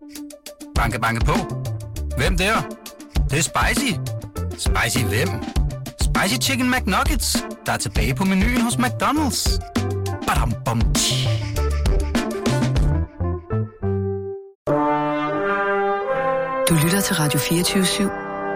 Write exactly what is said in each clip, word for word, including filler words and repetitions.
Banke, banke på. Hvem der? Det, det er spicy. Spicy hvem? Spicy Chicken McNuggets, der er tilbage på menuen hos McDonald's. Badum, bom, tji. Du lytter til Radio fireogtyve syv.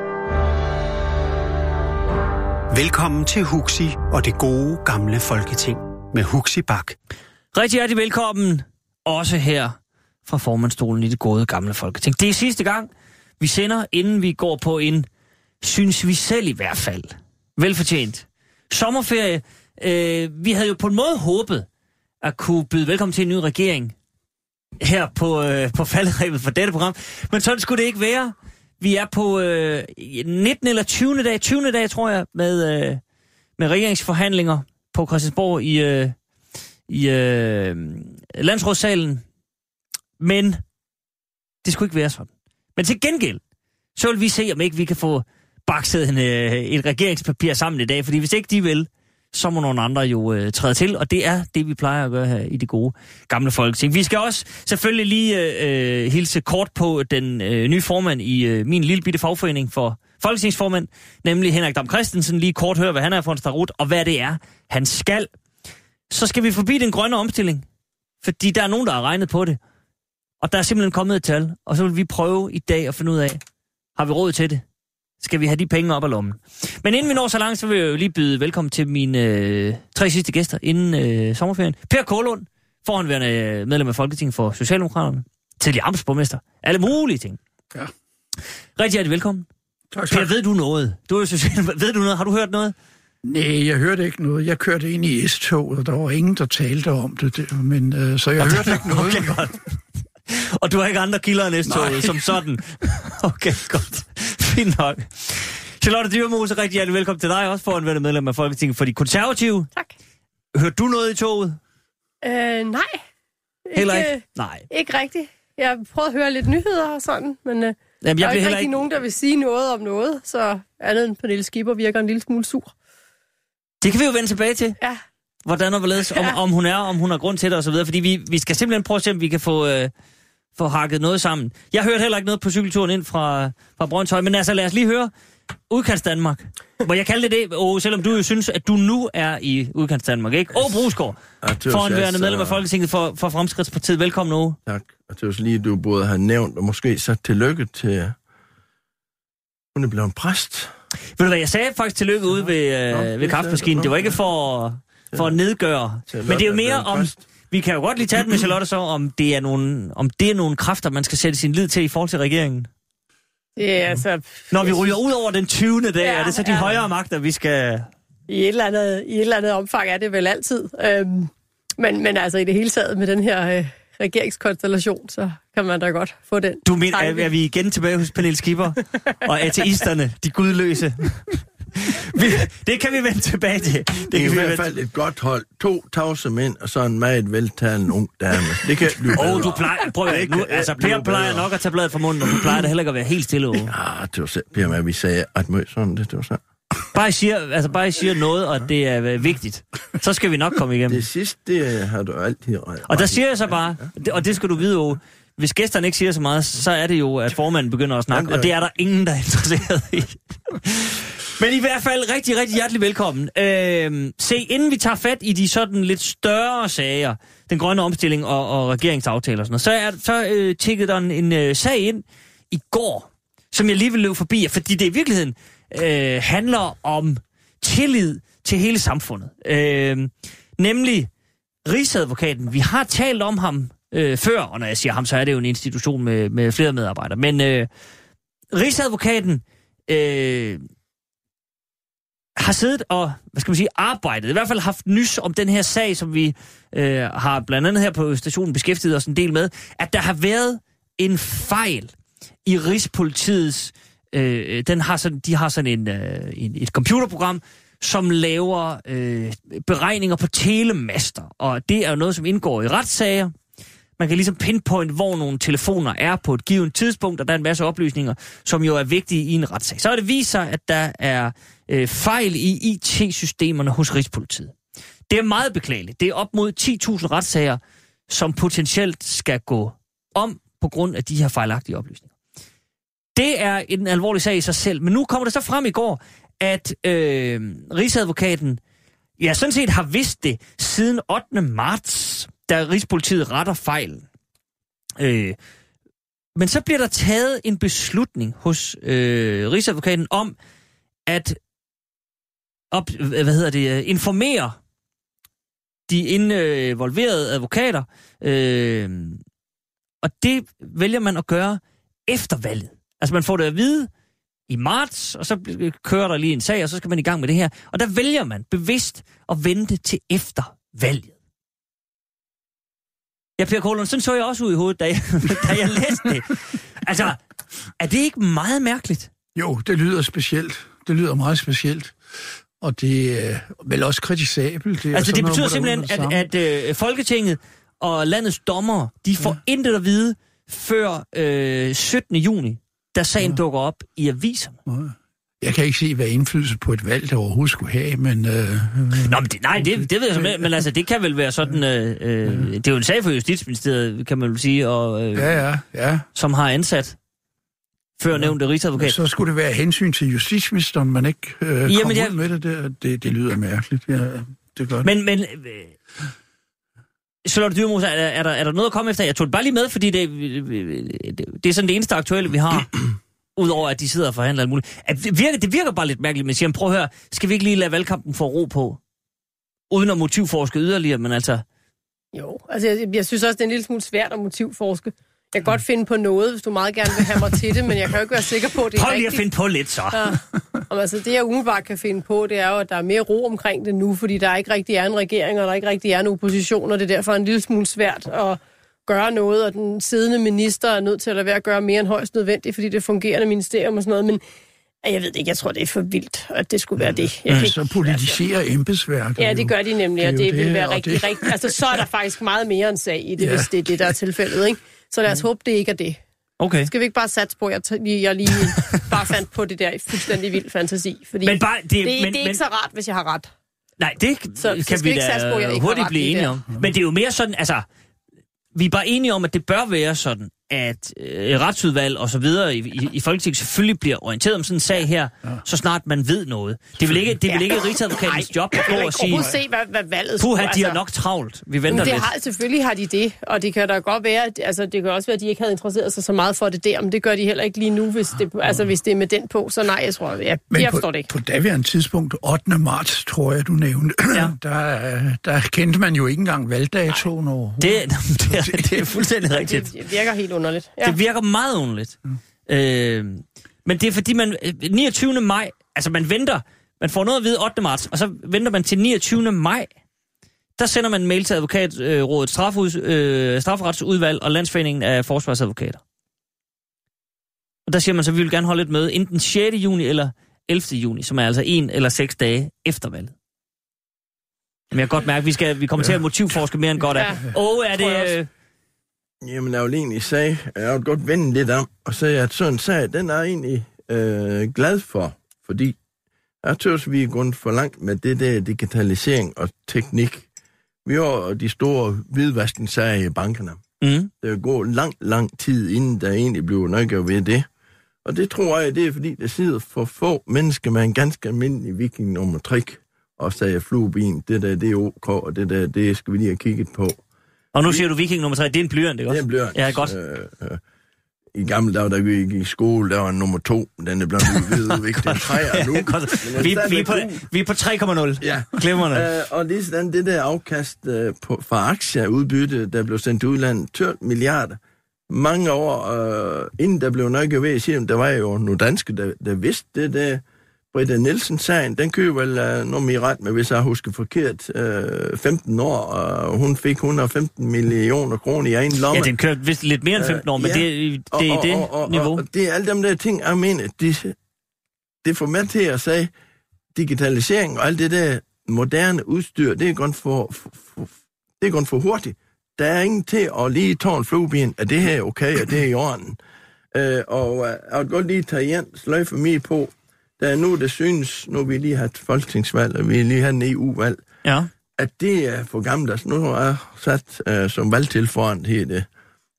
Velkommen til Huxi og det gode gamle Folketing med Huxi Bak. Rigtig hjertelig velkommen også her fra formandsstolen i det gode gamle Folketing. Det er sidste gang, vi sender, inden vi går på en, synes vi selv i hvert fald, velfortjent sommerferie. Øh, vi havde jo på en måde håbet at kunne byde velkommen til en ny regering her på, øh, på falderebet for dette program. Men sådan skulle det ikke være. Vi er på øh, nittende eller tyvende dag, tyvende dag tror jeg, med, øh, med regeringsforhandlinger på Christiansborg i, øh, i øh, landsrådssalen. Men det skulle ikke være sådan. Men til gengæld, så vil vi se, om ikke vi kan få bakset en, øh, et regeringspapir sammen i dag. Fordi hvis ikke de vil, så må nogle andre jo øh, træde til. Og det er det, vi plejer at gøre her i det gode gamle Folketing. Vi skal også selvfølgelig lige øh, hilse kort på den øh, nye formand i øh, min lille bitte fagforening for folketingsformand, nemlig Henrik Dam Kristensen. Lige kort høre, hvad han er for en starut, og hvad det er, han skal. Så skal vi forbi den grønne omstilling, fordi der er nogen, der har regnet på det. Og der er simpelthen kommet et tal, og så vil vi prøve i dag at finde ud af, har vi råd til det? Skal vi have de penge op af lommen? Men inden vi når så langt, så vil jeg jo lige byde velkommen til mine øh, tre sidste gæster inden øh, sommerferien. Per Kålund, forhåndværende medlem af Folketinget for Socialdemokraterne, tidligere amtsborgmester, alle mulige ting. Ja. Rigtig hjertelig velkommen. Tak, Per, ved du noget? Du er jo social... Ved du noget? Har du hørt noget? Nej, jeg hørte ikke noget. Jeg kørte ind i S-toget, og der var ingen, der talte om det, men øh, så jeg og hørte ikke noget. Okay, godt. Og du har ikke andre kilder end S-toget som sådan? Okay, godt. Fint nok. Charlotte Dyrmose, rigtig hjertelig velkommen til dig, også forhåndværende medlem af Folketinget for de konservative. Tak. Hørte du noget i toget? Øh, nej. Heller ikke? Nej. Ikke rigtigt. Jeg prøvede at høre lidt nyheder og sådan, men øh, Jamen, jeg der er ikke rigtig ikke... nogen, der vil sige noget om noget, så andet end Pernille Skipper virker en lille smule sur. Det kan vi jo vende tilbage til. Ja. Hvordan og hvorledes, om, Ja. om hun er, om hun har grund til det og så videre, fordi vi, vi skal simpelthen prøve at se, om vi kan få... Øh, få hakket noget sammen. Jeg hørte heller ikke noget på cykelturen ind fra, fra Brøndshøj, men altså lad os lige høre Udkants Danmark. Må jeg kalde det det, og selvom du jo synes, at du nu er i Udkants Danmark, ikke? Åh, Brusgaard, ja, forhåndværende medlem af Folketinget for, for Fremskridtspartiet. Velkommen, Åge. Tak. Og det var så lige, du både har nævnt, og måske så tillykke til... Hun er blevet præst. Ved du hvad, jeg sagde faktisk tillykke ude ved, Nå, øh, ved kaffemaskinen. Det var ikke for, for at nedgøre. Men det er jo mere om... Vi kan jo godt lige tage det med Charlotte så, om det er nogle, om det er nogle kræfter, man skal sætte sin lid til i forhold til regeringen. Det er altså... Når vi ryger ud over den tyvende dag, Ja, er det så de ja. højere magter, vi skal... I et eller andet, i et eller andet omfang er det vel altid. Øhm, men, men altså i det hele taget med den her øh, regeringskonstellation, så kan man da godt få den. Du mener, er, er vi igen tilbage hos Pernille Skipper og ateisterne, de gudløse? vi, det kan vi vende tilbage til. Det, det er kan i vi hvert fald et godt hold. To tavse mænd, og så en meget veltalende ung dame. Det kan blive bedre. Åh, oh, du plejer... Prøv at nu, altså, Per plejer nok at tage bladet fra munden, og du plejer det heller ikke at være helt stille, Åge. Ja, det var selv, Per, hvad vi sagde, at møde sådan det, det var så. Bare I siger, altså bare I siger noget, og det er øh, vigtigt. Så skal vi nok komme igennem. Det sidste, det har du altid ret. Og der siger jeg så bare, og det skal du vide, Åge, hvis gæsterne ikke siger så meget, så er det jo, at formanden begynder at snakke, og det er der ingen, der er interesseret i. Men i hvert fald rigtig, rigtig hjertelig velkommen. Øh, se, inden vi tager fat i de sådan lidt større sager, den grønne omstilling og, og regeringsaftaler og sådan noget, så, er, så øh, tikkede der en, en øh, sag ind i går, som jeg lige vil løbe forbi, fordi det i virkeligheden øh, handler om tillid til hele samfundet. Øh, nemlig Rigsadvokaten. Vi har talt om ham øh, før, og når jeg siger ham, så er det jo en institution med, med flere medarbejdere. Men øh, Rigsadvokaten øh, har siddet og, hvad skal man sige, arbejdet, i hvert fald haft nys om den her sag, som vi øh, har blandt andet her på stationen beskæftiget os en del med, at der har været en fejl i Rigspolitiets, øh, den har sådan, de har sådan en, øh, en, et computerprogram, som laver øh, beregninger på telemaster, og det er jo noget, som indgår i retssager. Man kan ligesom pinpointe, hvor nogle telefoner er på et givet tidspunkt, og der er en masse oplysninger, som jo er vigtige i en retssag. Så har det vist sig, at der er øh, fejl i I T-systemerne hos Rigspolitiet. Det er meget beklageligt. Det er op mod ti tusind retssager, som potentielt skal gå om på grund af de her fejlagtige oplysninger. Det er en alvorlig sag i sig selv, men nu kommer det så frem i går, at øh, Rigsadvokaten ja, sådan set har vidst det siden ottende marts, da Rigspolitiet retter fejlen. Øh, men så bliver der taget en beslutning hos øh, Rigsadvokaten om at op, hvad hedder det, informere de involverede advokater, øh, og det vælger man at gøre efter valget. Altså man får det at vide i marts, og så kører der lige en sag, og så skal man i gang med det her. Og der vælger man bevidst at vente til efter valget. Ja, Per Kålund, sådan så jeg også ud i hovedet, da jeg, da jeg læste det. Altså, er det ikke meget mærkeligt? Jo, det lyder specielt. Det lyder meget specielt. Og det er vel også kritisabelt. Det altså, det betyder noget, simpelthen, at, at øh, Folketinget og landets dommere, de får ja. intet at vide før øh, syttende juni, da sagen ja. dukker op i aviserne. Ja. Jeg kan ikke se, hvad indflydelse på et valg, der overhovedet skulle have, men... Øh, Nå, men det, nej, det, det ved jeg simpelthen, men altså, det kan vel være sådan... Øh, øh, det er jo en sag for Justitsministeriet, kan man vel sige, og, øh, ja, ja, ja. som har ansat før ja. nævnte rigsadvokat. Så skulle det være hensyn til justitsministeren, man ikke øh, kommer ud jeg... med det, det. Det, det lyder mærkeligt, ja, det gør det. Men, men øh, Charlotte Dyrmose, er, er, der, er der noget at komme efter? Jeg tog det bare lige med, fordi det, det, det er sådan det eneste aktuelle, vi har... Udover at de sidder og forhandler alt muligt. At det, virker, det virker bare lidt mærkeligt, men siger, prøv at høre, skal vi ikke lige lade valgkampen få ro på? Uden at motivforske yderligere, men altså... Jo, altså jeg, jeg synes også, det er en lille smule svært at motivforske. Jeg kan godt finde på noget, hvis du meget gerne vil have mig til det, men jeg kan jo ikke være sikker på, at det er Prøv lige rigtigt. at finde på lidt, så. Ja. Og altså, det jeg umiddelbart kan finde på, det er jo, at der er mere ro omkring det nu, fordi der ikke rigtig er en regering, og der ikke rigtig er en opposition, og det er derfor en lille smule svært at gøre noget, og den siddende minister er nødt til at lade være at gøre mere end højst nødvendigt, fordi det er fungerende ministerium og sådan noget, men jeg ved ikke, jeg tror, det er for vildt, at det skulle være det. Jeg ja, ikke, så politiserer altså, embedsværket. Ja, det gør de nemlig, og det, det vil det, være rigtig, det... rigtig... Altså, så er der faktisk meget mere en sag i det, ja. hvis det er det, der er tilfældet, ikke? Så lad os håbe, det ikke er det. Okay. Skal vi ikke bare satse på, at jeg, jeg lige bare fandt på det der i fuldstændig vild fantasi? Fordi men bare, det, det, men, det er men, ikke så rart, hvis jeg har ret. Nej, det så, kan så vi da på, hurtigt blive enige om. Men det er jo mere sådan, altså... Vi er bare enige om, at det bør være sådan, at øh, retsudvalg og så videre i, i, i Folketinget selvfølgelig bliver orienteret om sådan en sag her, ja. så snart man ved noget. Det vil ikke, det vil ikke ja. Rigsadvokatens job at gå og sige... se, hvad, hvad valget puha, de har nok travlt. Vi venter det lidt. Har, selvfølgelig har de det, og det kan da godt være, at, altså, det kan også være, at de ikke havde interesseret sig så meget for det der, men det gør de heller ikke lige nu, hvis det, altså, hvis det er med den på. Så nej, jeg tror, jeg, men jeg på, forstår det ikke. på daværende tidspunkt, ottende marts, tror jeg, du nævnte, ja. der, der kendte man jo ikke engang valgdatoen over. Det, det, det er fuldstændig rigtigt. Det virker helt underligt. Ja. Det virker meget underligt. Mm. Øh, men det er fordi, man niogtyvende maj, altså man venter, man får noget at vide ottende marts, og så venter man til niogtyvende maj. Der sender man en mail til Advokatrådets strafud, øh, strafferetsudvalg og Landsforeningen af Forsvarsadvokater. Og der siger man så, at vi vil gerne holde et møde enten sjette juni eller ellevte juni, som er altså en eller seks dage efter valget. Men jeg kan godt mærke, at vi, skal, vi kommer ja. til at motivforske mere end godt af. Åh, ja. oh, er det... Øh, Jamen, jeg vil egentlig sige, jeg vil godt vende lidt om, og sige, at sådan en sag, den er jeg egentlig øh, glad for, fordi jeg tørs, vi er gået for langt med det der digitalisering og teknik. Vi har de store hvidvaskningssager i bankerne. Mm. Der går lang, lang tid, inden der egentlig bliver noget ved det. Og det tror jeg, det er fordi, der sidder for få mennesker med en ganske almindelig viking nummer tre, og sagde flueben, det der, det er ok, og det der, det skal vi lige have kigget på. Og nu siger du viking nummer tre, det er en blyant, ikke også? Det er en blyant. Ja, godt. Øh, øh, I gamle dage, da vi gik i skole, der var nummer to, den er blevet udviklet til tre nu. vi, vi, er på, vi er på tre komma nul. Ja. Glimrende. Øh, og lige sådan det der afkast øh, på, fra aktieudbytte, der blev sendt til udlandet, tolv milliarder. Mange år, øh, inden der blev nok ved at sige, der var jo nogle danske, der, der vidste det der. Britta Nielsen-sagen, den køber vel uh, noget i ret med, hvis jeg husker forkert, uh, femten år, og hun fik et hundrede og femten millioner kroner i en lomme. Ja, den kørte vist lidt mere end femten år, uh, men ja. det, det er i det og, og, niveau. Og, og det er alle dem der ting, jeg mener, det, det får med til at sige, digitalisering og alt det der moderne udstyr, det er godt for, for, for, det er godt for hurtigt. Der er ingen til at lige tage en flueben, at det her er okay, og det er i orden. Uh, og uh, jeg vil godt lige tage igen, sløjfe mig på, der er nu, der synes, nu vi lige har et folketingsvalg, og vi lige har en E U-valg, ja. at det er for gammelt. Altså, nu har jeg sat uh, som valgtilforhånd her det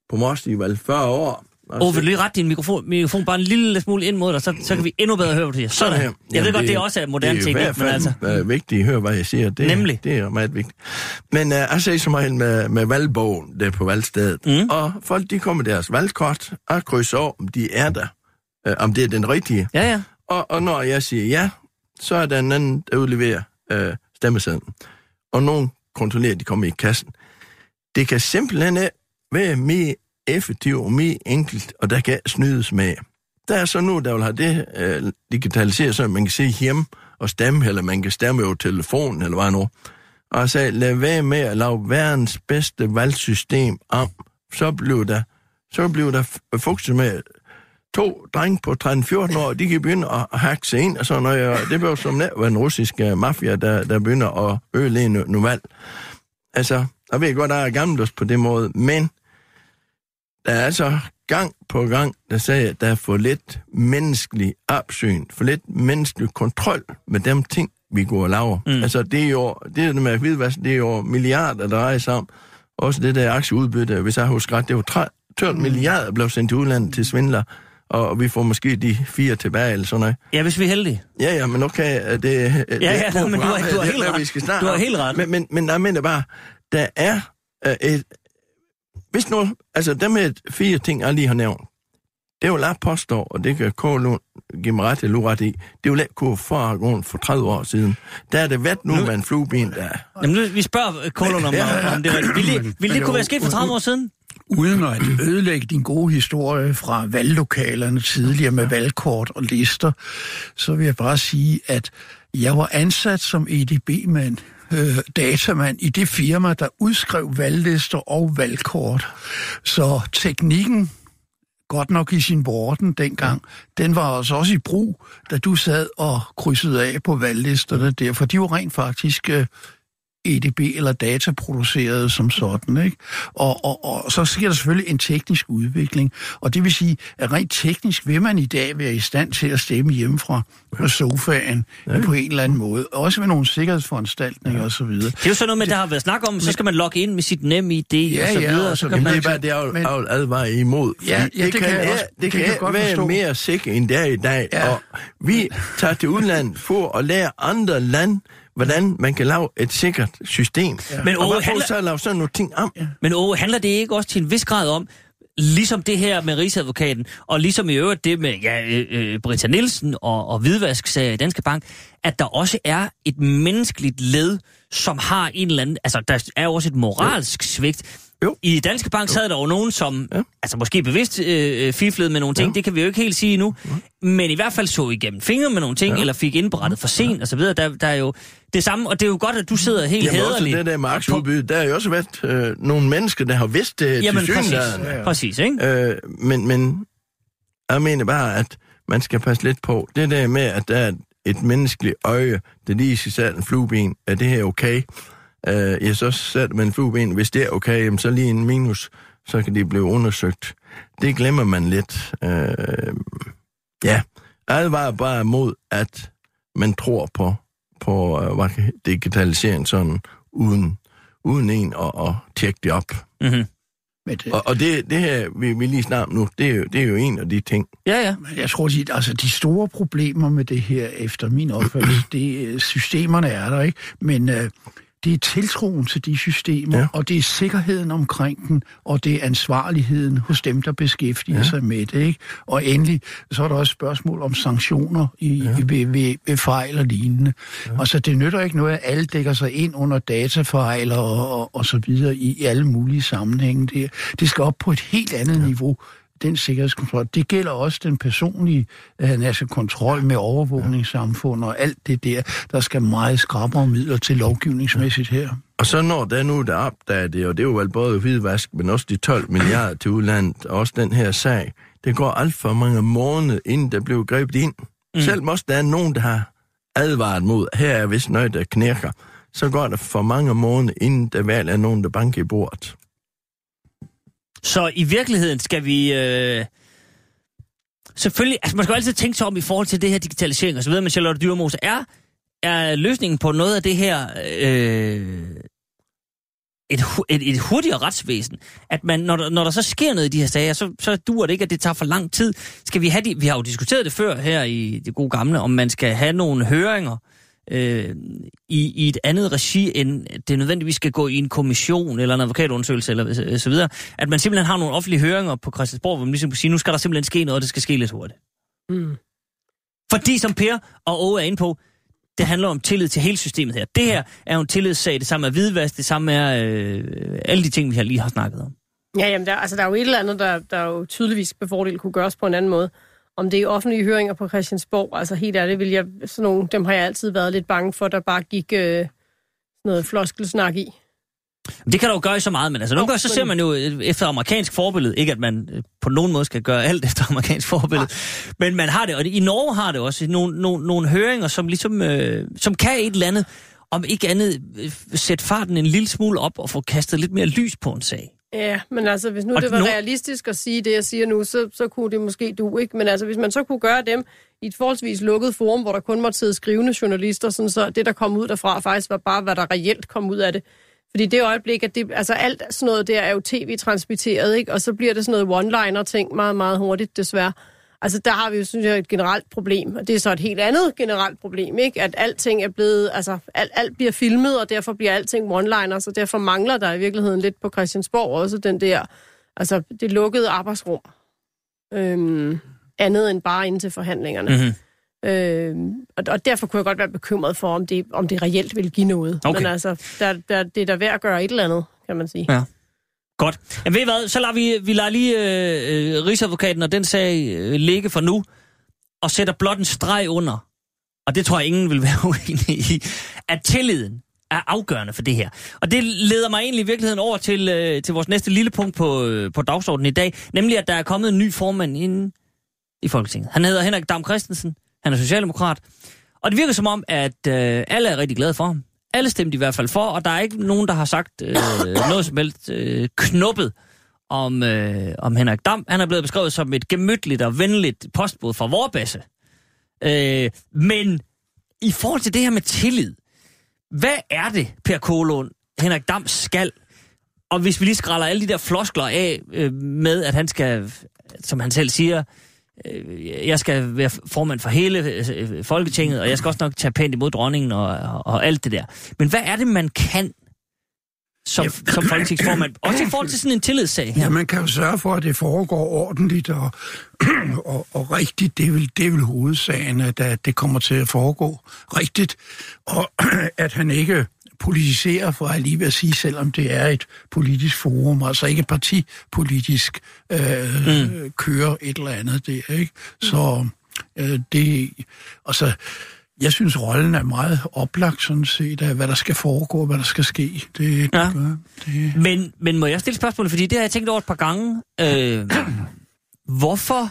på Mors i vel fyrre år. Åh, oh, vil du lige rette din mikrofon, mikrofon bare en lille smule ind mod dig, så, så kan vi endnu bedre høre, hvad du siger. Sådan. Sådan jeg ved godt, det er også moderne teknik, men altså... Det er i hvert fald øh, vigtigt at høre, hvad jeg siger. Det, Nemlig. Det er meget vigtigt. Men øh, jeg ser som regel med, med valgbogen der på valgstedet, mm. og folk, de kommer deres valgkort og krydser over, om de er der, øh, om det er den rigtige. Ja, ja. Og, og når jeg siger ja, så er der en anden, der udleverer øh, stemmesedlen. Og nogen kontrollerer, at de kommer i kassen. Det kan simpelthen være mere effektivt og mere enkelt, og der kan snydes med. Der er så nu, der vil have det øh, digitaliseret, så man kan se hjemme og stemme, eller man kan stemme over telefonen, eller hvad nu. Og jeg sagde, lad være med at lave verdens bedste valgsystem om, så bliver der, så bliver der fokus med to drenge på tretten fjorten år, de kan begynde at hacke sig ind, og sådan noget, og det bliver som nær den russiske mafia, der, der begynder at ødelægge nu valg. Altså, jeg ved godt, der er gammeldags på det måde, men der er altså gang på gang, der siger, at der er for lidt menneskelig opsyn, for lidt menneskelig kontrol med dem ting, vi går og laver. Mm. Altså, det er jo, det er det med hvidvask, det er jo milliarder, der rejser om. Også det der aktieudbytte, hvis jeg husker ret, det er jo tolv milliarder, blev sendt til udlandet til svindler, og vi får måske de fire tilbage, eller sådan noget. Ja, hvis vi er heldige. Ja, ja, men okay, det, det ja, ja, det, men du har, du har helt ret. Vi skal du har helt ret. Men, men, men jeg mener bare, der er uh, et... Hvis nu, altså dem med fire ting, jeg lige har nævnt, det er jo lagt påstår, og det kan Kålund give mig ret eller uret i, det er jo let kunne foregående for tredive år siden. Der er det været nu, nu med en flueben, der... Jamen nu, vi spørger Kålund om, ja, om det var... Ville, ville det kunne være sket for tredive år siden? Uden at ødelægge din gode historie fra valglokalerne tidligere med valgkort og lister, så vil jeg bare sige, at jeg var ansat som E D B-mand, øh, datamand i det firma, der udskrev valglister og valgkort. Så teknikken, godt nok i sin borden dengang, den var altså også i brug, da du sad og krydsede af på valglisterne der, for de var rent faktisk... Øh, E D B eller dataproduceret som sådan, ikke? Og, og, og så sker der selvfølgelig en teknisk udvikling, og det vil sige, at rent teknisk vil man i dag være i stand til at stemme hjemmefra på sofaen ja. På en eller anden måde, også med nogle sikkerhedsforanstaltninger ja. Og så videre. Det er jo sådan noget med, der har været snak om, så skal man logge ind med sit NemID ja, og så videre. Ja, og så kan man... Det er bare, det er jo men... advaret imod. Ja, ja, det, det kan, kan, også, det, det kan, kan godt være forstå. Mere sikkert end det er i dag, ja. Og vi tager til udlandet for at lære andre lande, hvordan man kan lave et sikkert system. Ja. Men og handler... så at lave sådan nogle ting om. Ja. Men Åge, handler det ikke også til en vis grad om, ligesom det her med Rigsadvokaten, og ligesom i øvrigt det med ja, øh, Britta Nielsen og, og hvidvasksager i Danske Bank, at der også er et menneskeligt led, som har en eller anden... Altså, der er jo også et moralsk svigt. Jo. I Danske Bank sad der jo nogen, som ja. Altså måske bevidst øh, fiflede med nogle ting, ja. Det kan vi jo ikke helt sige endnu, ja. Men i hvert fald så igennem fingre med nogle ting, ja. Eller fik indberettet for sent ja. Og så videre. Der, der er jo det samme, og det er jo godt, at du sidder helt jamen, hæderligt. Jamen også det der med aktieudbytte, der har jo også været øh, nogle mennesker, der har vidst det jamen, til præcis. synligheden. Ja, ja. Præcis, ikke? Øh, men, men jeg mener bare, at man skal passe lidt på. Det der med, at der er et menneskeligt øje, der lige skal sætte en flueben, er det her okay? Uh, ja, så sætter man flueben. Hvis det er okay, jamen, så lige en minus, så kan det blive undersøgt. Det glemmer man lidt. Uh, ja, alt var bare mod, at man tror på, på uh, digitalisering sådan, uden, uden en at, at tjekke det op. Mm-hmm. Det... Og, og det, det her, vi, vi lige snart nu, det er, jo, det er jo en af de ting. Ja, ja. Jeg tror, at altså, de store problemer med det her, efter min opfattelse, det, systemerne er der, ikke? Men... Uh, det er tiltroen til de systemer, ja. Og det er sikkerheden omkring den, og det er ansvarligheden hos dem, der beskæftiger ja. Sig med det, ikke? Og endelig, så er der også spørgsmål om sanktioner i, ja. ved, ved, ved fejl og lignende. Ja. Altså, det nytter ikke noget, at alle dækker sig ind under datafejl og, og, og så videre i, i alle mulige sammenhænge. Det, det skal op på et helt andet ja. Niveau. Den sikkerhedskontrol. Det gælder også den personlige altså kontrol med overvågningssamfund og alt det der, der skal meget skrappere midler til lovgivningsmæssigt her. Og så når der nu der opdager det, og det er jo vel både hvidvask, men også de tolv milliarder til udlandet, og også den her sag, det går alt for mange måneder, inden der blev grebet ind. Mm. Selvom også der er nogen, der har advaret mod, her er vist noget, der knirker, så går der for mange måneder, inden der vel er nogen, der banker i bordet. Så i virkeligheden skal vi... Øh... Selvfølgelig... Altså, man skal jo altid tænke sig om i forhold til det her digitalisering og så videre, men Charlotte Dyremose, er, er løsningen på noget af det her... Øh... et, et, et hurtigere retsvæsen. At man, når der, når der så sker noget i de her sager, så, så duer det ikke, at det tager for lang tid. Skal vi have de, vi har jo diskuteret det før her i det gode gamle, om man skal have nogle høringer øh, i, i et andet regi, end det nødvendigvis skal gå i en kommission eller en advokatundersøgelse eller så videre. At man simpelthen har nogle offentlige høringer på Christiansborg, hvor man ligesom kan sige, nu skal der simpelthen ske noget, og det skal ske lidt hurtigt. Mm. Fordi som Per og Åge er inde på, det handler om tillid til hele systemet her. Det her er jo en tillidssag, det samme er hvidvask, det samme er øh, alle de ting, vi har lige har snakket om. Ja, jamen, der, altså, der er jo et eller andet, der, der jo tydeligvis med fordel kunne gøres på en anden måde. Om det er offentlige høringer på Christiansborg, altså helt ærligt, vil jeg, sådan nogle, dem har jeg altid været lidt bange for, der bare gik øh, noget floskelsnak i. Det kan der jo gøre så meget, men altså nogle gange så ser man jo efter amerikansk forbillede, ikke at man på nogen måde skal gøre alt efter amerikansk forbillede, ja. Men man har det, og i Norge har det også nogle, nogle, nogle høringer, som ligesom, øh, som kan et eller andet, om ikke andet, øh, sætte farten en lille smule op og få kastet lidt mere lys på en sag. Ja, men altså hvis nu og det var no... realistisk at sige det, jeg siger nu, så, så kunne det måske du, ikke? Men altså hvis man så kunne gøre dem i et forholdsvis lukket forum, hvor der kun måtte sidde skrivende journalister, sådan så det, der kom ud derfra, faktisk var bare, hvad der reelt kom ud af det. Fordi det øjeblik, at det, altså alt sådan noget der er jo tv-transmitteret, ikke? Og så bliver det sådan noget one-liner-ting meget, meget hurtigt, desværre. Altså der har vi jo, synes jeg, et generelt problem, og det er så et helt andet generelt problem, ikke? At alting er blevet, altså alt, alt bliver filmet, og derfor bliver alting one-liner, så derfor mangler der i virkeligheden lidt på Christiansborg også den der, altså det lukkede arbejdsrum. Øhm, andet end bare ind til forhandlingerne. Mm-hmm. Øh, og, og derfor kunne jeg godt være bekymret for, om det, om det reelt vil give noget. Okay. Men altså, der, der, det er da værd at gøre et eller andet, kan man sige. Ja. Godt. Jamen ved I hvad, så lader vi, vi lader lige øh, Rigsadvokaten og den sag øh, ligge for nu, og sætter blot en streg under, og det tror jeg ingen vil være uenig i, at tilliden er afgørende for det her. Og det leder mig egentlig i virkeligheden over til, øh, til vores næste lille punkt på, øh, på dagsordenen i dag, nemlig at der er kommet en ny formand inde i Folketinget. Han hedder Henrik Dam Kristensen. Han er socialdemokrat, og det virker som om, at øh, alle er rigtig glade for ham. Alle stemte i hvert fald for, og der er ikke nogen, der har sagt øh, noget som helst øh, knuppet om, øh, om Henrik Dam. Han er blevet beskrevet som et gemytligt og venligt postbud fra Vorbasse. Øh, men i forhold til det her med tillid, hvad er det, Per Kålund, Henrik Dam skal? Og hvis vi lige skræller alle de der floskler af øh, med, at han skal, som han selv siger, jeg skal være formand for hele Folketinget, og jeg skal også nok tage pænt imod dronningen og, og, og alt det der. Men hvad er det, man kan som, ja. som folketingsformand? Også i forhold til sådan en tillidssag her. Ja, man kan jo sørge for, at det foregår ordentligt og, og, og rigtigt. Det er vel, det er vel hovedsagen, at, at det kommer til at foregå rigtigt. Og at han ikke politiserer, for at lige ved at sige, selvom det er et politisk forum, altså ikke partipolitisk øh, mm. kører et eller andet der, ikke? Så øh, det, altså, jeg synes, rollen er meget oplagt, sådan set, af hvad der skal foregå, hvad der skal ske. Det, ja. det gør, det... Men, men må jeg stille spørgsmål, fordi det har jeg tænkt over et par gange. Øh, hvorfor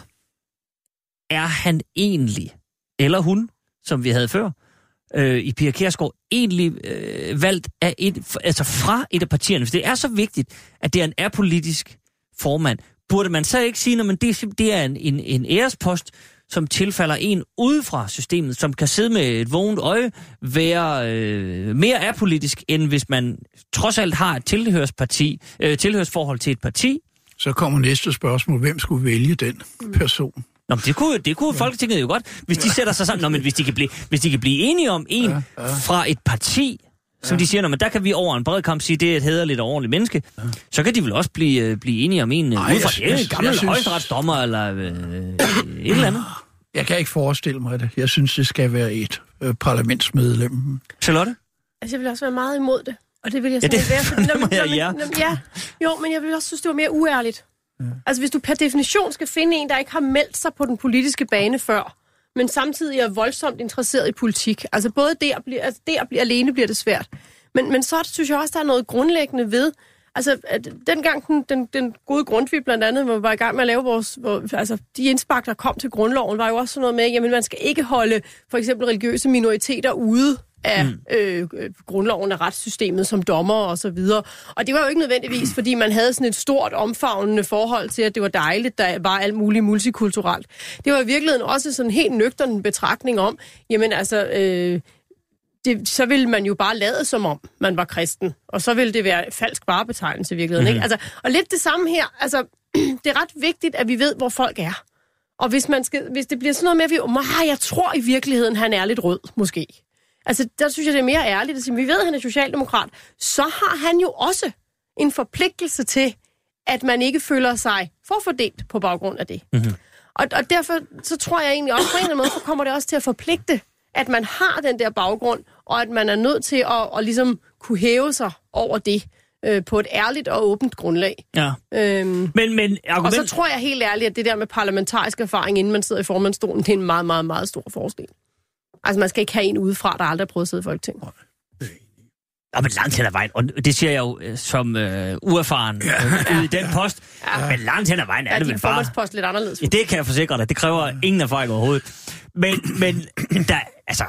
er han egentlig, eller hun, som vi havde før, Øh, i Pia Kjærsgaard, egentlig øh, valgt af et, altså fra et af partierne. Hvis det er så vigtigt, at det er en apolitisk formand, burde man så ikke sige, at det, det er en, en, en ærespost, som tilfalder en udefra systemet, som kan sidde med et vågent øje, være øh, mere apolitisk, end hvis man trods alt har et tilhørsparti, øh, tilhørsforhold til et parti. Så kommer næste spørgsmål, hvem skulle vælge den person? Nå, men det kunne, det kunne ja. Folketinget jo godt, hvis de sætter sig sammen. Nå, men hvis de kan blive, hvis de kan blive enige om en ja, ja. fra et parti, som ja. de siger, nå, men der kan vi over en bred kamp sige, det er et hæderligt og ordentligt menneske, ja. så kan de vel også blive, blive enige om en Ej, ud fra en gammel højesteretsdommer eller øh, et eller andet. Jeg kan ikke forestille mig det. Jeg synes, det skal være et øh, parlamentsmedlem. Charlotte? Altså, jeg vil også være meget imod det. Og det vil jeg sådan ja, det, være. Fordi, når, jeg, ja. Når, ja. Jo, men jeg vil også synes, det var mere uærligt. Ja. Altså, hvis du per definition skal finde en, der ikke har meldt sig på den politiske bane før, men samtidig er voldsomt interesseret i politik. Altså, både der, bliver, altså, der bliver, alene bliver det svært. Men, men så synes jeg også, der er noget grundlæggende ved. Altså, at dengang den, den, den gode Grundtvig blandt andet, hvor vi var i gang med at lave vores... Hvor, altså, de indspark, der kom til grundloven, var jo også sådan noget med, jamen, man skal ikke holde for eksempel religiøse minoriteter ude af mm. øh, grundloven af retssystemet som dommer og så videre. Og det var jo ikke nødvendigvis, fordi man havde sådan et stort omfavnende forhold til, at det var dejligt, der var alt muligt multikulturelt. Det var i virkeligheden også sådan en helt nøgtern betragtning om, jamen altså, øh, det, så ville man jo bare lade som om, man var kristen. Og så ville det være falsk varebetegnelse i virkeligheden. Mm-hmm. Ikke? Altså, og lidt det samme her. Altså, det er ret vigtigt, at vi ved, hvor folk er. Og hvis, man skal, hvis det bliver sådan noget med, at vi, oh, jeg tror i virkeligheden, han er lidt rød, måske. Altså, der synes jeg, det er mere ærligt at sige, vi ved, at han er socialdemokrat. Så har han jo også en forpligtelse til, at man ikke føler sig forfordelt på baggrund af det. Mm-hmm. Og, og derfor så tror jeg egentlig også, på en eller anden måde, så kommer det også til at forpligte, at man har den der baggrund, og at man er nødt til at, at ligesom kunne hæve sig over det øh, på et ærligt og åbent grundlag. Ja. Øhm, men, men, argument... Og så tror jeg helt ærligt, at det der med parlamentarisk erfaring, inden man sidder i formandsstolen, det er en meget, meget, meget stor forskel. Altså, man skal ikke have en udefra, der aldrig har prøvet at sidde i Folketinget. Ja, men langt hen ad vejen, og det siger jeg jo som øh, uerfaren øh, ude i den post, ja. Men langt hen ad vejen er ja, det vel bare... Ja, din formandspost lidt anderledes. Ja, det kan jeg forsikre dig, det kræver ingen erfaring overhovedet. Men, men der, altså...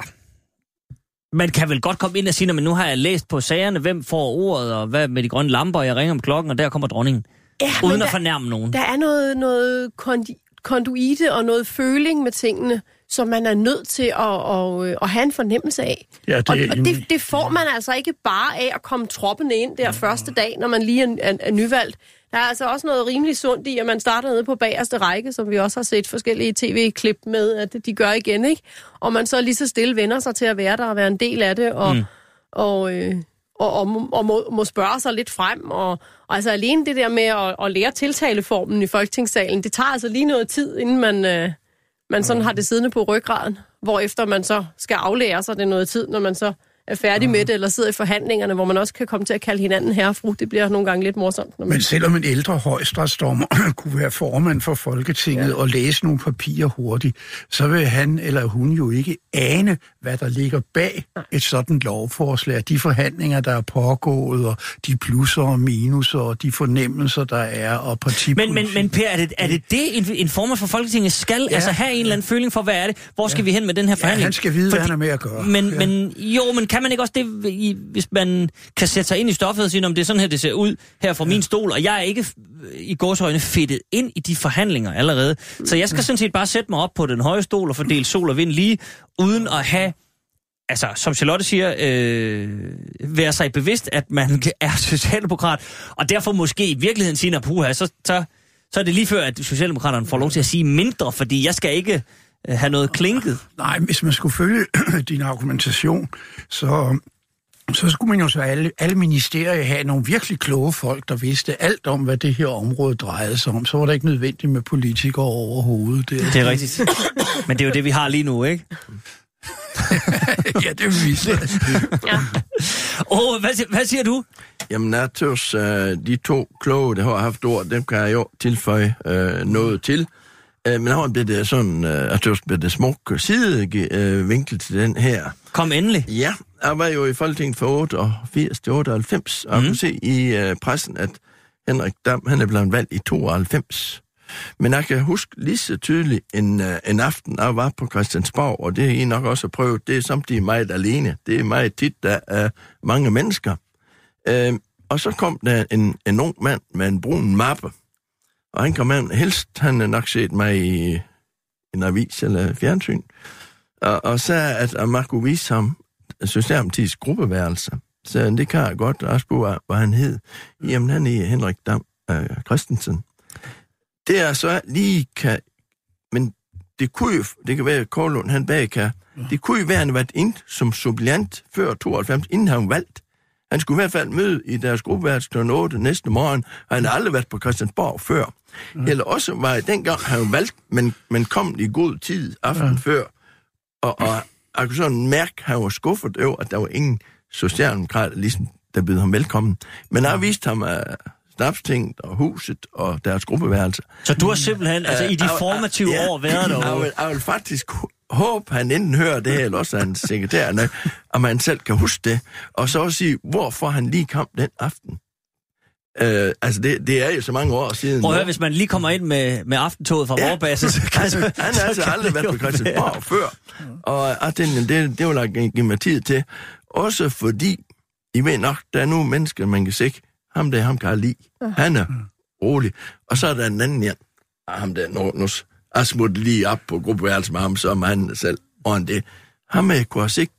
Man kan vel godt komme ind og sige, men nu har jeg læst på sagerne, hvem får ordet, og hvad med de grønne lamper, og jeg ringer om klokken, og der kommer dronningen. Ja, uden der, at fornærme nogen. Der er noget, noget konduite og noget føling med tingene, som man er nødt til at, at, at have en fornemmelse af. Ja, det, og og det, det får man altså ikke bare af at komme troppende ind der ja. første dag, når man lige er, er, er nyvalgt. Der er altså også noget rimelig sundt i, at man starter nede på bagerste række, som vi også har set forskellige tv-klip med, at de gør igen, ikke? Og man så lige så stille vender sig til at være der og være en del af det, og, mm. og, øh, og, og, og må, må spørge sig lidt frem. Og, og altså alene det der med at, at lære tiltaleformen i Folketingssalen, det tager altså lige noget tid, inden man, øh, man sådan har det siddende på ryggraden, hvorefter man så skal aflære sig det noget tid, når man så er færdig mm. med det, eller sidder i forhandlingerne, hvor man også kan komme til at kalde hinanden herrefru. Det bliver nogle gange lidt morsomt. Når man... Men selvom en ældre højesteretsdommer kunne være formand for Folketinget ja. og læse nogle papirer hurtigt, så vil han eller hun jo ikke ane, hvad der ligger bag Nej. et sådan lovforslag. De forhandlinger, der er pågået, og de plusser og minuser, og de fornemmelser, der er, og partipolitik. Men, men, men Per, er det, er det det, en, en formand for Folketinget skal ja. altså have en eller anden føling for, hvad er det? Hvor skal ja. vi hen med den her forhandling? Ja, han skal vide, Fordi, hvad han er med at gøre. Men, ja. men jo, men kan man ikke også det, hvis man kan sætte sig ind i stoffet og sige, om det er sådan her, det ser ud her fra ja. min stol, og jeg er ikke i gåseøjne fedtet ind i de forhandlinger allerede. Så jeg skal sådan set bare sætte mig op på den høje stol og fordele sol og vind lige, uden at have, altså som Charlotte siger, øh, være sig bevidst, at man er socialdemokrat, og derfor måske i virkeligheden sige, at puha, så, så, så er det lige før, at Socialdemokraterne får lov til at sige mindre, fordi jeg skal ikke have noget klinket. Nej, hvis man skulle følge din argumentation, så, så skulle man jo så alle, alle ministerier have nogle virkelig kloge folk, der vidste alt om, hvad det her område drejede sig om. Så var det ikke nødvendigt med politikere overhovedet. Det, det er rigtigt. Men det er jo det, vi har lige nu, ikke? Ja, det vil vi sige. Ja. Oh, hvad, hvad siger du? Jamen, jeg tørs, uh, de to kloge, der har haft ord, dem kan jeg jo tilføje uh, noget til. Uh, men her bliver det sådan, uh, jeg tørs, bliver det smuk sidevinkel uh, til den her. Kom endelig. Ja, jeg var jo i Folketinget fra otteogfirs til otteoghalvfems, og jeg mm. kunne se i uh, pressen, at Henrik Dam, han er blevet valgt i tooghalvfems. Men jeg kan huske lige så tydeligt en, uh, en aften, jeg var på Christiansborg, og det har I nok også prøvet, det er samtidig meget alene. Det er meget tit, der er mange mennesker. Uh, og så kom der en, en ung mand med en brun mappe, og han kom ind, helst han har nok set mig i en avis eller fjernsyn, og, og sagde, at man kunne vise ham Socialdemokratiets gruppeværelse. Så det kan jeg godt, og spurgte, hvad han hed. Jamen, han er Henrik Dam uh, Christensen. Det er så lige kan, men det kunne jo, det kan være, at Kårlund, han bag kan, det kunne jo være, at han har været ind som suppleant før tooghalvfems, inden han valgt. Han skulle i hvert fald møde i deres gruppeværelse klokken otte næste morgen, og han har aldrig været på Christiansborg før. Mm. Eller også var det dengang, han valgt, men, men kom i god tid aften mm. før, og, og jeg kunne sådan mærke, at han var skuffet over, at der var ingen socialdemokrater, ligesom, der bød ham velkommen. Men jeg viste ham, at Snapstinget og huset og deres gruppeværelse. Så du har simpelthen, altså i de formative ja, år, været derovre? Jeg vil, jeg vil faktisk håbe, han enten hører det her, eller også hans sekretær, om han selv kan huske det, og så også sige, hvorfor han lige kom den aften. Uh, altså, det, det er jo så mange år siden. Prøv at høre, hvis man lige kommer ind med, med aftentoget fra ja. Vorbasse, så kan altså, han har altså aldrig været på Christiansborg før, og jeg tænkte, det, det vil jeg give mig tid til. Også fordi, I ved nok, der er nogle mennesker, man kan se, ham der, ham kan jeg lide. Han er rolig. Og så er der en anden, ja, ham der, nu, nu jeg smuttet lige op på gruppeværelsen med ham, som han selv, og det. Ham jeg kunne have set,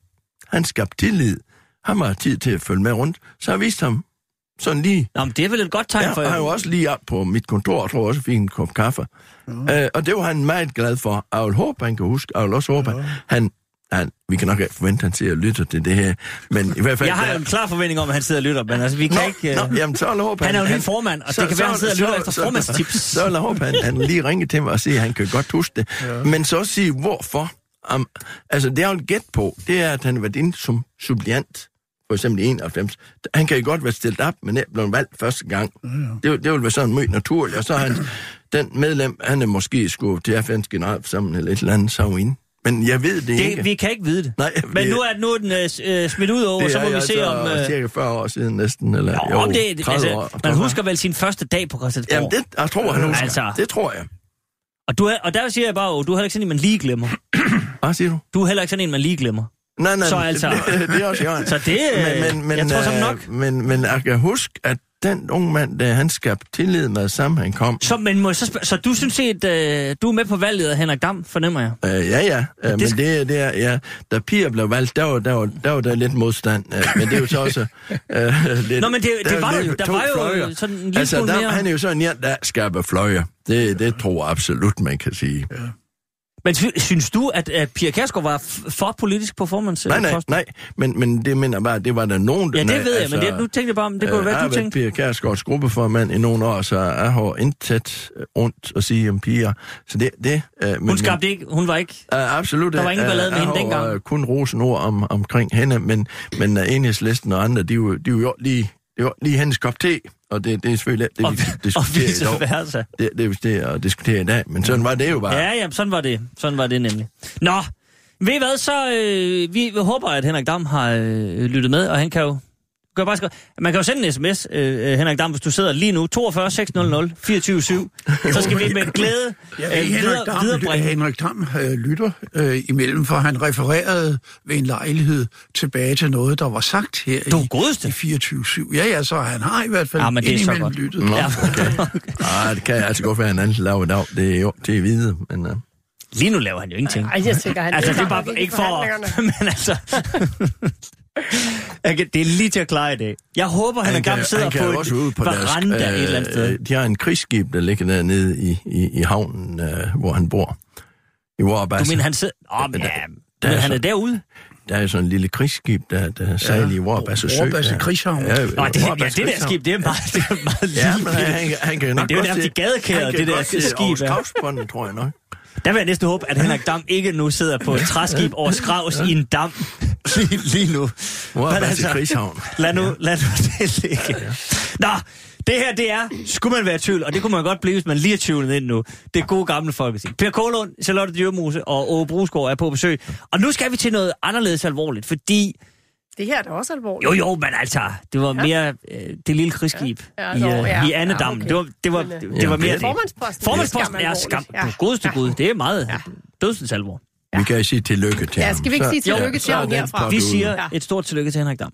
han skabte tillid. Han har tid til at følge med rundt, så har jeg vist ham sådan lige... Nå, men det er vel et godt tegn ja, for... Ja, han er jo også lige op på mit kontor, og tror også, fik en kop kaffe. Ja. Øh, og det var han meget glad for. Jeg vil håbe, han kan huske. Jeg vil også håbe, ja. han... Han, vi kan nok ikke forvente, at han sidder og lytter til det her, men i hvert fald... Jeg har jo en klar forventning om, at han sidder og lytter, men altså, vi kan nå, ikke... Nå, jamen, så håber han... Han er jo han, ny formand, og så, det kan så, være, han sidder og lytter så, efter så, formandstips. Så, så, så håber han, han lige ringe til mig og sige, at han kan godt huske det. Ja. Men så også sige, hvorfor. Um, altså, det jeg vil gætte på, det er, at han har været inde som suppleant, for eksempel i enoghalvfems. Han kan jo godt være stillet op, men ikke blevet valgt første gang. Ja, ja. Det, det vil være sådan meget naturligt. Og så han, den medlem, han er måske skulle til F N's generalforsamling eller et eller andet, så er inde. Men jeg ved det, det ikke. Vi kan ikke vide det. Nej, men nu er, nu er den øh, smidt ud over, så må vi se om... Det er cirka fyrre år siden næsten, eller jo, jo, det, tredive altså, år. Man husker vel sin første dag på Christiansborg. Jamen, det jeg tror han husker. Altså. Det tror jeg. Og, du er, og der siger jeg bare, du er heller ikke sådan en, man lige glemmer. Hvad siger du? Du er heller ikke sådan en, man lige glemmer. Nej, nej, så altså, det, det er også Jørgen. Så det, men, men, men, jeg tror som nok. Men, men jeg kan huske, at den unge mand, der han skabte tillid med sammen, han kom. Så, men må så, spørge, så du synes set, uh, du er med på valget af Henrik Dam, fornemmer jeg? Uh, ja, ja. Uh, det men skal... det, det er, ja, da Pia blev valgt, der var der, var, der, var der lidt modstand. Uh, men det er jo så også... Uh, lidt, Nå, men det, det der var der jo. Der var jo fløjer. sådan en lille altså, smule der, mere... han er jo sådan en, der skaber fløjer. Det, det tror jeg absolut, man kan sige. Ja. Men synes du, at, at Pia Kjærsgaard var for politisk på formands? Nej, nej, nej, men, men det mener bare, det var der nogen... Ja, det nej, ved jeg, altså, men det, nu tænkte jeg bare, det kunne øh, være, du tænkte... Jeg har været Pia Kjærsgaards gruppeformand i nogle år, så jeg har intet rundt at sige om piger. Så det... det øh, men, hun skabte ikke, hun var ikke... Øh, absolut. Der var ingen ballade med hende dengang. Jeg har kun rosenord om, omkring hende, men, men uh, Enhedslisten og andre, de er jo, de er jo lige... Det var lige hendes kop te, og det, det er selvfølgelig det, vi diskuterer i dag. Det, det er vist det at diskutere i dag, men sådan var det jo bare. Ja, ja, sådan var det. Sådan var det nemlig. Nå, ved I hvad, så øh, vi håber, at Henrik Dam har øh, lyttet med, og han kan jo... Kan bare skrive, man kan jo sende en sms, øh, Henrik Dam, hvis du sidder lige nu, toogfyrre seks hundrede fireogtyve syv. Så skal vi med glæde ja, øh, videre, Dam, viderebringe. Henrik Dam øh, lytter øh, imellem, for han refererede ved en lejlighed tilbage til noget, der var sagt her i, i fireogtyve syv. Ja, ja, så han har i hvert fald ja, men det er indimellem lyttet. Nå, okay. ah, det kan jeg altså godt være en anden lav i dag. Det er jo til at vide, men... Uh... Lige nu laver han jo ingenting. Ej, jeg tænker, han altså, det er bare ikke for... Men altså... Det er lige til at klare i dag. Jeg håber, han, han er gammel sidder på en på veranda deres, øh, et eller andet sted. De har en krigsskib, der ligger dernede i, i, i havnen, øh, hvor han bor. I Vorbasse. Du mener, han sidder... Åh, oh, ja, der er han er derude? Der er sådan en lille krigsskib, der, der sejler ja, i Vorbasse Sø. Vorbasse krigshavn. Ja, Nå, det, ja, det der skib, det er meget, det er meget lille. Ja, men han, han kan jo nok men det er jo nærmest de gadekæder, det der skib. Han kan tror jeg nok. Der vil jeg næsten håbe, at Henrik Dam ikke nu sidder på et træskib over Skravs i en dam lige, lige nu. Hvor er altså, krigshavn? Lad nu, lad nu det ligge. Nå, det her, det er, skulle man være i tvivl, og det kunne man godt blive, hvis man lige er tvivlet ind nu. Det er gode gamle folketing. Per Kålund, Charlotte Dyrmose og Åge Brusgaard er på besøg. Og nu skal vi til noget anderledes alvorligt, fordi... Det her er da også alvorligt. Jo, jo, men altså, det var ja. mere øh, det lille krigsskib ja. Ja, i, øh, ja. i Annedam. Ja, okay. Det var, det var, det, det var mere... Formandsposten. Formandsposten er skam. Ja. Godeste ja. Gud, det er meget ja. dødsens alvor. Ja. Vi kan sige tillykke til ja, ham. Ja, skal vi ikke sige tillykke til ham herfra? Vi siger ja. et stort tillykke til Henrik Dam.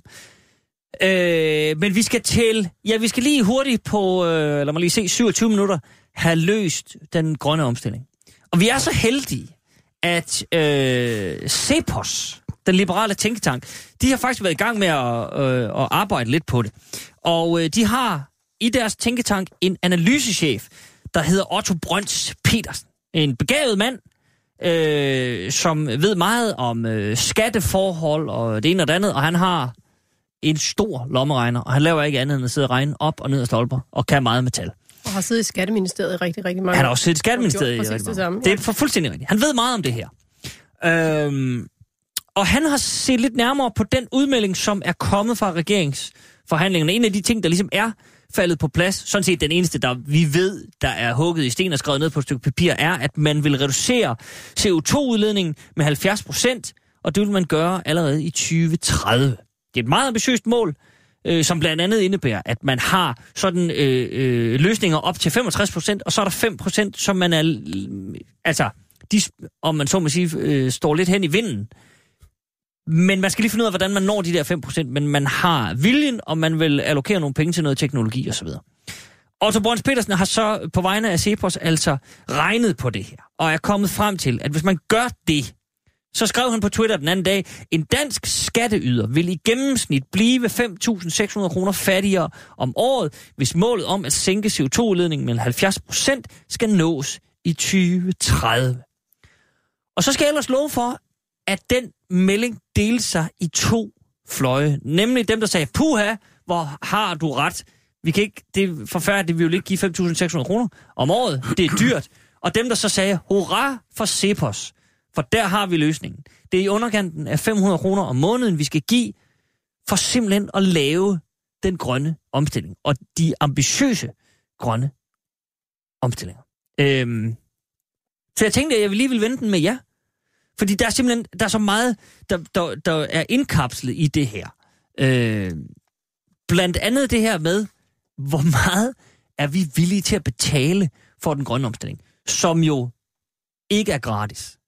Øh, men vi skal til... Ja, vi skal lige hurtigt på, øh, lad mig lige se, syvogtyve minutter, have løst den grønne omstilling. Og vi er så heldige, at øh, CEPOS, den liberale tænketank, de har faktisk været i gang med at, øh, at arbejde lidt på det. Og øh, de har i deres tænketank en analysechef, der hedder Otto Brøns Petersen. En begavet mand, øh, som ved meget om øh, skatteforhold og det ene og det andet, og han har en stor lommeregner, og han laver ikke andet end at sidde og regne op og ned ad stolper, og kan meget med tal. Og har siddet i Skatteministeriet i rigtig, rigtig mange år. Han har også siddet i Skatteministeriet i rigtig mange år. Det er for fuldstændig rigtigt. Han ved meget om det her. Øhm, og han har set lidt nærmere på den udmelding, som er kommet fra regeringsforhandlingerne. En af de ting, der ligesom er faldet på plads, sådan set den eneste, der vi ved, der er hugget i sten og skrevet ned på et stykke papir, er, at man vil reducere C O to udledningen med halvfjerds procent, og det vil man gøre allerede i tyve tredive. Det er et meget ambitiøst mål, øh, som blandt andet indebærer, at man har sådan øh, øh, løsninger op til femogtres procent, og så er der fem procent, som man er, øh, altså, de, om man så må sige, øh, står lidt hen i vinden. Men man skal lige finde ud af, hvordan man når de der fem procent, men man har viljen, og man vil allokere nogle penge til noget teknologi osv. Otto Brøns Petersen har så på vegne af CEPOS altså regnet på det her, og er kommet frem til, at hvis man gør det, så skrev han på Twitter den anden dag, en dansk skatteyder vil i gennemsnit blive fem tusind seks hundrede kroner fattigere om året, hvis målet om at sænke C O to udledningen med halvfjerds procent skal nås i tyve tredive. Og så skal jeg ellers love for, at den melding delte sig i to fløje. Nemlig dem, der sagde, puha, hvor har du ret. Vi kan ikke, det er forfærdeligt, vi vil ikke give fem tusind seks hundrede kroner om året. Det er dyrt. Og dem, der så sagde, hurra for Cepos, for der har vi løsningen. Det er i underkanten af fem hundrede kroner om måneden, vi skal give for simpelthen at lave den grønne omstilling. Og de ambitiøse grønne omstillinger. Øhm, så jeg tænkte, at jeg lige vil vente den med jer. Fordi der er simpelthen der er så meget, der, der, der er indkapslet i det her. Øh, blandt andet det her med, hvor meget er vi villige til at betale for den grønne omstilling, som jo ikke er gratis.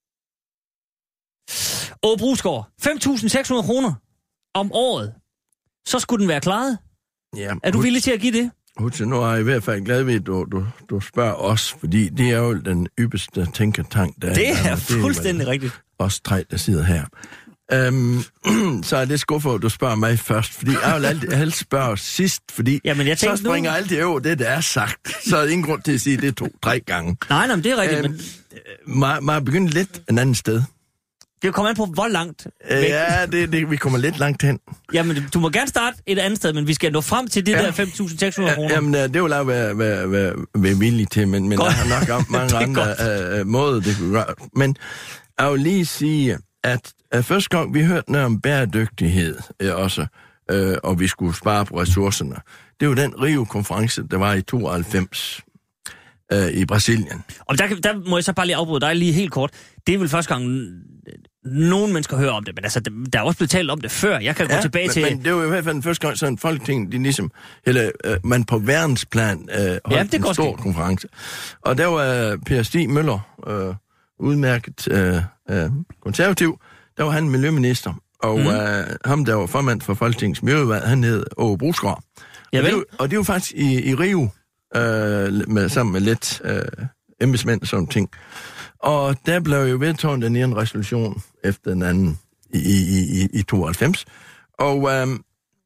Åge Brusgaard, fem tusind seks hundrede kroner om året, så skulle den være klaret. Ja, er du villig til at give det? Husk, nu er jeg i hvert fald glad ved, at du, du, du spørger os, fordi det er jo den ypperste tænketank, der det er. Der, fuldstændig det er rigtigt. Os tre, der sidder her. Um, så er det skuffet, at du spørger mig først, fordi jeg vil altid helst spørge sidst, fordi Jamen, jeg så springer nu... altid over det, der er sagt. Så er der ingen grund til at sige det to-tre gange. Nej, nej, det er rigtigt, um, men... Må, må jeg begynde lidt en anden sted? Det kommer an på, hvor langt væk. Ja, det, det, vi kommer lidt langt hen. Jamen, du må gerne starte et andet sted, men vi skal nå frem til det ja. der fem tusind seks hundrede kroner. Jamen, det vil jeg være, være, være, være villig til, men, men der har nok mange andre uh, måder, det kunne gøre. Men jeg vil lige sige, at uh, første gang vi hørte noget om bæredygtighed uh, også, uh, og vi skulle spare på ressourcerne, det var den Rio-konference, der var i tooghalvfems uh, i Brasilien. Og der, der må jeg så bare lige afbryde dig lige helt kort. Det er vel første gang... Nogle mennesker hører om det, men altså, der er også blevet talt om det før. Jeg kan ja, gå tilbage men, til... men det var i hvert fald den første gang, sådan Folketinget, de ligesom, eller øh, man på verdensplan øh, holdt ja, en stor ske. konference. Og der var Per Stig Møller, øh, udmærket øh, øh, konservativ, der var han miljøminister, og mm. øh, ham, der var formand for Folketingets miljøudvalg, han hed Åge Brusgaard. Og, det, og det var faktisk i, i Rio, øh, med, sammen med lidt øh, embedsmænd og sådan ting. Og der blev jo vedtaget den ene resolution efter den anden i, i, i, i tooghalvfems. Og øhm,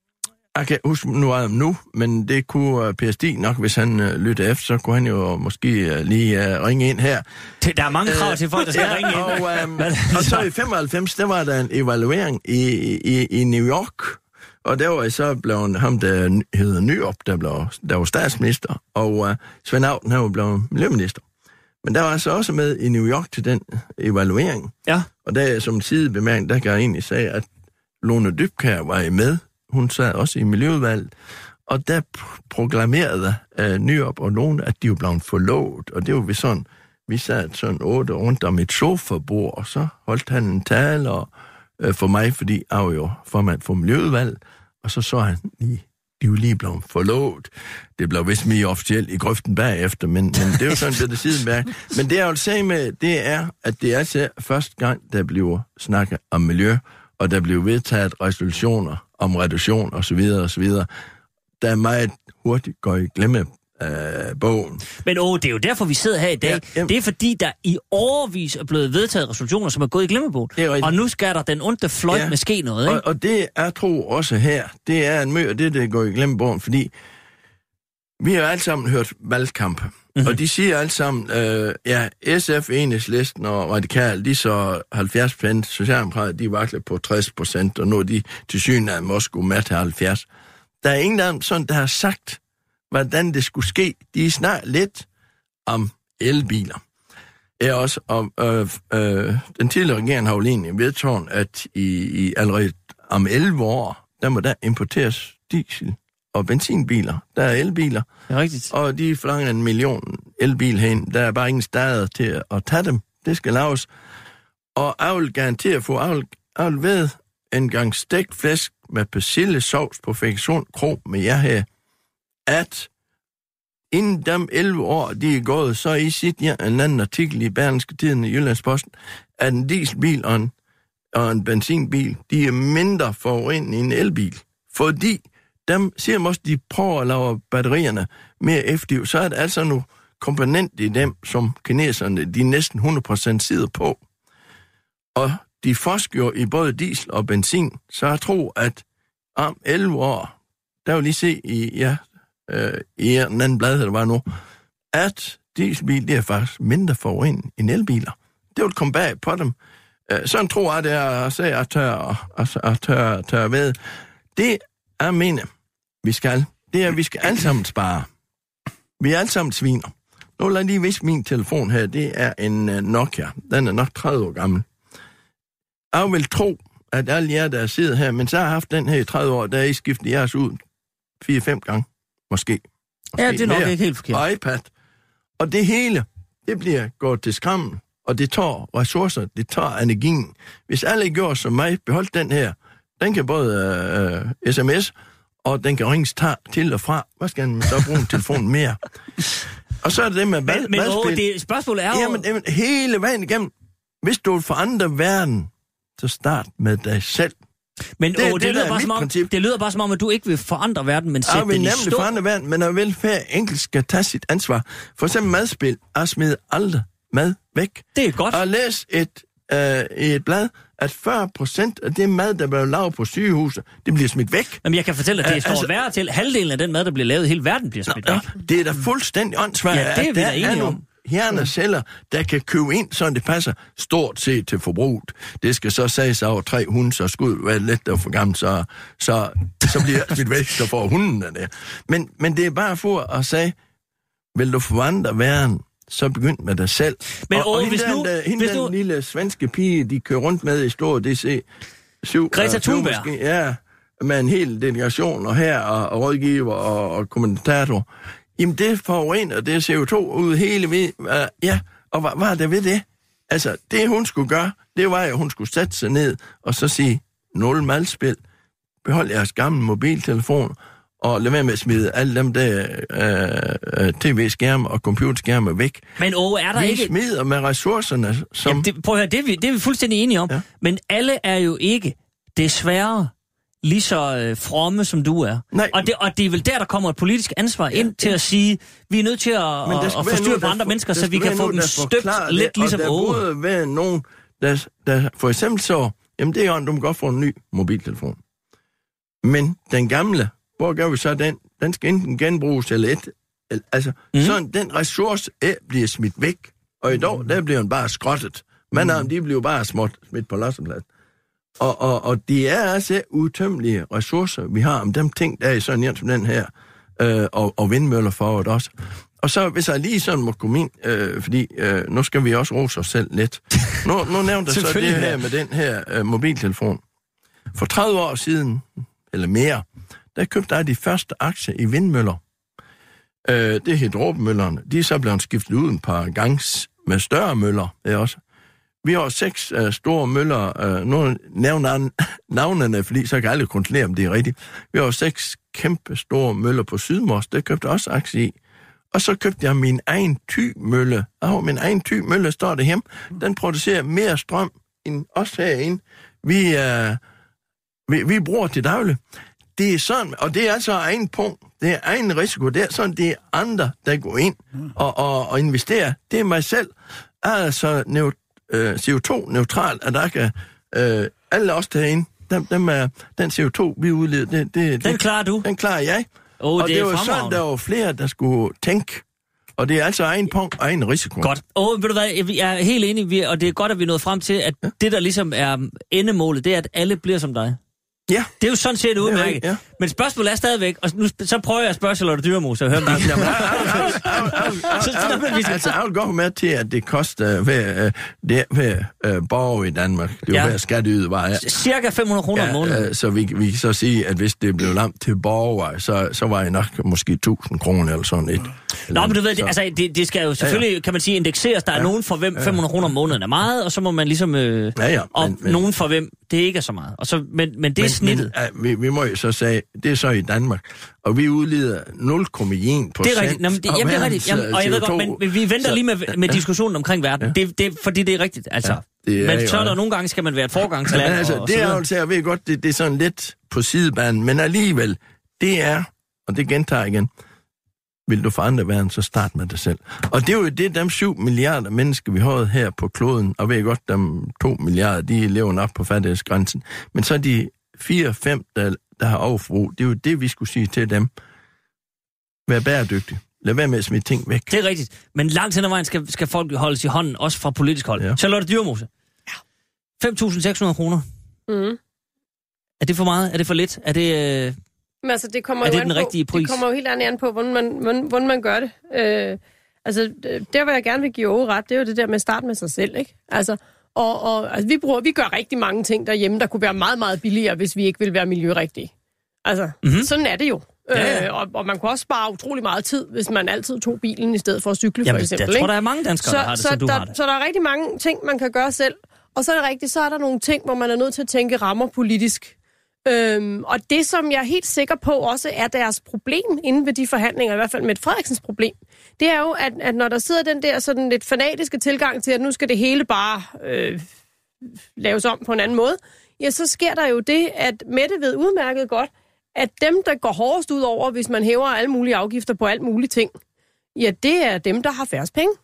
jeg kan huske nu, nu, men det kunne uh, Per Stig nok, hvis han uh, lyttede efter, så kunne han jo måske uh, lige uh, ringe ind her. Der er mange krav uh, til folk, der skal ja, ringe ind. Og, um, og så i femoghalvfems, der var der en evaluering i, i, i New York, og der var så blevet ham, der hedder Nyrup, der, blev, der var statsminister, og uh, Svend Auken, han var blevet miljøminister. Men der var altså også med i New York til den evaluering. Ja. Og der som sidebemærkning, der kan jeg egentlig sige, at Lone Dybkjær var med. Hun sad også i miljøudvalget. Og der proklamerede uh, Nyrup og Lone, at de var blevet forlovet. Og det var vi sådan, vi sad sådan otte rundt om et sofabord, og så holdt han en tale og, uh, for mig, fordi jeg var jo formand for miljøudvalget. Og så så han lige, de var lige blevet forlovet. Det blev vist mere officielt i grøften bagefter, men, men det er jo sådan, det er det sidemærke. Men det jeg vil sige med, det er, at det er altså første gang, der bliver snakket om miljø, og der bliver vedtaget resolutioner om reduktion osv. osv. Der er meget hurtigt går i glemme øh, bogen. Men åh, det er jo derfor, vi sidder her i dag. Ja, det er fordi, der i årevis er blevet vedtaget resolutioner, som er gået i glemmebogen. Og nu skal der den onde fløjt ja. med ske noget, ikke? Og, og det er tro også her. Det er en mø, og det, der går i glemmebogen, fordi vi har alle sammen hørt valgkamp. Mm-hmm. Og de siger alle sammen, øh, ja, S F, Enhedslisten og Radikal, de så halvfjerds procent, Socialdemokrater, de vakler på tres procent, og nu er de til synligheden måske gå med til halvfjerds. Der er ingen af dem sådan, der har sagt, hvordan det skulle ske. De er snart lidt om elbiler. Er også om, øh, øh, den tidligere regering har jo egentlig vedtaget, at i, i allerede om elleve år, der må der importeres diesel og benzinbiler. Der er elbiler. Det er rigtigt. Og de forlanger en million elbil hen. Der er bare ingen steder til at tage dem. Det skal laves. Og jeg vil garantere for, jeg vil, jeg vil ved en gang stegt flæsk med persillesovs på Fækkersund Kro med jer her, at inden dem elleve år, de er gået, så I sit ja, en anden artikel i Berlingske Tidende i Jyllandsposten, at en dieselbil og en, og en benzinbil, de er mindre forurenende end en elbil. Fordi dem siger måske, de prøver at lave batterierne mere effektivt, så er det altså nogle komponenter i dem, som kineserne, de næsten hundrede procent sidder på. Og de forsker jo i både diesel og benzin, så jeg tror, at om elleve år, der vil lige se i, ja, øh, i en anden blad, der var nu, at dieselbil, det er faktisk mindre forurenet end elbiler. Det vil komme bag på dem. Øh, sådan tror jeg, det er at sige, at tør, at, at tør, tør ved. Det er mene, vi skal. Det er, at vi skal alle sammen spare. Vi er alle sammen sviner. Nu lad lige vise min telefon her. Det er en uh, Nokia. Den er nok tredive år gammel. Jeg vil tro, at alle jer, der sidder her, men så har jeg haft den her i tredive år, der er I skiftet jeres ud fire fem gange. Måske. Måske ja, det er nok mere. ikke helt forkert. Og iPad. Og det hele, det bliver gået til skrammen. Og det tager ressourcer, det tager energien. Hvis alle gjorde som mig, beholdt den her. Den kan både uh, sms, og den kan ringes til og fra. Hvad skal man så bruge en telefon mere? Og så er det det med men, men åh, det spørgsmålet er jo... Jamen, jamen, hele vejen igennem. Hvis du vil forandre verden, så start med dig selv. Men det, åh, det, det, det, lyder bare som om, det lyder bare som om, at du ikke vil forandre verden, men sætte den i stå. Jeg vil nemlig forandre verden, men at vel hver enkelt skal tage sit ansvar. For eksempel madspil. Jeg smider aldrig mad væk. Det er godt. Og læs et, øh, i et blad, at fyrre procent af det mad, der bliver lavet på sygehuset, det bliver smidt væk. Jamen, jeg kan fortælle, at det står altså, værre til. Halvdelen af den mad, der bliver lavet i hele verden, bliver smidt væk. Ja, det er da fuldstændig åndssvagt, ja, det er at der er nogle hjerneceller, der kan købe ind, så det passer stort set til forbruget. Det skal så sages over tre hunde, så skulle være lidt og for gammelt, så, så, så bliver smidt væk, så får hunden der. Men, men det er bare for at sige, vil du forandre verden, så begynd med dig selv. Men og, åh, og hende hvis den, nu... Der, hende hvis den nu... lille svenske pige, de kører rundt med i stor D C syv... Greta Thunberg. Måske, ja, med en hel delegation, og her, og, og rådgiver, og, og kommentator. Jamen, det forurener, det er C O to ud hele ved... Uh, ja, og hvad, hvad er det ved det? Altså, det hun skulle gøre, det var jo, hun skulle sætte sig ned, og så sige, nul madspil, behold jeres gamle mobiltelefon, og lad være med at smide alle dem der øh, tv-skærme og computerskærme væk. Men åh, er der vi ikke... Vi smider med ressourcerne, som... Jamen, det, prøv at høre, det er, vi, det er vi fuldstændig enige om. Ja. Men alle er jo ikke, desværre, lige så øh, fromme, som du er. Nej. Og det, og det er vel der, der kommer et politisk ansvar ja, ind til ja. at sige, vi er nødt til at, at forstyrre på andre mennesker, så vi kan få dem støbt lidt ligesom åh. Og der burde være nogen, der, der for eksempel så, jamen det er jo, du må godt få en ny mobiltelefon. Men den gamle, hvor gør vi så den? Den skal enten genbruges eller et. Altså, mm. sådan den ressource bliver smidt væk. Og i dag, der bliver den bare skrottet. Men mm. de bliver bare småt smidt på losseplads. Og, og, og det er altså utømmelige ressourcer, vi har om dem ting, der er i sådan en som den her, øh, og, og vindmøller for også. Og så, hvis jeg lige sådan må komme ind, øh, fordi øh, nu skal vi også rose os selv lidt. Nu, nu nævnte jeg så det her med den her øh, mobiltelefon. For tredive år siden, eller mere, der købte jeg de første aktier i vindmøller. Øh, det hed dråbemøllerne. De er så blevet skiftet ud en par gange med større møller. Det også. Vi har seks uh, store møller. Uh, nu nævner navnene, fordi så kan alle kontrollere, om det er rigtigt. Vi har seks kæmpe store møller på Sydmors. Det købte jeg også aktier i. Og så købte jeg min egen Thy-mølle. Og min egen Thy-mølle står det hjemme. Den producerer mere strøm end os herinde. Vi, uh, vi, vi bruger til daglig. Det er sådan, og det er altså egen punkt. Det er egen risiko. Det er sådan, det er andre, der går ind og, og, og investerer. Det er mig selv. Altså øh, C O to-neutral, at der kan øh, alle os derinde, dem, dem er, den C O to, vi udleder, det, det, den klarer du? Den klarer jeg. Oh, og det, det var sådan, der var flere, der skulle tænke. Og det er altså egen punkt og egen risiko. Godt. Og ved du hvad, jeg er helt enig, og det er godt, at vi er nået frem til, at ja. det, der ligesom er endemålet, det er, at alle bliver som dig. Ja. Det er jo sådan set udmærket. Ja. Men spørgsmålet er stadigvæk, og nu så prøver jeg at spørge Charlotte Dyremose og høre om det. Altså, jeg vil gå med til, at det koster hver, det, hver uh, borger i Danmark. Det er jo ja. hver skatteyder var. Ja. Cirka fem hundrede kroner om måneden. Uh, så vi, vi kan så sige, at hvis det blev lamt til borger, så, så var det nok måske tusind kroner eller sådan et. Nå, men du ved, det, altså, det, det skal jo selvfølgelig, ja, ja. kan man sige, indekseres. Der er ja. nogen for hvem fem hundrede kroner om måneden er meget, og så må man ligesom... Øh, ja, ja. Og men, men, nogen for hvem det ikke er så meget. Og så, men, men det er men, snittet. Men, uh, vi, vi må jo så sige, det er så i Danmark, og vi udleder nul komma en procent. Det er rigtigt. Jamen, det, jamen, det er rigtigt. Jamen, og jeg ved godt, men, men vi venter så, lige med, med diskussionen omkring verden. Ja. Det, det, fordi det er rigtigt, altså. Ja, det er men så er der nogle gange, skal man være et forgangsland. Men altså, og, og det er jo, jeg ved godt, det, det er sådan lidt på sidebanen, men alligevel, det er, og det gentager igen, Vil du forandre verden, så start med dig selv. Og det er jo det, dem syv milliarder mennesker, vi har her på kloden, og ved godt, dem to milliarder, de lever op på fattighedsgrænsen. Men så de fire, fem, der, der har overforbrug, det er jo det, vi skulle sige til dem. Vær bæredygtig. Lad være med at smide ting væk. Det er rigtigt. Men langt hen ad vejen skal, skal folk holdes i hånden, også fra politisk hold. Ja. Charlotte Dyremose. Ja. fem tusind seks hundrede kroner. Mm. Er det for meget? Er det for lidt? Er det... Øh... Men altså, det kommer er jo det den rigtige pris? Det kommer jo helt an på, hvordan man, hvordan, hvordan man gør det. Øh, altså, der hvor jeg gerne vil give Åge ret, det er jo det der med at starte med sig selv, ikke? Altså, og, og altså, vi, bruger, vi gør rigtig mange ting derhjemme, der kunne være meget, meget billigere, hvis vi ikke ville være miljørigtige. Altså, mm-hmm. sådan er det jo. Ja, ja. Øh, og, og man kunne også spare utrolig meget tid, hvis man altid tog bilen i stedet for at cykle, Jamen, for eksempel. Jeg tror, der er mange danskere, så, der har det, så, som du der, har det. Så der er rigtig mange ting, man kan gøre selv. Og så er det rigtigt, så er der nogle ting, hvor man er nødt til at tænke rammer politisk. Øhm, og det, som jeg er helt sikker på også er deres problem inden ved de forhandlinger, i hvert fald med Frederiksens problem, det er jo, at, at når der sidder den der sådan lidt fanatiske tilgang til, at nu skal det hele bare øh, laves om på en anden måde, ja, så sker der jo det, at Mette ved udmærket godt, at dem, der går hårdest ud over, hvis man hæver alle mulige afgifter på alt mulige ting, ja, det er dem, der har færrest penge.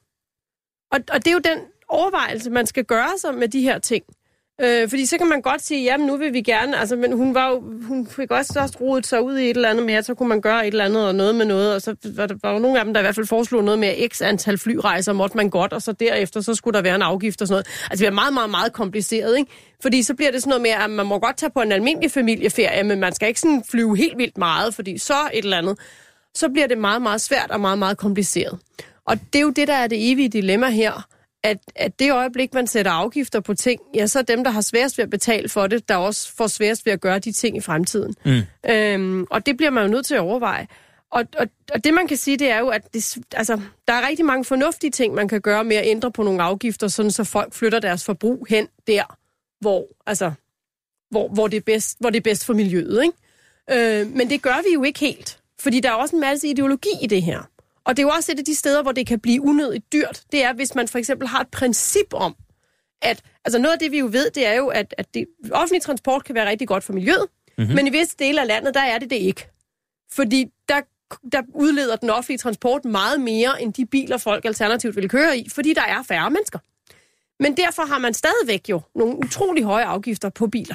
Og, og det er jo den overvejelse, man skal gøre sig med de her ting. Øh, fordi så kan man godt sige, jamen nu vil vi gerne, altså, men hun var jo, hun fik også, også rodet sig ud i et eller andet mere, så kunne man gøre et eller andet og noget med noget, og så var der var jo nogle af dem, der i hvert fald foreslog noget med x antal flyrejser, måtte man godt, og så derefter, så skulle der være en afgift og sådan noget. Altså det er meget, meget, meget kompliceret, ikke? Fordi så bliver det sådan noget med, at man må godt tage på en almindelig familieferie, men man skal ikke sådan flyve helt vildt meget, fordi så et eller andet, så bliver det meget, meget svært og meget, meget kompliceret. Og det er jo det, der er det evige dilemma her, at, at det øjeblik, man sætter afgifter på ting, ja, så er dem, der har sværest ved at betale for det, der også får sværest ved at gøre de ting i fremtiden. Mm. Øhm, og det bliver man jo nødt til at overveje. Og, og, og det, man kan sige, det er jo, at det, altså, der er rigtig mange fornuftige ting, man kan gøre med at ændre på nogle afgifter, sådan så folk flytter deres forbrug hen der, hvor, altså, hvor, hvor, det, er bedst, hvor det er bedst for miljøet. Ikke? Øh, men det gør vi jo ikke helt, fordi der er også en masse ideologi i det her. Og det er jo også et af de steder, hvor det kan blive unødigt dyrt. Det er, hvis man for eksempel har et princip om, at altså noget af det, vi jo ved, det er jo, at, at det, offentlig transport kan være rigtig godt for miljøet, mm-hmm. men i visse dele af landet, der er det det ikke. Fordi der, der udleder den offentlige transport meget mere, end de biler, folk alternativt vil køre i, fordi der er færre mennesker. Men derfor har man stadigvæk jo nogle utrolig høje afgifter på biler.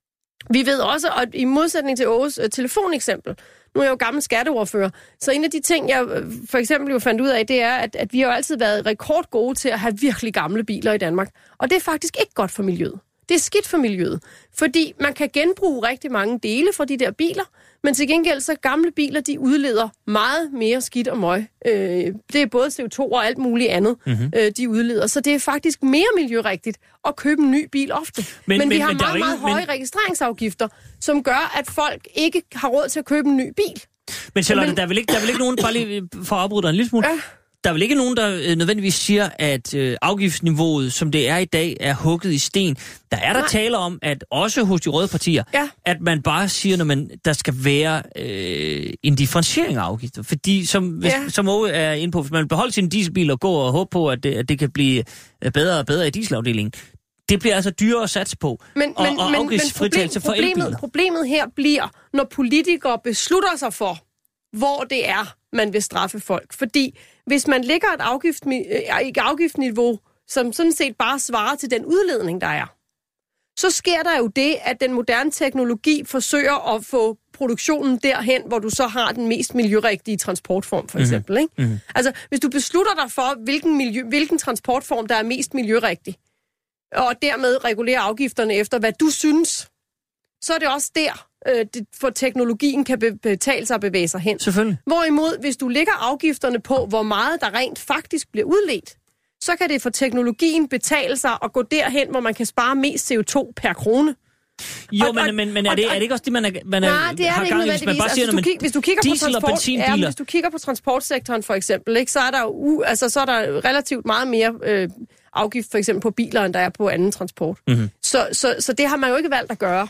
Vi ved også, at i modsætning til Åges uh, telefoneksempel, nu er jeg jo gammel skatteordfører, så en af de ting, jeg for eksempel jo fandt ud af, det er, at, at vi har jo altid været rekordgode til at have virkelig gamle biler i Danmark. Og det er faktisk ikke godt for miljøet. Det er skidt for miljøet, fordi man kan genbruge rigtig mange dele fra de der biler, men til gengæld så gamle biler, de udleder meget mere skidt og møg. Øh, det er både C O to og alt muligt andet, mm-hmm. øh, de udleder. Så det er faktisk mere miljørigtigt at købe en ny bil ofte. Men, men, men vi har men, meget, meget ingen, høje men... registreringsafgifter, som gør, at folk ikke har råd til at købe en ny bil. Men Charlotte, men... der er vel ikke, der er vel ikke nogen, bare lige for at afbryde dig en lille smule, ja. Der er vel ikke nogen, der øh, nødvendigvis siger, at øh, afgiftsniveauet, som det er i dag, er hugget i sten. Der er der tale om, at også hos de røde partier, ja. At man bare siger, når man der skal være øh, en differentiering af afgifter. Fordi, som, hvis, ja. Som Åge er inde på, hvis man vil beholde sin dieselbil og gå og håbe på, at det, at det kan blive bedre og bedre i dieselafdelingen, det bliver altså dyrere at satse på. Men, og, men, og men, men problem, for problemet, problemet her bliver, når politikere beslutter sig for, hvor det er, man vil straffe folk. Fordi hvis man lægger et, afgift, et afgiftsniveau, som sådan set bare svarer til den udledning, der er, så sker der jo det, at den moderne teknologi forsøger at få produktionen derhen, hvor du så har den mest miljørigtige transportform, for eksempel. Mm-hmm. Ikke? Mm-hmm. Altså, hvis du beslutter dig for, hvilken, miljø, hvilken transportform, der er mest miljørigtig, og dermed regulerer afgifterne efter, hvad du synes, så er det også der, for teknologien kan betale sig at bevæge sig hen. Selvfølgelig. Hvorimod, hvis du lægger afgifterne på, hvor meget der rent faktisk bliver udledt, så kan det for teknologien betale sig at gå derhen, hvor man kan spare mest C O to per krone. Jo, og, men, men, men er, det, er det ikke også det, man, er, man er, nej, det er har det gang i, hvis man bare altså, siger, hvis, du kig, hvis du kigger diesel på transport, ja, hvis du kigger på transportsektoren for eksempel, ikke, så er der jo altså, så er der relativt meget mere øh, afgift for eksempel på biler, end der er på anden transport. Mm-hmm. Så, så, så det har man jo ikke valgt at gøre.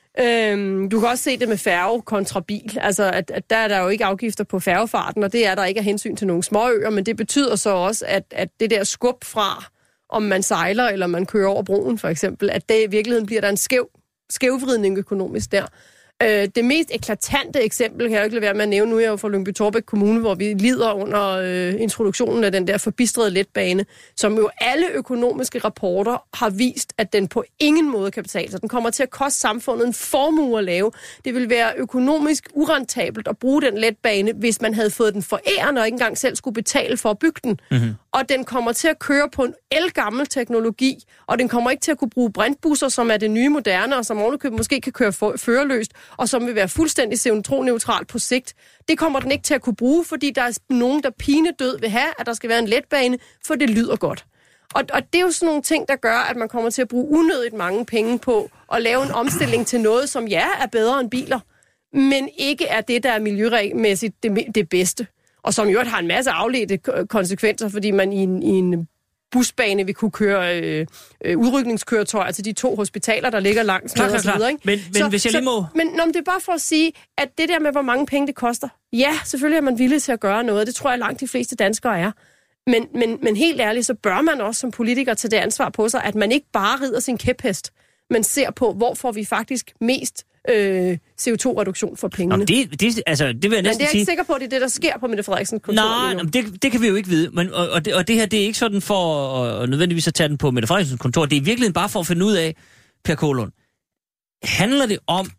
Øhm, du kan også se det med færge kontra bil. Altså, at, at der er der jo ikke afgifter på færgefarten, og det er der ikke af hensyn til nogle småøer, men det betyder så også, at, at det der skub fra, om man sejler eller man kører over broen for eksempel, at det i virkeligheden bliver der en skæv, skævvridning økonomisk der. Øh, det mest eklatante eksempel, kan jeg jo ikke lade være med at nævne, nu er jeg jo fra Lyngby-Taarbæk Kommune, hvor vi lider under øh, introduktionen af den der forbistrede letbane, som jo alle økonomiske rapporter har vist, at den på ingen måde kan betale sig. Den kommer til at koste samfundet en formue at lave. Det vil være økonomisk urentabelt at bruge den letbane, hvis man havde fået den forærende og ikke engang selv skulle betale for at bygge den. Mm-hmm. Og den kommer til at køre på en elgammel teknologi, og den kommer ikke til at kunne bruge brintbusser, som er det nye moderne, og som ovenikøbet måske kan køre for, førerløst, og som vil være fuldstændig C O to-neutral på sigt. Det kommer den ikke til at kunne bruge, fordi der er nogen, der pinedød vil have, at der skal være en letbane, for det lyder godt. Og, og det er jo sådan nogle ting, der gør, at man kommer til at bruge unødigt mange penge på at lave en omstilling til noget, som ja, er bedre end biler, men ikke er det, der er miljømæssigt det, det bedste. Og som jo har en masse afledte konsekvenser, fordi man i en, i en busbane vil kunne køre øh, øh, udrykningskøretøjer til de to hospitaler, der ligger langs med og så videre. Ikke? Men, men så, hvis jeg lige må... Så, men nå, men det er bare for at sige, at det der med, hvor mange penge det koster, ja, selvfølgelig er man villig til at gøre noget. Det tror jeg langt de fleste danskere er. Men, men, men helt ærligt, så bør man også som politiker tage det ansvar på sig, at man ikke bare rider sin kæphest, men ser på, hvor får vi faktisk mest øh, C O to-reduktion for pengene. Nå, det, det, altså, det vil jeg næsten sige... Men det er jeg ikke sikker på, at det er det, der sker på Mette Frederiksens kontor. Nej, nej det, det kan vi jo ikke vide. Men, og, og, det, og det her, det er ikke sådan for at nødvendigvis at tage den på Mette Frederiksens kontor. Det er i virkeligheden bare for at finde ud af, Per Kålund, handler det om...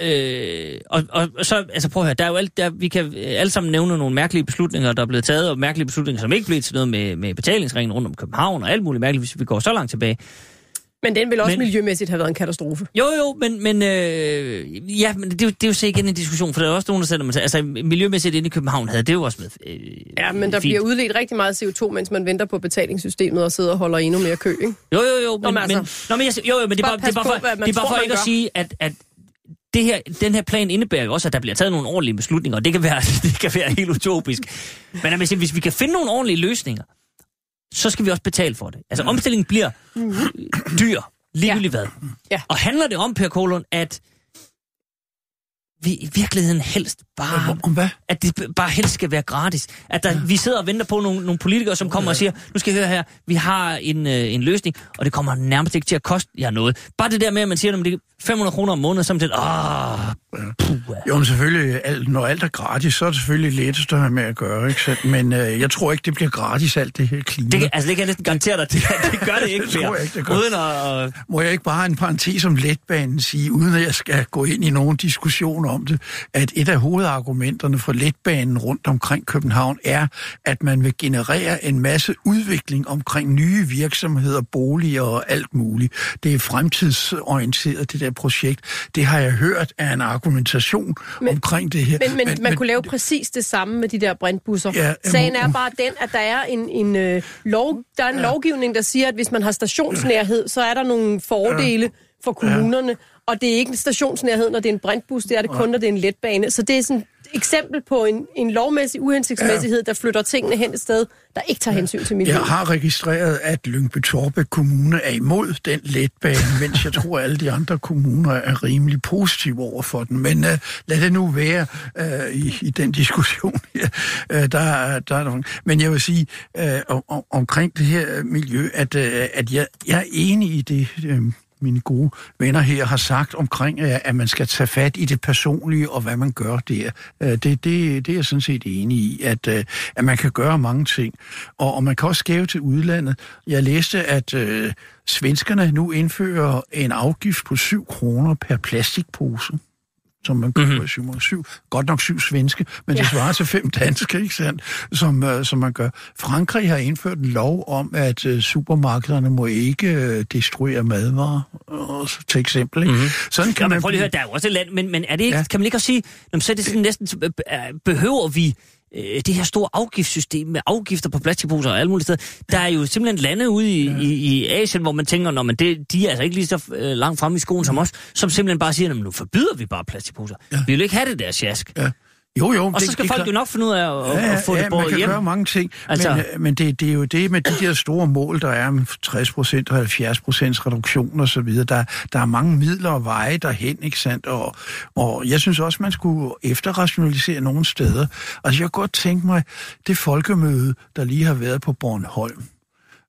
Øh, og, og, og så, altså prøv at høre, der er jo alt, der, vi kan alle sammen nævne nogle mærkelige beslutninger, der er blevet taget, og mærkelige beslutninger, som ikke blev til noget med, med betalingsringen rundt om København, og alt muligt mærkeligt, hvis vi går så langt tilbage. Men den vil også men, miljømæssigt have været en katastrofe. Jo, jo, men, men øh, ja, men det, det er jo så igen en diskussion, for der er også nogen, der sætter man altså miljømæssigt inde i København havde det jo også med. Øh, ja, men der fint. bliver udledt rigtig meget C O to, mens man venter på betalingssystemet og sidder og holder endnu mere kø, ikke? Jo, jo, jo, men, Nå, men, altså, men, nå, men, jeg, jo, jo, men det er bare, det er bare for, på, det er bare for ikke gør. At sige, at, at det her, den her plan indebærer jo også, at der bliver taget nogle ordentlige beslutninger, og det kan være, det kan være helt utopisk. Men altså, hvis vi kan finde nogle ordentlige løsninger, så skal vi også betale for det. Altså, omstillingen bliver dyr. Ligegyldigt hvad. Ja. Og handler det om, Per Kålund, at vi i virkeligheden helst bare... Om hvad? At det bare helst skal være gratis. At der, ja. vi sidder og venter på nogle, nogle politikere, som kommer ja. og siger, nu skal I høre her, vi har en, øh, en løsning, og det kommer nærmest ikke til at koste jer noget. Bare det der med, at man siger, at det er fem hundrede kroner om måneden, så er man til, åh, jo, men selvfølgelig, alt, når alt er gratis, så er det selvfølgelig lettest at have med at gøre, ikke? Så, men øh, jeg tror ikke, det bliver gratis, alt det her klima. Det, altså, det kan jeg næsten garantere dig, det, det gør det ikke mere. Det ikke, det uden at... Må jeg ikke bare have en parentes om letbanen sige, uden at jeg skal gå ind i nogen diskussion om det, at et af hovedargumenterne for letbanen rundt omkring København er, at man vil generere en masse udvikling omkring nye virksomheder, boliger og alt muligt. Det er fremtidsorienteret, det der projekt. Det har jeg hørt af en argumentation men, omkring det her. Men, men, men man men, kunne lave præcis det samme med de der brintbusser. Ja, Sagen er bare den, at der er en, en, øh, lov, der er en ja. lovgivning, der siger, at hvis man har stationsnærhed, så er der nogle fordele ja. for kommunerne, ja. og det er ikke en stationsnærhed, når det er en brintbus, det er det kun, når det er en letbane. Så det er sådan et eksempel på en, en lovmæssig uhensigtsmæssighed, ja. der flytter tingene hen et sted, der ikke tager hensyn til miljøet. Jeg har registreret, at Lyngby-Taarbæk Kommune er imod den letbane, mens jeg tror, at alle de andre kommuner er rimelig positive over for den. Men uh, lad det nu være uh, i, i den diskussion her. Uh, der, der er nogle... Men jeg vil sige uh, om, omkring det her miljø, at, uh, at jeg, jeg er enig i det... Uh, mine gode venner her har sagt omkring, at man skal tage fat i det personlige og hvad man gør der. Det, det, det er jeg sådan set enig i, at, at man kan gøre mange ting. Og, og man kan også skæve til udlandet. Jeg læste, at øh, svenskerne nu indfører en afgift på syv kroner per plastikpose, som man køber mm-hmm. syv, syv, godt nok syv svenske, men ja. det svarer til fem danske, ikke sandt, som, uh, som man gør. Frankrig har indført en lov om, at uh, supermarkederne må ikke uh, destruere madvarer, uh, til eksempel. Ikke? Mm-hmm. Sådan kan Nå, man... Prøv lige at høre, der er jo også et land, men, men er det ikke, ja. kan man ikke også sige, så er det sådan næsten, behøver vi det her store afgiftssystem med afgifter på plastikposer og alle mulige steder. Der er jo simpelthen lande ude i, ja. i, i Asien, hvor man tænker, men det, de er altså ikke lige så øh, langt fremme i skoen ja. som os, som simpelthen bare siger, nu forbyder vi bare plastikposer. Ja. Vi vil ikke have det der sjask. Ja. Jo, jo. Og så skal det, folk det, jo nok finde ud af at, ja, at få ja, det båret hjem. man kan gøre mange ting, altså, men, men det, det er jo det med de der store mål, der er med tres procent og halvfjerds procent reduktion og så videre. Der, der er mange midler og veje derhen, ikke sandt? Og, og jeg synes også, man skulle efterrationalisere nogle steder. Altså, jeg kunne godt tænke mig, det folkemøde, der lige har været på Bornholm.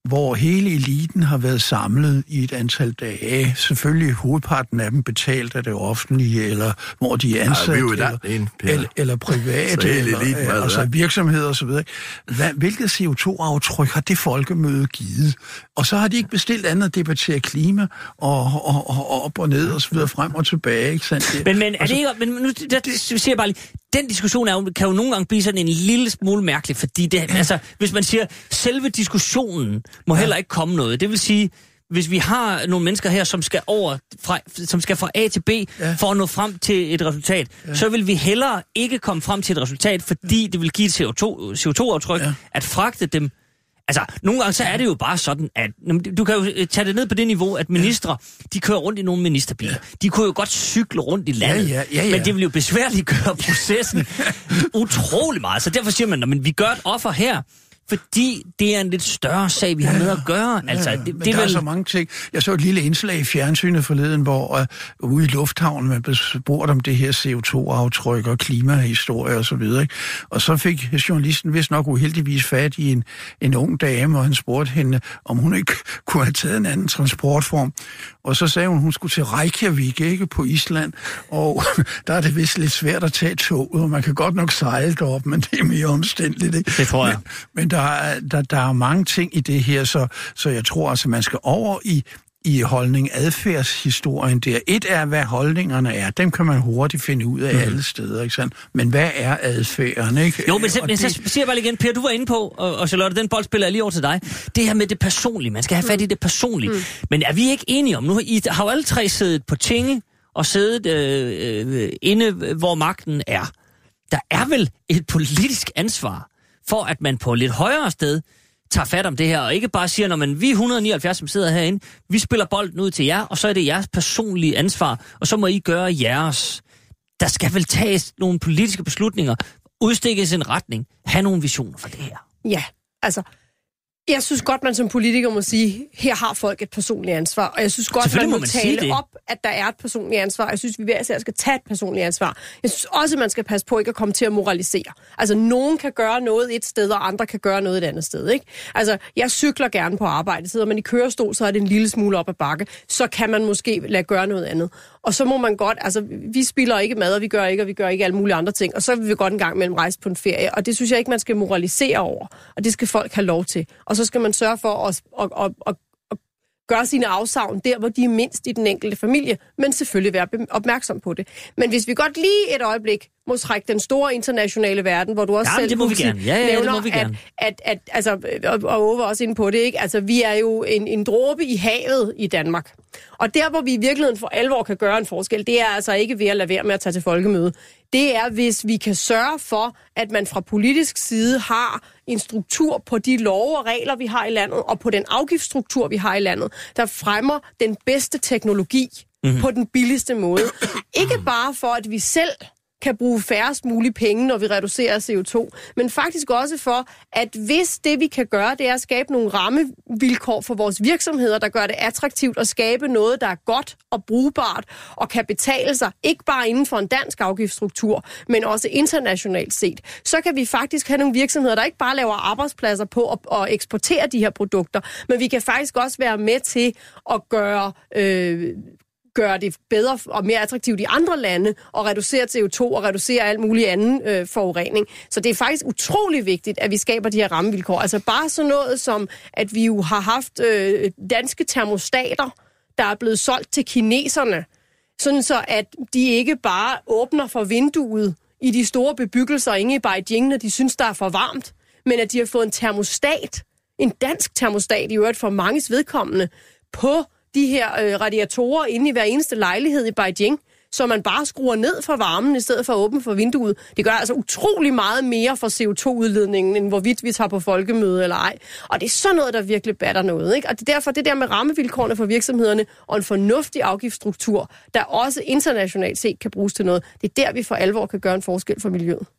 hvor hele eliten har været samlet i et antal dage. Selvfølgelig hovedparten af dem betalt af det offentlige, eller hvor de er ansat, ja, eller, en, eller, eller privat, eller, eller altså virksomheder osv. Hvilket C O to aftryk har det folkemøde givet? Og så har de ikke bestilt andet at debattere klima, og, og, og op og ned, og så videre, frem og tilbage, ikke sandt? Men, men er det ikke... Men nu der, det, siger jeg bare lige, den diskussion er jo, kan jo nogle gange blive sådan en lille smule mærkelig, fordi det, altså, hvis man siger, selve diskussionen må heller ikke komme noget. Det vil sige, hvis vi har nogle mennesker her, som skal over fra, som skal fra A til B ja. for at nå frem til et resultat, ja. så vil vi hellere ikke komme frem til et resultat, fordi ja. det vil give et C O to aftryk, ja. at fragte dem. Altså, nogle gange så er det jo bare sådan, at du kan jo tage det ned på det niveau, at ministre, de kører rundt i nogle ministerbiler. Ja. De kunne jo godt cykle rundt i landet, ja, ja, ja, ja. men det vil jo besværligt gøre processen utrolig meget. Så derfor siger man, at vi gør et offer her, fordi det er en lidt større sag, vi har med at gøre. Ja, altså, ja, det, men det er der vel... er så mange ting. Jeg så et lille indslag i fjernsynet forleden, hvor uh, ude i lufthavnen man blev spurgt om det her C O to aftryk og klimahistorie og så videre. Ikke? Og så fik journalisten vist nok uheldigvis fat i en, en ung dame, og han spurgte hende, om hun ikke kunne have taget en anden transportform. Og så sagde hun, hun skulle til Reykjavik, ikke, på Island, og der er det vist lidt svært at tage toget, og man kan godt nok sejle derop, men det er mere omstændeligt, ikke? Det tror jeg. Men, men der, er, der, der er mange ting i det her, så, så jeg tror altså, man skal over i i holdning-adfærdshistorien der. Et er, hvad holdningerne er. Dem kan man hurtigt finde ud af mm. alle steder, ikke sandt? Men hvad er adfærden, ikke? Jo, men, så, men det... så siger jeg bare igen, Per, du var inde på, og, og Charlotte, den bold spiller jeg lige over til dig. Det her med det personlige. Man skal have fat i det personlige. Mm. Men er vi ikke enige om, nu I har jo alle tre siddet på tinge og siddet øh, øh, inde, hvor magten er. Der er vel et politisk ansvar for, at man på et lidt højere sted tager fat om det her, og ikke bare siger, når man vi er et hundrede og nioghalvfjerds, som sidder herinde, vi spiller bolden ud til jer, og så er det jeres personlige ansvar, og så må I gøre jeres. Der skal vel tages nogle politiske beslutninger, udstikkes en retning, have nogle visioner for det her. Ja, altså, jeg synes godt, man som politiker må sige, her har folk et personligt ansvar, og jeg synes godt, man må, må man tale op, at der er et personligt ansvar. Jeg synes, vi hver især skal tage et personligt ansvar. Jeg synes også, man skal passe på ikke at komme til at moralisere. Altså, nogen kan gøre noget et sted, og andre kan gøre noget et andet sted, ikke? Altså, jeg cykler gerne på arbejde. Sidder man i kørestol, så er det en lille smule op ad bakke. Så kan man måske lade gøre noget andet. Og så må man godt, altså, vi spilder ikke mad, og vi gør ikke, og vi gør ikke alle mulige andre ting. Og så vil vi godt en gang mellem rejse på en ferie. Og det synes jeg ikke, man skal moralisere over. Og det skal folk have lov til. Og så skal man sørge for at, at, at, at, at gøre sine afsavn der, hvor de er mindst i den enkelte familie, men selvfølgelig være opmærksom på det. Men hvis vi godt lige et øjeblik må trække den store internationale verden, hvor du også ja, selv det må vi gerne. Ja, ja, nævner, det må vi gerne. At, at, at, altså, og, og Ove også inde på det, ikke? Altså, vi er jo en, en dråbe i havet i Danmark. Og der, hvor vi i virkeligheden for alvor kan gøre en forskel, det er altså ikke ved at lade være med at tage til folkemøde. Det er, hvis vi kan sørge for, at man fra politisk side har en struktur på de love og regler, vi har i landet, og på den afgiftsstruktur, vi har i landet, der fremmer den bedste teknologi mm-hmm. på den billigste måde. Ikke bare for, at vi selv kan bruge færrest mulige penge, når vi reducerer C O to, men faktisk også for, at hvis det, vi kan gøre, det er at skabe nogle rammevilkår for vores virksomheder, der gør det attraktivt at skabe noget, der er godt og brugbart og kan betale sig, ikke bare inden for en dansk afgiftsstruktur, men også internationalt set, så kan vi faktisk have nogle virksomheder, der ikke bare laver arbejdspladser på at, at eksportere de her produkter, men vi kan faktisk også være med til at gøre øh, gøre det bedre og mere attraktivt i andre lande, og reducere C O to og reducere al mulig anden øh, forurening. Så det er faktisk utrolig vigtigt, at vi skaber de her rammevilkår. Altså bare sådan noget som, at vi jo har haft øh, danske termostater, der er blevet solgt til kineserne, sådan så at de ikke bare åbner for vinduet i de store bebyggelser inde i Beijing, når de synes, der er for varmt, men at de har fået en termostat, en dansk termostat i øvrigt for manges vedkommende, på de her øh, radiatorer inde i hver eneste lejlighed i Beijing, så man bare skruer ned for varmen, i stedet for at åbne for vinduet. Det gør altså utrolig meget mere for C O to udledningen, end hvorvidt vi tager på folkemøde eller ej. Og det er sådan noget, der virkelig batter noget, ikke? Og det er derfor det der med rammevilkårene for virksomhederne, og en fornuftig afgiftsstruktur, der også internationalt set kan bruges til noget. Det er der, vi for alvor kan gøre en forskel for miljøet.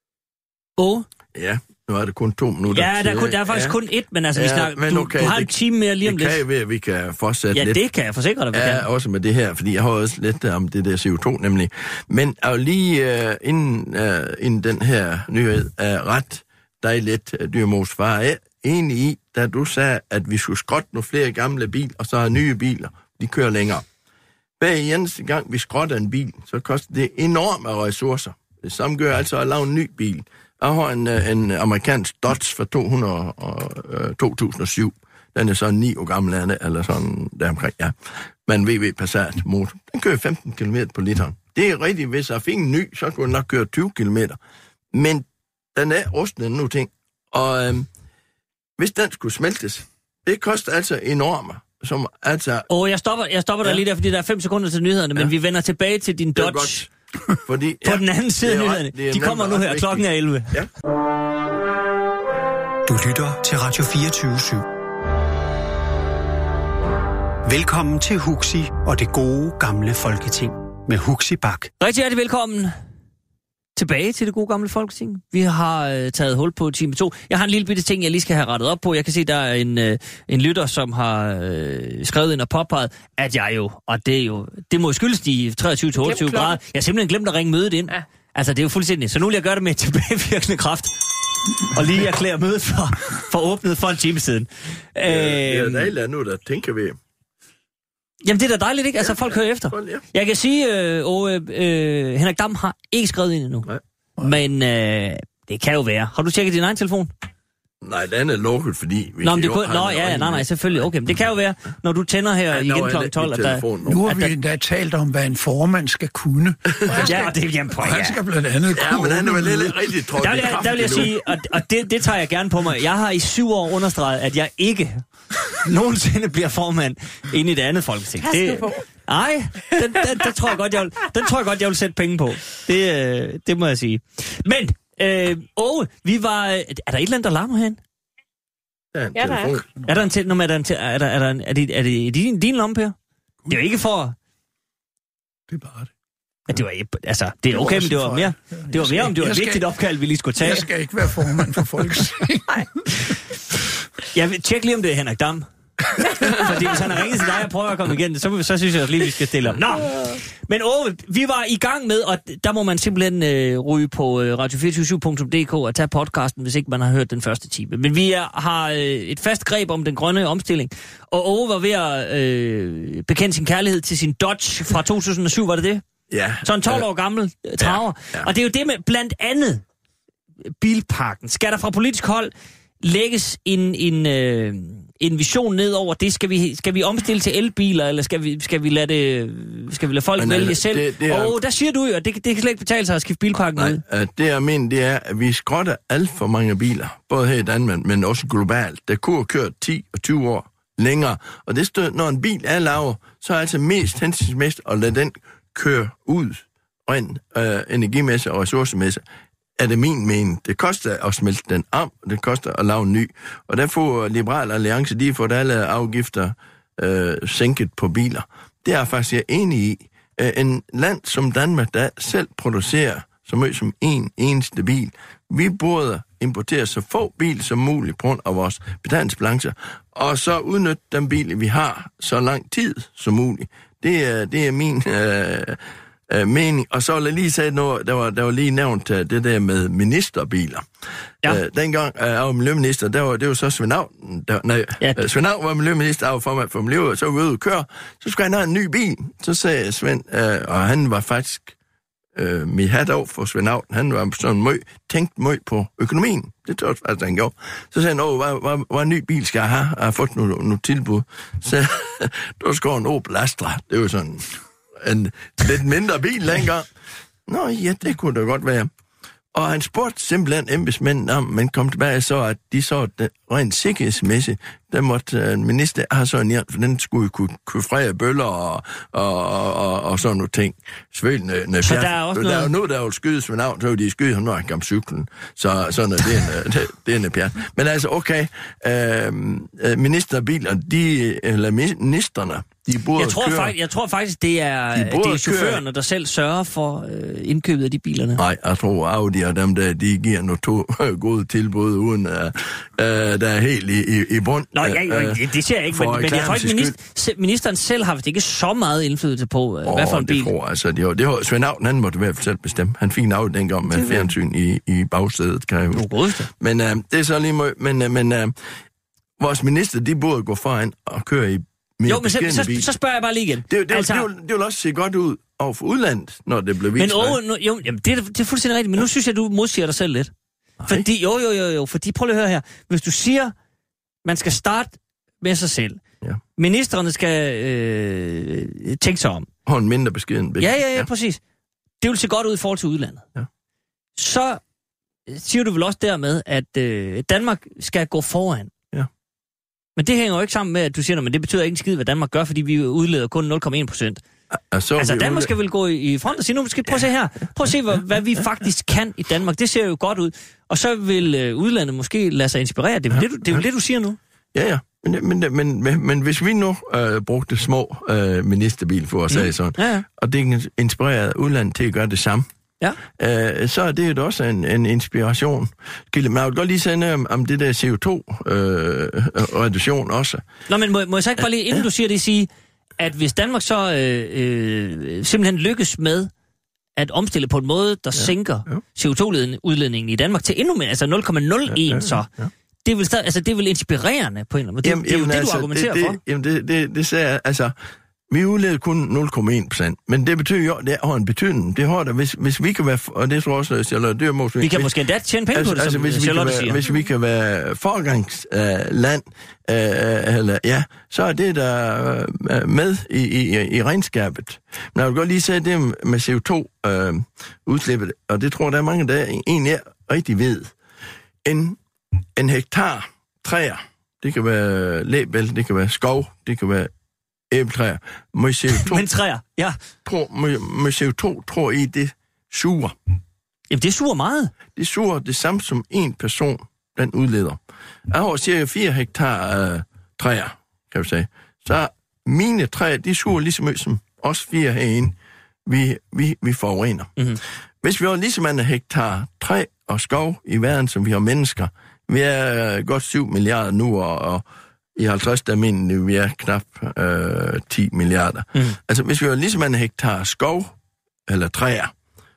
Åh? Ja. Nu er det kun to minutter. Ja, der er, kun, der er faktisk ja. kun et, men altså, ja, vi snakker, men okay, du, du har en time mere lige om lidt. Det kan jeg, vi kan fortsætte ja, lidt. Ja, det kan jeg forsikre dig, vi ja, kan. Også med det her, fordi jeg har også lidt om det der C O to, nemlig. Men og lige uh, inden, uh, inden den her nyhed er ret dejligt, uh, Dyrmos far enig i, da du sagde, at vi skulle skrotte nogle flere gamle biler, og så have nye biler. De kører længere. Hver eneste gang, vi skrotter en bil, så koster det enorme ressourcer. Det samme gør altså at lave en ny bil. Jeg har en, en amerikansk Dodge fra to hundrede og, øh, to tusind og syv. Den er så ni år gammel, eller sådan deromkring, ja. Men V W Passat motor. Den kører femten kilometer på literen. Det er rigtigt, hvis jeg fik en ny, så kunne den nok køre tyve kilometer. Men den er rustende nu ting. Og øhm, hvis den skulle smeltes, det koster altså enorme. Som altså... Åh, jeg stopper, jeg stopper ja. dig lige der, fordi der er fem sekunder til nyhederne, ja. men vi vender tilbage til din Dodge. Fordi, på ja, den anden side af nyhederne. De kommer nu her, vigtigt. Klokken er elleve. Ja. Du lytter til Radio fireogtyve syv. Velkommen til Huxi og det gode gamle folketing med Huxi Bak. Rigtig hjertelig velkommen tilbage til det gode gamle folketing. Vi har øh, taget hul på time to. Jeg har en lille bitte ting, jeg lige skal have rettet op på. Jeg kan se, der er en, øh, en lytter, som har øh, skrevet ind og påpeget, at jeg jo, og det er jo, det må jo skyldes de treogtyve til otteogtyve grader. Jeg har simpelthen glemt at ringe mødet ind. Ja. Altså, det er jo fuldstændig. Så nu vil jeg gøre det med tilbagevirkende kraft. Og lige erklære mødet for, for åbnet for en time siden. Ja, det er dejligt nu, der tænker vi. Jamen, det er da dejligt, ikke? Altså, folk hører efter. Jeg kan sige, øh, og, øh, Henrik Dam har ikke skrevet ind endnu. Nej. Men øh, det kan jo være. Har du tjekket din egen telefon? Nej, den er lukket, fordi... Vi Nå, men det kunne... Nå ja, nej, nej, selvfølgelig. Okay, men det kan jo være, når du tænder her ja, igen klokken tolv, at der... Nu har vi endda talt om, hvad en formand skal kunne. Og ja, og det er jamen, prøv, ja. Han skal blandt andet kunne... Ja, men han er vel lidt rigtig trådt der vil jeg, der vil jeg sige, og, og det, det tager jeg gerne på mig. Jeg har i syv år understreget, at jeg ikke nogensinde bliver formand inde i det andet folketing. Pas det, på. Nej, den, den, den, tror jeg godt, jeg vil, den tror jeg godt, jeg vil sætte penge på. Det, øh, det må jeg sige. Men, øh, åh, vi var... Er der et eller andet, der larmer herinde? Ja, en ja, der er. Er der en til, er der en til, er der, er der en, er det, er det din, din lompe her? Det er jo ikke for... Det er bare det. Ja, det var, altså, det er okay, men det var mere, det var mere om det var et vigtigt opkald, vi lige skulle tage. Jeg skal ikke være formand for Folketinget. Jeg vil tjekke lige, om det er Henrik Dam. Fordi hvis han har ringet til dig og prøver at komme igen, så, så synes jeg også lige, vi skal stille op. Nå, men Åge, vi var i gang med, og der må man simpelthen øh, ryge på øh, radio to fire syv punktum d k og tage podcasten, hvis ikke man har hørt den første time. Men vi er, har øh, et fast greb om den grønne omstilling, og Åge var ved at øh, bekende sin kærlighed til sin Dodge fra to tusind og syv, var det det? Ja. Så en tolv år gammel øh, traver. Ja, ja. Og det er jo det med blandt andet bilparken. Skal der fra politisk hold lægges en, en, øh, en vision ned over det? Skal vi, skal vi omstille til elbiler, eller skal vi, skal vi, lade, det, skal vi lade folk Men, vælge altså, selv? Det, det er, og der siger du jo, at det, det kan slet ikke betale sig at skifte bilparken ud. Nej, det jeg mener, det er, at vi skrotter alt for mange biler, både her i Danmark, men også globalt. Der kunne have kørt ti og tyve år længere. Og det stod, når en bil er lavet, så er det altså mest hensigtsmæssigt at lade den køre ud, rent øh, energimæssigt og ressourcemæssigt. Er det min mening. Det koster at smelte den om, og det koster at lave en ny. Og der får Liberal Alliance, de får alle afgifter øh, sænket på biler. Det er jeg faktisk jeg enig i. Øh, en land som Danmark, der selv producerer så meget som en eneste bil. Vi burde importere så få bil som muligt på grund af vores betalingsbalancer, og så udnytte den bil, vi har, så lang tid som muligt. Det er, det er min... Øh, Uh, mening. Og så vil jeg lige sige noget, der var, der var lige nævnt uh, det der med ministerbiler. Ja. Uh, dengang uh, jeg var miljøminister, der var, det var så Svend Auken, der, nej, ja. uh, Svend Auken var miljøminister, jeg var formand for miljøet, så var vi ude og køre, så skulle han have en ny bil. Så sagde Svend, uh, og han var faktisk uh, mit hat af for Svend Auken, han var sådan møg, tænkt møg på økonomien. Det tror jeg faktisk, han gjorde. Så sagde han, åh, hvad, hvad, hvad en ny bil skal jeg have? Jeg har fået nogle, nogle tilbud. Så der skal en Opel Astra. Det var sådan... en lidt mindre bil dengang. Nå ja, det kunne da godt være. Og han spurgte simpelthen embedsmændene om, men kom tilbage så, at de så at rent sikkerhedsmæssigt, der måtte en minister have sådan en, for den skulle kunne, kunne fræge bøller og, og, og, og sådan nogle ting. Selvfølgelig. Så der er også noget... Der er nu, der er jo skydes med navn, så vil de skyde ham, når han kom cyklen. Så sådan er det en, det, det er en pjat. Men altså, okay, øh, ministerbiler, de, eller ministerne, De burde Jeg tror, køre... faktisk, jeg tror faktisk, det er, De det burde er chaufførerne, køre... der selv sørger for øh, indkøbet af de bilerne. Nej, jeg tror, Audi og dem der, de giver nogle to gode tilbud, uden at uh, der er helt i, i, i bund. Nå, ja, jo, det, det siger jeg ikke, men, men jeg tror ikke, minister, ministeren selv har ikke så meget indflydelse på, øh, oh, hvad for en bil. det tror jeg, altså. Det var, det var Svend Auken, han måtte i hvert fald selv bestemme. Han fik en Audi dengang med fjernsyn i, i bagsædet, kan jeg huske. Men uh, det er så lige meget, men, uh, men uh, vores minister, de burde gå foran og køre i mere jo, men så, så, så spørger jeg bare lige igen. Det, det, altså, det, det, det vil også se godt ud over for udlandet, når det bliver vist. Men oh, no, jo, jamen, det, er, det er fuldstændig rigtigt, men nu synes jeg, du modsiger dig selv lidt. Nej. Fordi, jo, jo, jo, jo, fordi prøv lige at høre her. Hvis du siger, man skal starte med sig selv. Ja. Ministerne skal øh, tænke sig om. Og en mindre beskeden. Ja, ja, ja, præcis. Det vil se godt ud i forhold til udlandet. Ja. Så siger du vel også dermed, at øh, Danmark skal gå foran. Ja. Men det hænger jo ikke sammen med, at du siger, at det betyder ikke en skid, hvad Danmark gør, fordi vi udleder kun nul komma en procent. Altså, altså Danmark skal vel gå i front og sige, nu skal prøv at se her. Prøv at se, hvad, hvad vi faktisk kan i Danmark. Det ser jo godt ud. Og så vil øh, udlandet måske lade sig inspirere. Det er jo det, det, det, det, du siger nu. Ja, ja. Men, men, men, men, men hvis vi nu øh, brugte små øh, ministerbil for at sige mm. sådan, ja, ja. Og det inspirerer udlandet til at gøre det samme, ja. øh, så er det jo også en, en inspiration. Men jeg vil godt lige sige om, om det der C O to reduktion øh, også. Nå, men må, må jeg så ikke bare lige, inden ja. du siger det, sige, at hvis Danmark så øh, øh, simpelthen lykkes med at omstille på en måde, der ja. sænker ja. C O to udledningen i Danmark til endnu mere, altså nul komma nul en ja, ja, ja. så... Det er, vel stadig, altså, det er vel inspirerende på en eller anden måde. Det, jamen, det er jo jamen, det, altså, du argumenterer det, det, for. Jamen, det, det, det sagde jeg, altså, vi udleder kun nul komma en procent, men det betyder jo, det har en betydning. Det har der, hvis, hvis vi kan være, og det tror jeg også, at Charlotte Dyrmose... Vi kan hvis, måske endda tjene penge altså, på det, altså, som hvis Charlotte vi siger. Hvis vi kan være forgangsland, øh, øh, eller, ja, så er det der øh, med i, i, i regnskabet. Men jeg vil godt lige sige det med C O to udslippet, øh, og det tror jeg, der er mange, der egentlig rigtig ved. En, en hektar træer, det kan være læbæl, det kan være skov, det kan være æbletræer. Med C O to, Men træer, ja. Tror, med, med C O to tror I, det suger. Jamen, det suger meget. Det suger det samme som en person, den udleder. Jeg har cirka fire hektar øh, træer, kan vi sige. Så mine træer, de suger lige så meget som os fire herinde, vi, vi, vi forurener. Mm-hmm. Hvis vi har lige så mange hektar træ og skov i verden, som vi har mennesker, vi er godt syv milliarder nu, og, og i halvtreds der mener vi er knap øh, ti milliarder. Mm. Altså, hvis vi har lige så mange hektar skov, eller træer,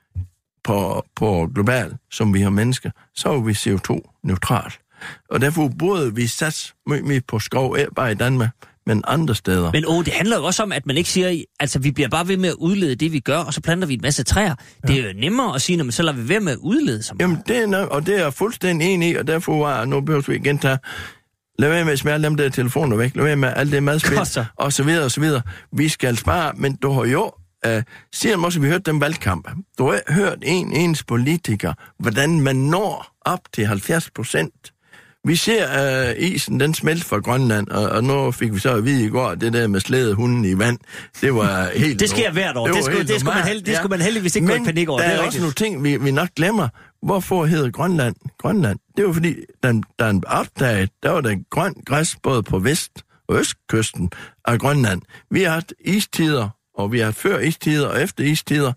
på, på global, som vi har mennesker, så er vi C O to neutralt. Og derfor burde vi satse meget på skov, ikke bare i Danmark, men andre steder. Men åh, det handler jo også om, at man ikke siger, altså vi bliver bare ved med at udlede det, vi gør, og så planter vi en masse træer. Ja. Det er jo nemmere at sige, når man så lader vi ved med at udlede så meget. Jamen, det er nok, og det er jeg fuldstændig enig i, og derfor var, nu behøver vi igen tage, lad være med at smide alle dem der telefoner væk, lad være med alt det madspil, og så videre, og så videre. Vi skal spare, men du har jo, uh, siden også vi hørt dem valgkamp, du har hørt en ens politiker, hvordan man når op til halvfjerds procent. Vi ser uh, isen, den smelter fra Grønland, og, og nu fik vi så at vide i går, at det der med slæde hunden i vand, det var helt... det sker hvert år. Det, det, skulle, det, skulle, man held, det ja. skulle man heldigvis ikke gå i panik over. Men der er, er også nogle ting, vi, vi nok glemmer. Hvorfor hedder Grønland Grønland? Det var fordi, den, der er en opdaget, der var der grønt græs både på vest- og østkysten af Grønland. Vi har haft istider, og vi har haft før istider og efter istider.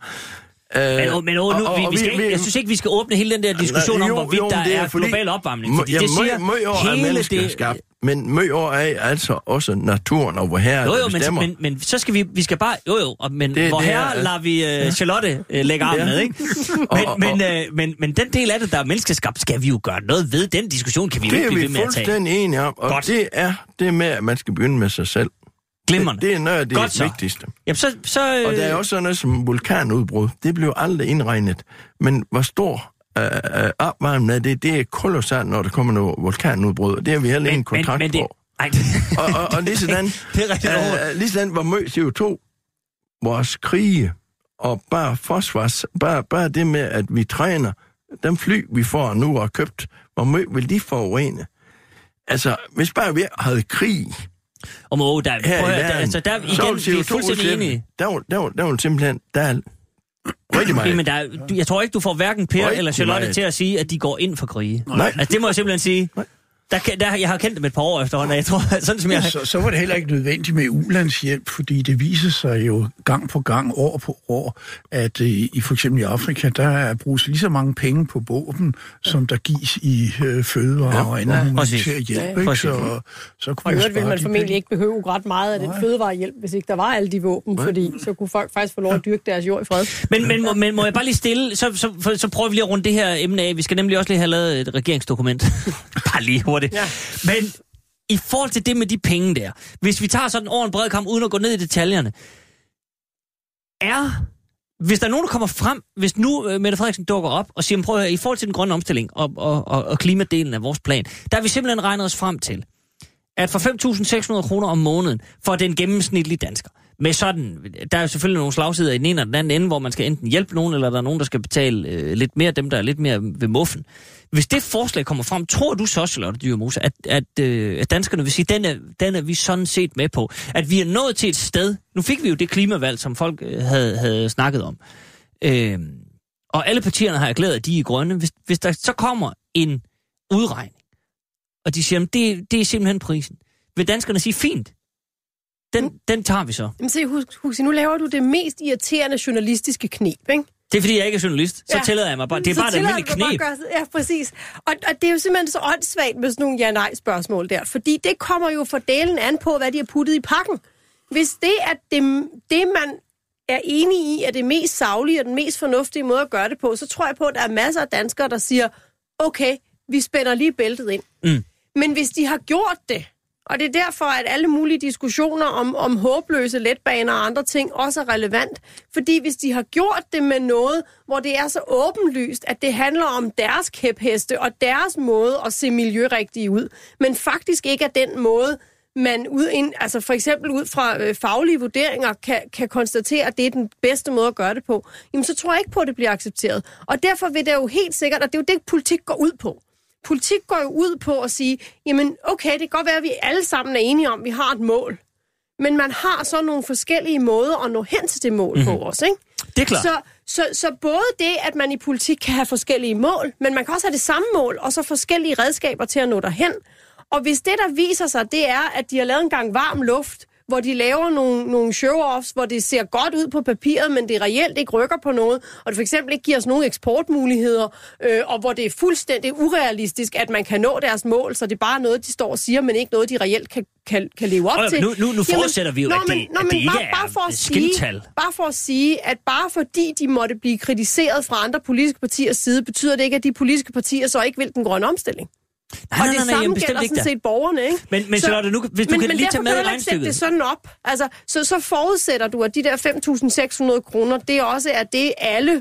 Men, men oh, nu, og, og, vi, vi skal, vi, jeg synes ikke, vi skal åbne hele den der diskussion jo, om, hvorvidt jo, der er, er fordi, global opvarmning. Fordi ja, det siger mø, mø hele det... Skabt, men mø år er altså også naturen og vorherre, jo, jo, der men, men, men så skal vi, vi skal bare... Jo, jo, men det, vorherre lader vi uh, Charlotte uh, lægge armen med, ikke? Men, og, men, uh, men, men den del af det, der er menneskeskabt, skal vi jo gøre noget ved. Den diskussion kan vi jo ikke blive ved med at tage. Det er vi fuldstændig enige om, og Godt. det er det med, at man skal begynde med sig selv. Glimrende. Det, det er noget af det Godt vigtigste. Jamen, så, så, øh... Og der er også sådan noget som vulkanudbrud. Det bliver aldrig indregnet. Men hvor stor øh, opvarmning er det, det er kolossalt, når der kommer noget vulkanudbrud. Det har vi heller en kontrakt men, men det... på. og, og, og lige sådan, det er rigtig øh, lige sådan, hvor meget C O to, vores krige, og bare forsvars, bare, bare det med, at vi træner, dem fly, vi får nu og købt, hvor meget vil de forurene? Altså, hvis bare vi havde krig, Og må, der, prøv at, der, altså, der igen, vi er fuldstændig enige. Der var, der var, der var simpelthen, der er rigtig meget. Jamen, der, jeg tror ikke, du får hverken Per rigtig eller Charlotte meget. til at sige, at de går ind for krige. Nej. Altså, det må jeg simpelthen sige. Nej. Der, der, jeg har kendt dem et par år efterhånden, jeg tror, sådan som jeg... Så, så var det heller ikke nødvendigt med ulandshjælp, fordi det viser sig jo gang på gang, år på år, at øh, i for eksempel i Afrika, der er bruges lige så mange penge på våben, som der gives i øh, fødevarer ja, og anden ja, humanitær hjælp. Ja, så, så kunne og øvrigt vil man formentlig penge. ikke behøve ret meget af den fødevarehjælp, hvis ikke der var alle de våben, Nej. fordi så kunne folk faktisk få lov at dyrke deres jord i fred. Men, men, må, men må jeg bare lige stille, så, så, så, så prøver vi lige at runde det her emne af. Vi skal nemlig også lige have lavet et regeringsdokument. Bare lige hurtigt. Ja. Men i forhold til det med de penge der, hvis vi tager sådan over en bred kamp, uden at gå ned i detaljerne, er, hvis der er nogen, der kommer frem, hvis nu uh, Mette Frederiksen dukker op og siger, prøv at høre, i forhold til den grønne omstilling og, og, og, og klimadelen af vores plan, der har vi simpelthen regnet os frem til, at for fem tusind seks hundrede kroner om måneden for den gennemsnitlige dansker, med sådan, der er jo selvfølgelig nogle slagsider i den ene og den anden ende, hvor man skal enten hjælpe nogen, eller der er nogen, der skal betale øh, lidt mere, dem der er lidt mere ved muffen. Hvis det forslag kommer frem, tror du så, Charlotte Dyremose, at, at, øh, at danskerne vil sige, den er, den er vi sådan set med på, at vi er nået til et sted, nu fik vi jo det klimavalg, som folk øh, havde, havde snakket om, øh, og alle partierne har erklæret, at de er grønne. Hvis, hvis der så kommer en udregning, og de siger, at det, det er simpelthen prisen, vil danskerne sige, fint, Den, den tager vi så. Jamen se, husk, husk, nu laver du det mest irriterende journalistiske knep, ikke? Det er, fordi jeg ikke er journalist. Så ja. tillader jeg mig bare. Det er så bare et almindeligt knep. Gøre, ja, præcis. Og, og det er jo simpelthen så åndssvagt med sådan nogle ja-nej-spørgsmål der. Fordi det kommer jo for delen an på, hvad de har puttet i pakken. Hvis det er det, det man er enig i, er det mest saglige og den mest fornuftige måde at gøre det på, så tror jeg på, at der er masser af danskere, der siger, okay, vi spænder lige bæltet ind. Mm. Men hvis de har gjort det, og det er derfor, at alle mulige diskussioner om, om håbløse letbaner og andre ting også er relevant. Fordi hvis de har gjort det med noget, hvor det er så åbenlyst, at det handler om deres kæpheste og deres måde at se miljørigtige ud, men faktisk ikke er den måde, man ud ind, altså for eksempel ud fra øh, faglige vurderinger kan, kan konstatere, at det er den bedste måde at gøre det på, jamen så tror jeg ikke på, at det bliver accepteret. Og derfor vil det jo helt sikkert, og det er jo det, politik går ud på. Politik går jo ud på at sige, jamen okay, det kan godt være, at vi alle sammen er enige om, at vi har et mål. Men man har så nogle forskellige måder at nå hen til det mål mm-hmm. på os, ikke? Det er klart. Så, så, så både det, at man i politik kan have forskellige mål, men man kan også have det samme mål, og så forskellige redskaber til at nå derhen. Og hvis det, der viser sig, det er, at de har lavet en gang varm luft, hvor de laver nogle, nogle show-offs, hvor det ser godt ud på papiret, men det reelt ikke rykker på noget, og det for eksempel ikke giver os nogle eksportmuligheder, øh, og hvor det er fuldstændig urealistisk, at man kan nå deres mål, så det er bare noget, de står og siger, men ikke noget, de reelt kan, kan, kan leve op Hold, til. Nu, nu, nu forudsætter Jamen, vi jo, nå, at det, men, nå, at det ikke bare, er bare for at skindtal. Sige, bare for at sige, at bare fordi de måtte blive kritiseret fra andre politiske partiers side, betyder det ikke, at de politiske partier så ikke vil den grønne omstilling. Nej, og nej, det nej, samme jamen, gælder sådan set borgerne, ikke? Men, men så, Charlotte, nu, hvis du men, kan men lige tage med i regnstykket. regnstykket. Det sådan op. Altså, så, så forudsætter du, at de der fem tusind seks hundrede kroner, det er også er det, alle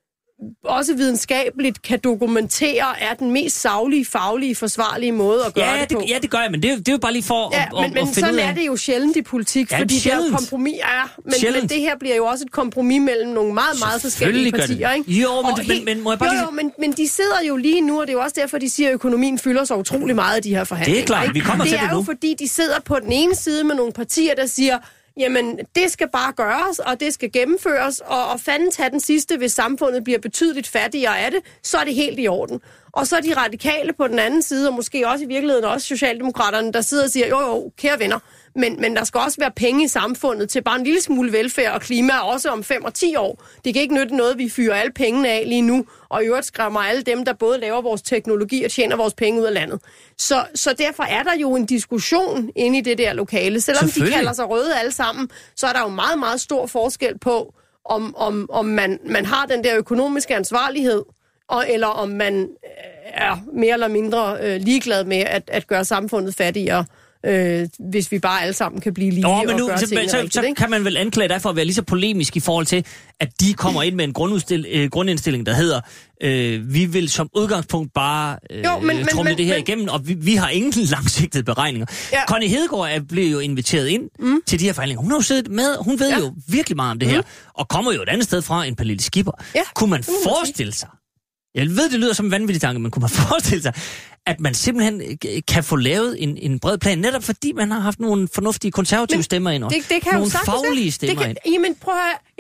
også videnskabeligt kan dokumentere, er den mest saglige, faglige, forsvarlige måde at gøre ja, det, det på. Ja, det gør jeg, men det er, det er jo bare lige for ja, at, men, at, men at finde sådan ud af. er det jo sjældent i politik, ja, fordi sjældent. det er kompromis. Ja, men, men det her bliver jo også et kompromis mellem nogle meget, meget forskellige partier. Ikke? Jo, men, og men, men må jeg bare jo, lige... jo, men, men de sidder jo lige nu, og det er jo også derfor, de siger, at økonomien fylder så utrolig meget af de her forhandlinger. Det er klart, ikke? vi kommer det til det nu. Det er jo fordi, de sidder på den ene side med nogle partier, der siger, jamen, det skal bare gøres, og det skal gennemføres, og, og fanden tage den sidste, hvis samfundet bliver betydeligt fattigere af det, så er det helt i orden. Og så er de radikale på den anden side, og måske også i virkeligheden også Socialdemokraterne, der sidder og siger, jo jo, kære venner, men, men der skal også være penge i samfundet til bare en lille smule velfærd og klima, også om fem og ti år. Det kan ikke nytte noget, vi fyrer alle pengene af lige nu, og i øvrigt skræmmer alle dem, der både laver vores teknologi og tjener vores penge ud af landet. Så, så derfor er der jo en diskussion inde i det der lokale. Selvom de kalder sig røde alle sammen, så er der jo meget, meget stor forskel på, om, om, om man, man har den der økonomiske ansvarlighed, og, eller om man er mere eller mindre øh, ligeglad med at, at gøre samfundet fattigere, øh, hvis vi bare alle sammen kan blive lige Nå, og men nu, gøre så, tingene så, rigtigt, så kan man vel anklage dig for at være lige så polemisk i forhold til, at de kommer ind med en øh, grundindstilling, der hedder, øh, vi vil som udgangspunkt bare øh, jo, men, trumle men, det her men, igennem, og vi, vi har ingen langsigtede beregninger. Ja. Connie Hedegaard er blevet jo inviteret ind mm. til de her forhandlinger. Hun har jo siddet med, hun ved ja. jo virkelig meget om det her, mm. og kommer jo et andet sted fra end Pernille Skipper. Ja, kunne man forestille sig, jeg ved, det lyder som en vanvittig tanke, men kunne man forestille sig, at man simpelthen kan få lavet en, en bred plan, netop fordi man har haft nogle fornuftige konservative men stemmer ind, og det, det kan nogle jo faglige stemmer det kan, ind. Jamen prøv at høre,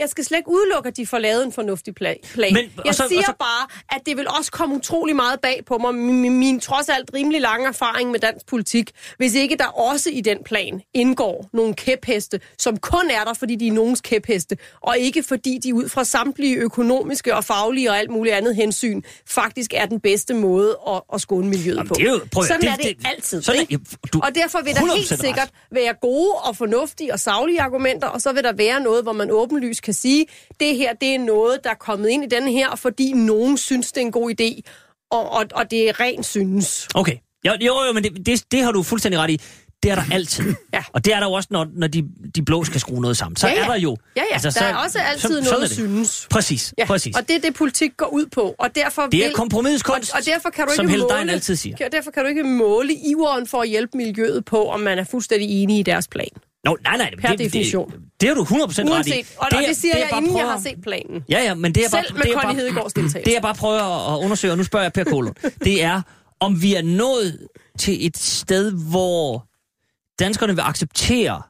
jeg skal slet ikke udelukke, at de får lavet en fornuftig plan. Men, jeg så, siger så... bare, at det vil også komme utrolig meget bag på mig, min, min trods alt rimelig lange erfaring med dansk politik, hvis ikke der også i den plan indgår nogle kæpheste, som kun er der, fordi de er nogens kæpheste, og ikke fordi de ud fra samtlige økonomiske og faglige og alt muligt andet hensyn, faktisk er den bedste måde at, at skåne miljøet Jamen, på. Det er jo, prøv, sådan det, er det, det altid. Sådan, ikke? Du, og derfor vil der helt sikkert være gode og fornuftige og saglige argumenter, og så vil der være noget, hvor man åbenlyst kan sige, det her, det er noget, der er kommet ind i den her, fordi nogen synes, det er en god idé, og, og, og det er rent synes. Okay. Jo, jo, jo men det, det, det har du fuldstændig ret i. Det er der altid. Ja. Og det er der jo også, når, når de, de blå skal skrue noget sammen. Så ja, ja. er der jo... Ja, ja. Altså, der så, er også altid så, noget synes. Præcis, ja. præcis. Og det er det, politik går ud på. Og derfor det er vil, kompromisets kunst, og, og derfor kan du som ikke Helle måle, Dein altid siger. Og derfor kan du ikke måle iveren for at hjælpe miljøet på, om man er fuldstændig enig i deres plan. Nå, nej, nej. Per det, definition. Det, det er du hundrede procent ret i. Og det, og det siger det jeg, inden prøver... jeg har set planen. Ja, ja, men det er bare... Selv med Connie Hedegaards deltagelse. Det jeg bare prøver at undersøge, og nu spørger jeg Per Kålund, det er, om vi er nået til et sted, hvor danskerne vil acceptere,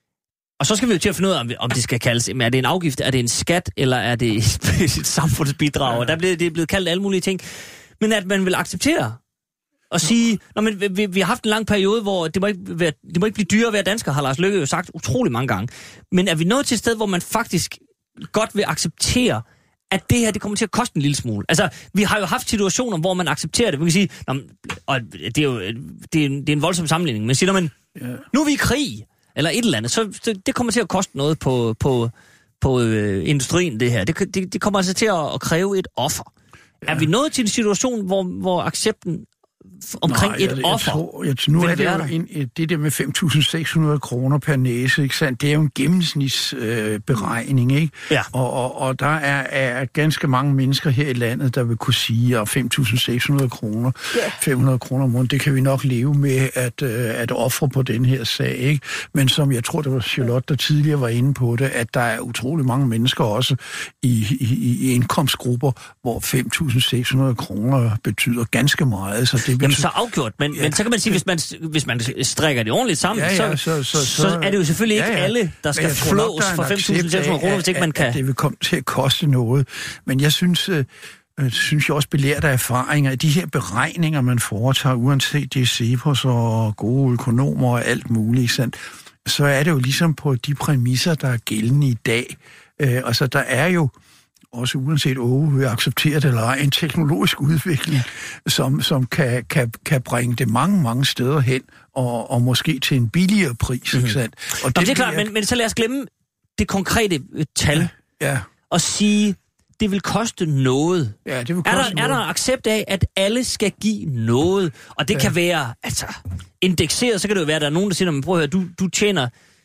og så skal vi jo til at finde ud af, om, om det skal kaldes, er det en afgift, er det en skat, eller er det et, et samfundsbidrag, og der bliver det er blevet kaldt alle mulige ting, men at man vil acceptere og sige, nå, men vi, vi har haft en lang periode, hvor det må, ikke være, det må ikke blive dyrere at være dansker, har Lars Løkke jo sagt utrolig mange gange, men er vi nået til et sted, hvor man faktisk godt vil acceptere, at det her, det kommer til at koste en lille smule. Altså, vi har jo haft situationer, hvor man accepterer det. Vi kan sige, nå, og det er jo det er en, det er en voldsom sammenligning, men siger, man, ja. nu er vi i krig, eller et eller andet, så det, det kommer til at koste noget på, på, på øh, industrien, det her. Det, det, det kommer altså til at, at kræve et offer. Ja. Er vi nået til en situation, hvor, hvor accepten omkring Nej, et jeg, offer. Jeg tror, jeg, nu er det jo en, det der med fem tusind seks hundrede kroner per næse, ikke sandt? Det er jo en gennemsnitsberegning, øh, ikke? Ja. Og, og, og der er, er ganske mange mennesker her i landet, der vil kunne sige, at fem tusind seks hundrede kroner, ja. fem hundrede kroner om måneden, det kan vi nok leve med at, øh, at ofre på den her sag, ikke? Men som jeg tror, det var Charlotte, der tidligere var inde på det, at der er utrolig mange mennesker også i, i, i indkomstgrupper, hvor fem tusind seks hundrede kroner betyder ganske meget, så det Jamen så afgjort, men, ja. men så kan man sige, hvis man, hvis man strikker det ordentligt sammen, ja, ja, så, så, så, så er det jo selvfølgelig ikke ja, ja. alle, der skal flås for fem tusind seks hundrede kroner, hvis ikke man kan. At det vil komme til at koste noget. Men jeg synes, øh, synes jeg også belært af erfaringer, at de her beregninger, man foretager, uanset det er Cepos og gode økonomer og alt muligt, sandt, så er det jo ligesom på de præmisser, der er gældende i dag. Øh, altså, der er jo også uanset Åge vil acceptere det eller ej, en teknologisk udvikling, som, som kan, kan, kan bringe det mange, mange steder hen, og, og måske til en billigere pris. Mm-hmm. Ikke sandt? Og Nå, det, det er klart, men, men så lad os glemme det konkrete tal, ja, ja. og sige, det vil koste noget. Ja, det vil koste er der, noget. Er der accept af, at alle skal give noget? Og det ja. kan være, altså, indekseret, så kan det jo være, at der er nogen, der siger, men prøv at høre, du, du tjener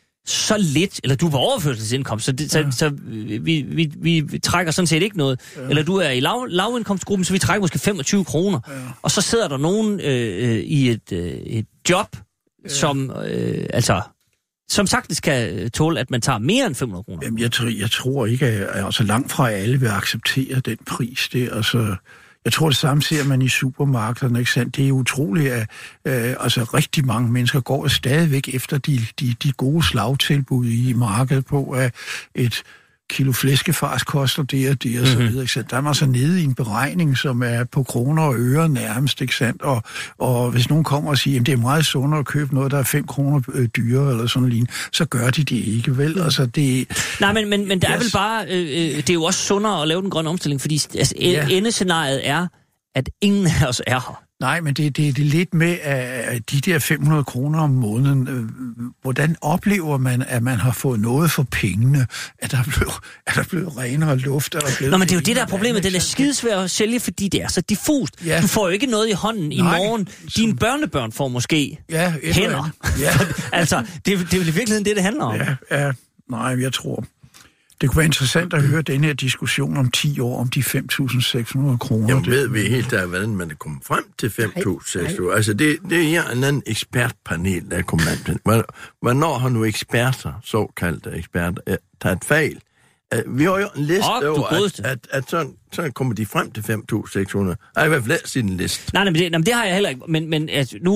så lidt, eller du er på overførselsindkomst, så, det, så, ja. så vi, vi, vi, vi trækker sådan set ikke noget. Ja. Eller du er i lav, lavindkomstgruppen, så vi trækker måske femogtyve kroner. Ja. Og så sidder der nogen øh, i et, øh, et job, ja. som øh, altså som sagtens kan tåle, at man tager mere end fem hundrede kroner. Jamen, jeg, tror, jeg tror ikke, at altså, langt fra alle vil acceptere den pris. Det, altså, jeg tror, det samme ser man i supermarkederne, ikke sandt? Det er utroligt, at øh, altså, rigtig mange mennesker går stadigvæk efter de, de, de gode slagtilbud i markedet på, at et kilo flæskefars koster det og det og så videre, ikke sandt? Der er man så nede i en beregning, som er på kroner og øre nærmest, ikke sandt? Og, og hvis nogen kommer og siger, at det er meget sundere at købe noget, der er fem kroner øh, dyrere eller sådan noget, så gør de det ikke, vel? Altså, det... Nej, men, men, men det er yes. vel bare, øh, det er jo også sundere at lave den grønne omstilling, fordi altså, ja. endescenariet er, at ingen af os er her. Nej, men det, det, det er lidt med at de der fem hundrede kroner om måneden. Øh, hvordan oplever man, at man har fået noget for pengene? Er der blevet, er der blevet renere luft? Er der blevet Nå, men det er jo det, der er problemet. Det er skidesvært at sælge, fordi det er så diffust. Ja. Du får jo ikke noget i hånden i Nej, morgen. Dine som... børnebørn får måske ja, hænder. Ja. altså, det, det er vel i virkeligheden det, det handler om. Ja, ja. Nej, jeg tror... Det kunne være interessant at høre den her diskussion om ti år, om de fem tusind seks hundrede kroner. Jamen ved vi helt der, hvordan man er kommet frem til fem tusind seks hundrede. Altså det, det er her en anden ekspertpanel, der er kommet frem til. Hvornår har nu eksperter, såkaldte eksperter, taget fejl? Vi har jo en liste oh, over, at, at, at sådan, sådan kommer de frem til fem tusind seks hundrede. Jeg har i hvert fald læst sin liste. Nej, nej, men det, nej, men det har jeg heller ikke. Men, men altså, nu...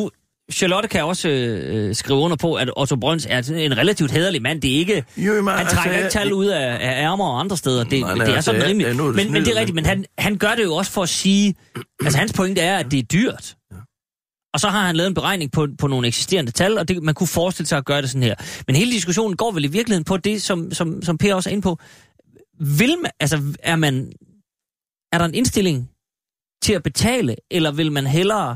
Charlotte kan også øh, skrive under på, at Otto Brøns er en relativt hæderlig mand. Det er ikke... Jo, man, han trækker altså, ikke tal ud af, af ærmer og andre steder. Det, nej, nej, det er sådan altså, rimeligt. Men, men, men det er rigtigt, men han, han gør det jo også for at sige... Altså, hans pointe er, at det er dyrt. Ja. Og så har han lavet en beregning på, på nogle eksisterende tal, og det, man kunne forestille sig at gøre det sådan her. Men hele diskussionen går vel i virkeligheden på det, som, som, som Per også er inde på. Vil man... Altså, er man... Er der en indstilling til at betale, eller vil man hellere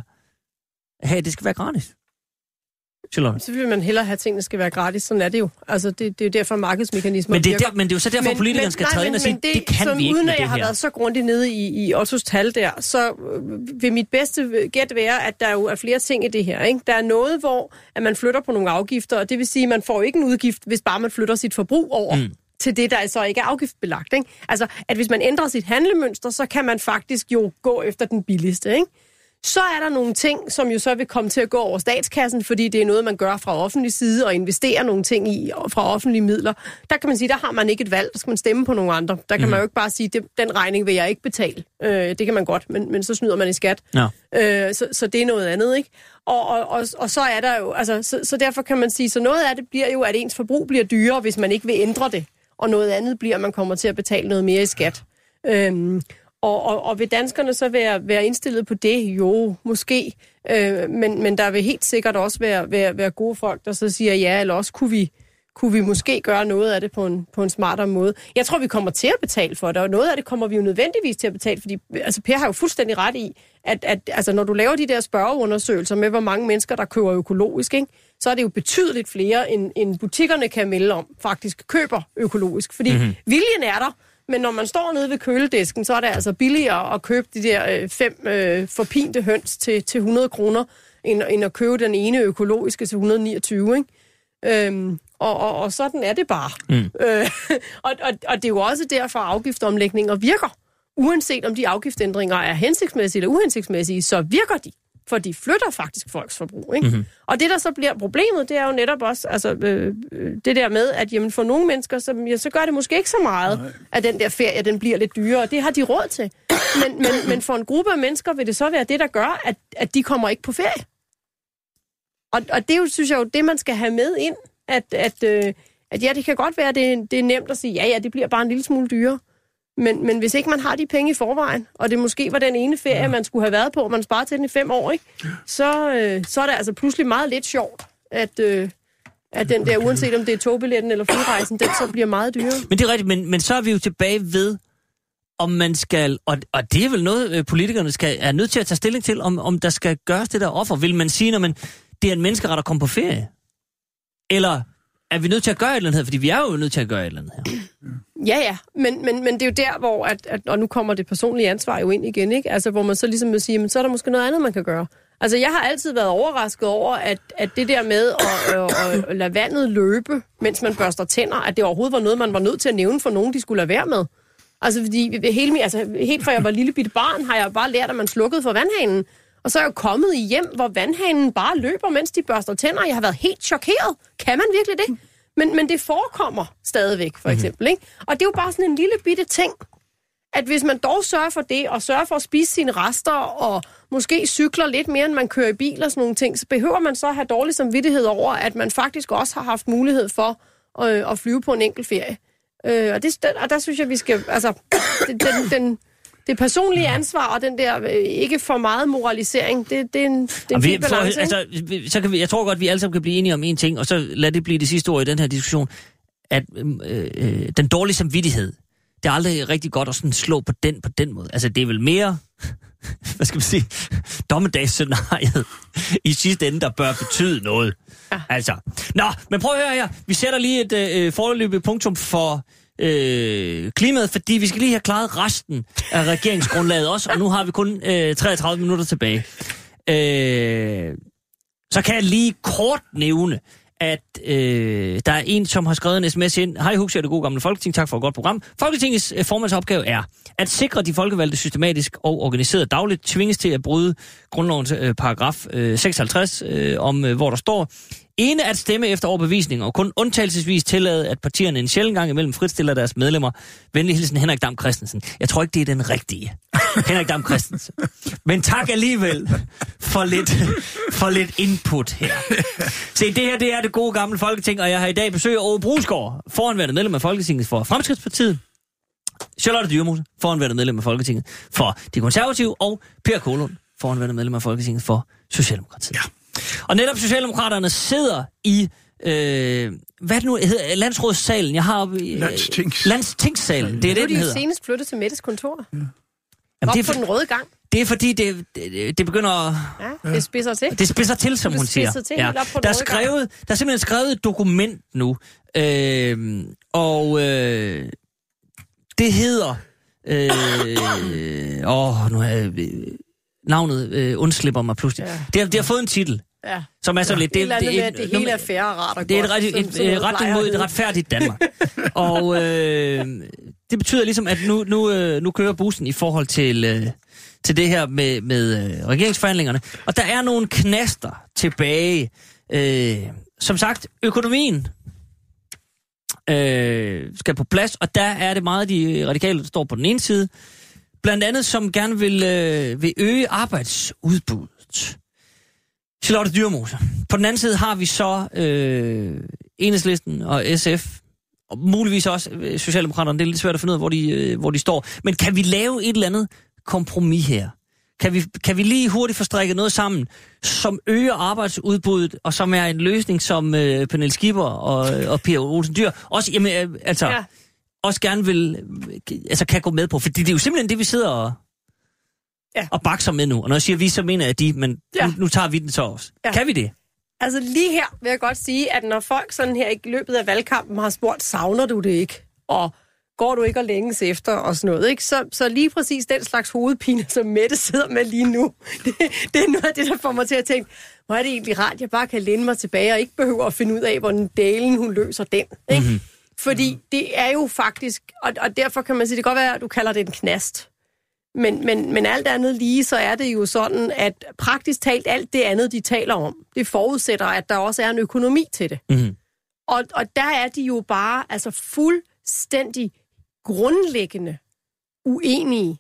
have, at det skal være gratis? Charlotte. Så vil man hellere have, at tingene skal være gratis. Sådan er det jo. Altså, det, det er jo derfor, markedsmekanismer men det er virker. Der, men det er jo så derfor, men, politikerne skal træde ind og sige, det, det kan som, vi ikke uden med at det jeg har her. været så grundigt nede i, i Ottos tal der, så vil mit bedste gæt være, at der jo er flere ting i det her. Ikke? Der er noget, hvor at man flytter på nogle afgifter, og det vil sige, at man får ikke en udgift, hvis bare man flytter sit forbrug over. Mm. til det, der så ikke er afgiftbelagt. Ikke? Altså, at hvis man ændrer sit handlemønster, så kan man faktisk jo gå efter den billigste. Ikke? Så er der nogle ting, som jo så vil komme til at gå over statskassen, fordi det er noget, man gør fra offentlig side og investerer nogle ting i fra offentlige midler. Der kan man sige, der har man ikke et valg, der skal man stemme på nogle andre. Der kan mm. man jo ikke bare sige, det, den regning vil jeg ikke betale. Øh, det kan man godt, men, men så snyder man i skat. Ja. Øh, så, så det er noget andet, ikke? Og, og, og, og så er der jo, altså, så, så derfor kan man sige, så noget af det bliver jo, at ens forbrug bliver dyrere, hvis man ikke vil ændre det. Og noget andet bliver, at man kommer til at betale noget mere i skat. Øhm, og, og, og vil danskerne så være, være indstillet på det? Jo, måske. Øh, men, men der vil helt sikkert også være, være, være gode folk, der så siger ja, eller også kunne vi, kunne vi måske gøre noget af det på en, på en smartere måde. Jeg tror, vi kommer til at betale for det, og noget af det kommer vi jo nødvendigvis til at betale, fordi altså, Per har jo fuldstændig ret i, at, at altså, når du laver de der spørgeundersøgelser med, hvor mange mennesker, der køber økologisk, ikke? Så er det jo betydeligt flere, end, end butikkerne kan melde om, faktisk køber økologisk. Fordi mm-hmm. viljen er der, men når man står nede ved køledisken, så er det altså billigere at købe de der øh, fem øh, forpinte høns til, til hundrede kroner, end, end at købe den ene økologiske til et hundrede og niogtyve, ikke? Øhm, og, og, og sådan er det bare. Mm. Øh, og, og, og det er jo også derfor, at afgiftomlægninger virker. Uanset om de afgiftsændringer er hensigtsmæssige eller uhensigtsmæssige, så virker de. For de flytter faktisk folks forbrug, ikke? Mm-hmm. Og det, der så bliver problemet, det er jo netop også altså, øh, det der med, at jamen, for nogle mennesker, så, ja, så gør det måske ikke så meget, Nej. at den der ferie, den bliver lidt dyrere. Det har de råd til. Men, men, men for en gruppe af mennesker vil det så være det, der gør, at, at de kommer ikke på ferie. Og, og det er jo, synes jeg jo, det man skal have med ind, at, at, øh, at ja, det kan godt være, at det, det er nemt at sige, ja, ja, det bliver bare en lille smule dyrere. Men, men hvis ikke man har de penge i forvejen, og det måske var den ene ferie, ja. man skulle have været på, og man sparer til den i fem år, ikke? Så, øh, så er det altså pludselig meget lidt sjovt, at, øh, at den der, uanset om det er togbilletten eller flyrejsen, den så bliver meget dyrere. Men det er rigtigt, men, men så er vi jo tilbage ved, om man skal, og, og det er vel noget, politikerne skal, er nødt til at tage stilling til, om, om der skal gøres det der offer. Vil man sige, når man, det er en menneskeret at komme på ferie? Eller er vi nødt til at gøre et eller andet her? Fordi vi er jo nødt til at gøre et eller andet her. Ja, ja, men, men, men det er jo der, hvor, at, at, og nu kommer det personlige ansvar jo ind igen, ikke? Altså, hvor man så ligesom vil sige, men så er der måske noget andet, man kan gøre. Altså, jeg har altid været overrasket over, at, at det der med at, at, at lade vandet løbe, mens man børster tænder, at det overhovedet var noget, man var nødt til at nævne for nogen, de skulle lade være med. Altså, fordi hele, altså, helt fra jeg var lille bitte barn, har jeg bare lært, at man slukkede for vandhanen. Og så er jeg jo kommet i hjem, hvor vandhanen bare løber, mens de børster tænder. Jeg har været helt chokeret. Kan man virkelig det? Men, men det forekommer stadigvæk, for eksempel. Ikke? Og det er jo bare sådan en lille bitte ting, at hvis man dog sørger for det, og sørger for at spise sine rester, og måske cykler lidt mere, end man kører i bil og sådan nogle ting, så behøver man så have dårlig samvittighed over, at man faktisk også har haft mulighed for øh, at flyve på en enkelt ferie. Øh, og, det, og der synes jeg, vi skal... Altså, den... den Det personlige ansvar og den der øh, ikke for meget moralisering, det, det er en, det er en fin balance. Altså, så kan vi, jeg tror godt, vi alle sammen kan blive enige om en ting, og så lad det blive det sidste ord i den her diskussion, at øh, øh, den dårlige samvittighed, det er aldrig rigtig godt at sådan slå på den på den måde. Altså, det er vel mere, hvad skal man sige, dommedagsscenariet i sidste ende, der bør betyde noget. Ja. Altså, nå, men prøv at høre her. Vi sætter lige et øh, foreløbigt punktum for... Øh, klimaet, fordi vi skal lige have klaret resten af regeringsgrundlaget også, og nu har vi kun øh, treogtredive minutter tilbage. Øh, så kan jeg lige kort nævne, at øh, der er en, som har skrevet en sms ind. Hej Huxi og det gode gamle Folketing, tak for et godt program. Folketingets øh, formandsopgave er at sikre de folkevalgte systematisk og organiseret dagligt tvinges til at bryde grundlovens øh, paragraf øh, seksoghalvtreds, øh, om øh, hvor der står: ene at stemme efter overbevisning, og kun undtagelsesvis tillade, at partierne en sjældent gang imellem fritstiller deres medlemmer. Venlig hilsen Henrik Dam Christensen. Jeg tror ikke, det er den rigtige. Henrik Dam Christensen. Men tak alligevel for lidt, for lidt input her. Se, det her det er det gode gamle Folketing, og jeg har i dag besøg af Aage Brusgaard, foranværende medlem af Folketinget for Fremskridtspartiet, Charlotte Dyremose, foranværende medlem af Folketinget for De Konservative, og Per Kålund, foranværende medlem af Folketinget for Socialdemokratiet. Ja. Og netop Socialdemokraterne sidder i Øh, hvad det nu hedder? Landsrådssalen. Jeg har oppe i... Landstings. Landstingssalen. Det er det, det den hedder. Nu er de senest flyttet til Mettes kontor. Ja. Jamen, op det er for den røde gang. Det er fordi, det, det, det begynder at... Ja, det spidser til. Det spidser til, som det hun siger. Til, ja. Der, er skrevet, der er simpelthen skrevet et dokument nu. Øh, og øh, det hedder... Øh, åh, nu har jeg... Navnet øh, undslipper mig pludselig. Ja. Det, har, det har fået en titel. Ja. Som er så ja. lidt... Det, det, det, det, det, det hele er fair og rart og det er godt. et, et, et, et retning mod et retfærdigt Danmark. Og øh, det betyder ligesom, at nu, nu, øh, nu kører bussen i forhold til, øh, til det her med, med øh, regeringsforhandlingerne. Og der er nogle knaster tilbage. Øh, som sagt, økonomien øh, skal på plads, og der er det meget de radikale, der står på den ene side. Blandt andet, som gerne vil, øh, vil øge arbejdsudbuddet. Charlotte Dyremose. På den anden side har vi så øh, Enhedslisten og S F, og muligvis også øh, Socialdemokraterne. Det er lidt svært at finde ud af, hvor de, øh, hvor de står. Men kan vi lave et eller andet kompromis her? Kan vi, kan vi lige hurtigt få strikket noget sammen, som øger arbejdsudbuddet, og som er en løsning, som øh, Pernille Skipper og, og Pia Olsen Dyhr også, jamen, øh, altså, ja. også gerne vil, øh, altså kan gå med på? Fordi det er jo simpelthen det, vi sidder og... Ja. Og bakser med nu. Og når jeg siger vi, så mener jeg de, men ja. nu, nu tager vi den så også. Ja. Kan vi det? Altså lige her vil jeg godt sige, at når folk sådan her i løbet af valgkampen har spurgt, savner du det ikke? Og går du ikke og længes efter og sådan noget, ikke? Så, så lige præcis den slags hovedpine, som Mette sidder med lige nu, det, det er noget af det, der får mig til at tænke, hvor er det egentlig rart, jeg bare kan læne mig tilbage og ikke behøver at finde ud af, hvordan delen hun løser den. Ikke? Mm-hmm. Fordi det er jo faktisk, og, og derfor kan man sige, det kan godt være, at du kalder det en knast. Men, men, men alt andet lige, så er det jo sådan, at praktisk talt alt det andet, de taler om, det forudsætter, at der også er en økonomi til det. Mm-hmm. Og, og der er de jo bare altså fuldstændig grundlæggende uenige.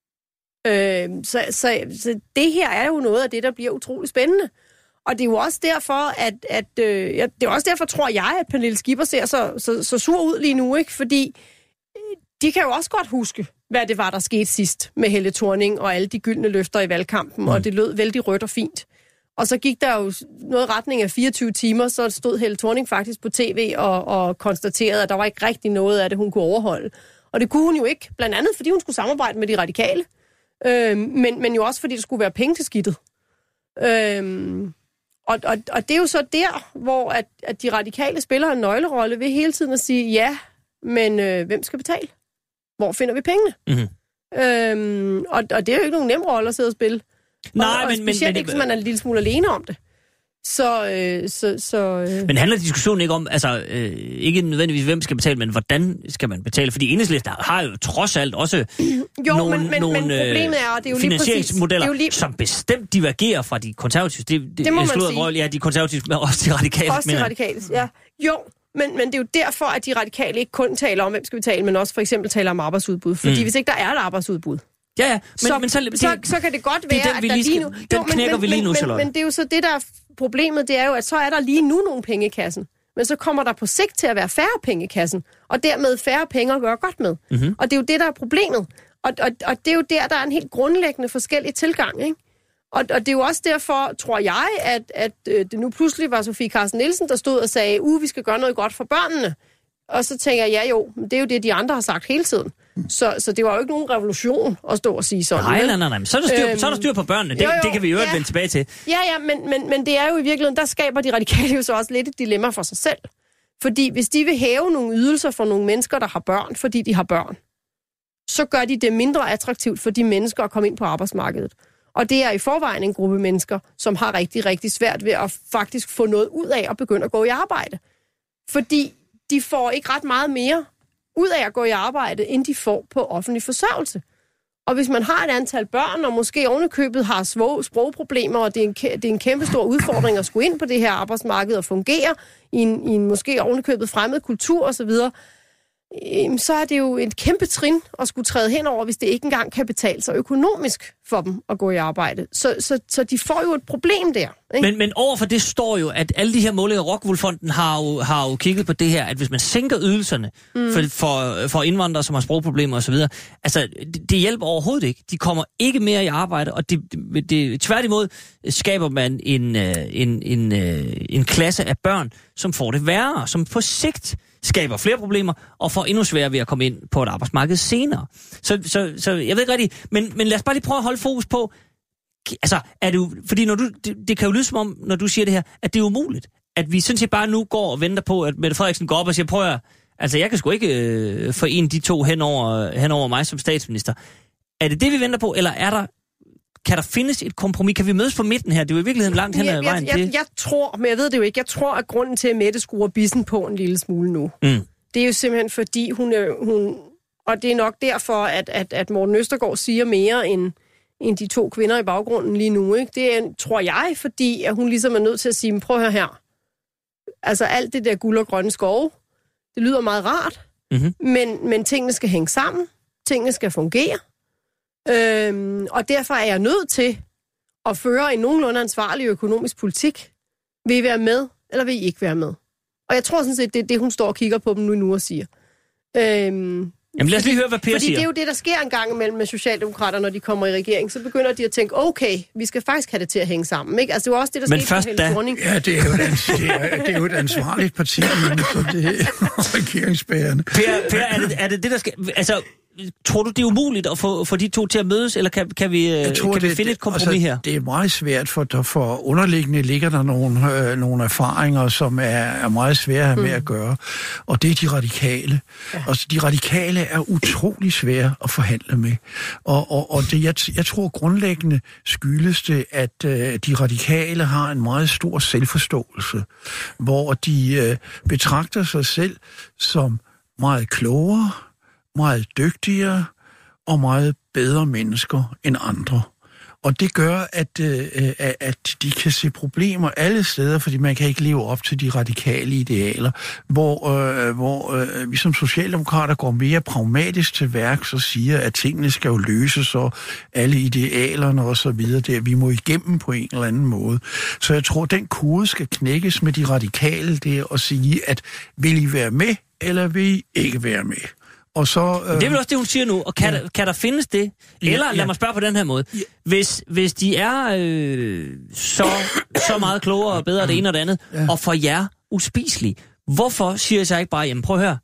Øh, så, så, så det her er jo noget af det, der bliver utrolig spændende. Og det er jo også derfor, at, at øh, det er også derfor, tror jeg, at Pernille Skipper ser så, så, så sur ud lige nu, ikke? Fordi de kan jo også godt huske, hvad det var, der skete sidst med Helle Thorning og alle de gyldne løfter i valgkampen, mm. og det lød vældig rødt og fint. Og så gik der jo noget retning af fireogtyve timer, så stod Helle Thorning faktisk på tv og, og konstaterede, at der var ikke rigtig noget af det, hun kunne overholde. Og det kunne hun jo ikke, blandt andet fordi hun skulle samarbejde med de radikale, øh, men, men jo også fordi der skulle være penge til skidtet. Øh, og, og, og det er jo så der, hvor at, at de radikale spiller en nøglerolle ved hele tiden at sige, ja, men øh, hvem skal betale? Hvor finder vi pengene? Mm-hmm. Øhm, og, og det er jo ikke nogen nem rolle at sidde og spille. Nej, og, men... og specielt men, ikke, hvis man er en lille smule alene om det. Så... Øh, så, så øh... Men handler diskussionen ikke om, altså, øh, ikke nødvendigvis, hvem skal betale, men hvordan skal man betale? Fordi Enhedslisten har jo trods alt også jo, nogle, men, men, nogle men problemet er, og det er jo finansieringsmodeller, lige præcis, som bestemt divergerer fra de konservative. Det, det, det må man slået, sige. Hvor, ja, de konservative, men også de radikale. Også de radikale, ja. Jo, men, men det er jo derfor, at de radikale ikke kun taler om, hvem skal betale, men også for eksempel taler om arbejdsudbud. Fordi mm. hvis ikke der er et arbejdsudbud, ja, ja. Men, så, men så, det, så, så kan det godt være, det den, at der lige nu... Den knækker jo, men, vi lige nu, men, men, men det er jo så det, der er problemet, det er jo, at så er der lige nu nogle penge i kassen. Men så kommer der på sigt til at være færre penge i kassen, og dermed færre penge at gøre godt med. Mm-hmm. Og det er jo det, der er problemet. Og, og, og det er jo der, der er en helt grundlæggende forskellig tilgang, ikke? Og, og det er jo også derfor, tror jeg, at, at øh, det nu pludselig var Sofie Carsten Nielsen, der stod og sagde, uh, vi skal gøre noget godt for børnene. Og så tænker jeg, ja jo, det er jo det, de andre har sagt hele tiden. Så, så det var jo ikke nogen revolution at stå og sige sådan. Nej, nej, nej, nej. Så er der styr, øhm, så er der styr på børnene. Det, jo, jo, det kan vi jo ja, vende tilbage til. Ja, ja, men, men, men det er jo i virkeligheden, der skaber de radikale jo så også lidt et dilemma for sig selv. Fordi hvis de vil hæve nogle ydelser for nogle mennesker, der har børn, fordi de har børn, så gør de det mindre attraktivt for de mennesker at komme ind på arbejdsmarkedet. Og det er i forvejen en gruppe mennesker, som har rigtig, rigtig svært ved at faktisk få noget ud af at begynde at gå i arbejde. Fordi de får ikke ret meget mere ud af at gå i arbejde, end de får på offentlig forsørgelse. Og hvis man har et antal børn, og måske ovenikøbet har sprogproblemer, og det er, en, det er en kæmpe stor udfordring at skulle ind på det her arbejdsmarked og fungere i en, i en måske ovenikøbet fremmed kultur osv., så er det jo et kæmpe trin at skulle træde henover, hvis det ikke engang kan betale sig økonomisk for dem at gå i arbejde. Så, så, så de får jo et problem der. Ikke? Men, men overfor det står jo, at alle de her målinger, Rockwool-fonden har jo, har jo kigget på det her, at hvis man sænker ydelserne mm. for, for, for indvandrere, som har sprogproblemer osv., altså det, det hjælper overhovedet ikke. De kommer ikke mere i arbejde, og det, det, det, tværtimod skaber man en, en, en, en klasse af børn, som får det værre, som på sigt skaber flere problemer, og får endnu sværere ved at komme ind på et arbejdsmarked senere. Så, så, så jeg ved ikke rigtigt, men, men lad os bare lige prøve at holde fokus på, altså, er det jo, fordi når du, det, det kan jo lyde som om, når du siger det her, at det er umuligt, at vi sådan set bare nu går og venter på, at Mette Frederiksen går op og siger, prøv at, altså jeg kan sgu ikke øh, forene de to hen over, hen over mig som statsminister. Er det det, vi venter på, eller er der, kan der findes et kompromis? Kan vi mødes på midten her? Det er jo i virkeligheden langt hen ad vejen. Jeg, jeg, jeg, jeg tror, men jeg ved det jo ikke, jeg tror, at grunden til, at Mette skruer bissen på en lille smule nu, mm. det er jo simpelthen fordi, hun, hun og det er nok derfor, at, at, at Morten Østergaard siger mere end, end de to kvinder i baggrunden lige nu. Ikke? Det er, tror jeg, fordi at hun ligesom er nødt til at sige, prøv at høre her. Altså alt det der guld og grønne skove, det lyder meget rart, mm-hmm. men, men tingene skal hænge sammen, tingene skal fungere. Øhm, og derfor er jeg nødt til at føre en nogenlunde ansvarlig økonomisk politik. Vil I være med, eller vil I ikke være med? Og jeg tror sådan set, det er det, hun står og kigger på dem nu, nu og siger. Øhm, Jamen lad os lige høre, hvad Per fordi siger. Fordi det er jo det, der sker en gang imellem med socialdemokrater, når de kommer i regering. Så begynder de at tænke, okay, vi skal faktisk have det til at hænge sammen. Ikke? Altså det er jo også det, der Men skete først på Helle Thorning. Ja, det er jo et, det er, det er jo et ansvarligt parti, men så det er regeringsbærende. Per, per er, det, er det det, der skal... Altså, tror du, det er umuligt at få, få de to til at mødes, eller kan, kan vi, tror, kan vi det, finde et kompromis altså, her? her? Det er meget svært, for, der, for underliggende ligger der nogle, øh, nogle erfaringer, som er, er meget svære at have med mm. at gøre, og det er de radikale. Ja. Altså, de radikale er utrolig svære at forhandle med, og, og, og det, jeg, jeg tror grundlæggende skyldes det, at øh, de radikale har en meget stor selvforståelse, hvor de øh, betragter sig selv som meget klogere, meget dygtigere og meget bedre mennesker end andre. Og det gør, at, øh, at de kan se problemer alle steder, fordi man kan ikke leve op til de radikale idealer, hvor, øh, hvor øh, vi som socialdemokrater går mere pragmatisk til værk, og siger, at tingene skal jo løses, og alle idealerne og så videre, der vi må igennem på en eller anden måde. Så jeg tror, at den kode skal knækkes med de radikale der og sige, at vil I være med, eller vil I ikke være med? Og så, øh... det er vel også det, hun siger nu. Og kan, ja. der, kan der findes det? Eller, ja, ja. lad mig spørge på den her måde. Ja. Hvis, hvis de er øh, så, så meget klogere og bedre det ene og det andet, ja. og for jer uspiselige, hvorfor siger jeg så ikke bare, jamen prøv at høre,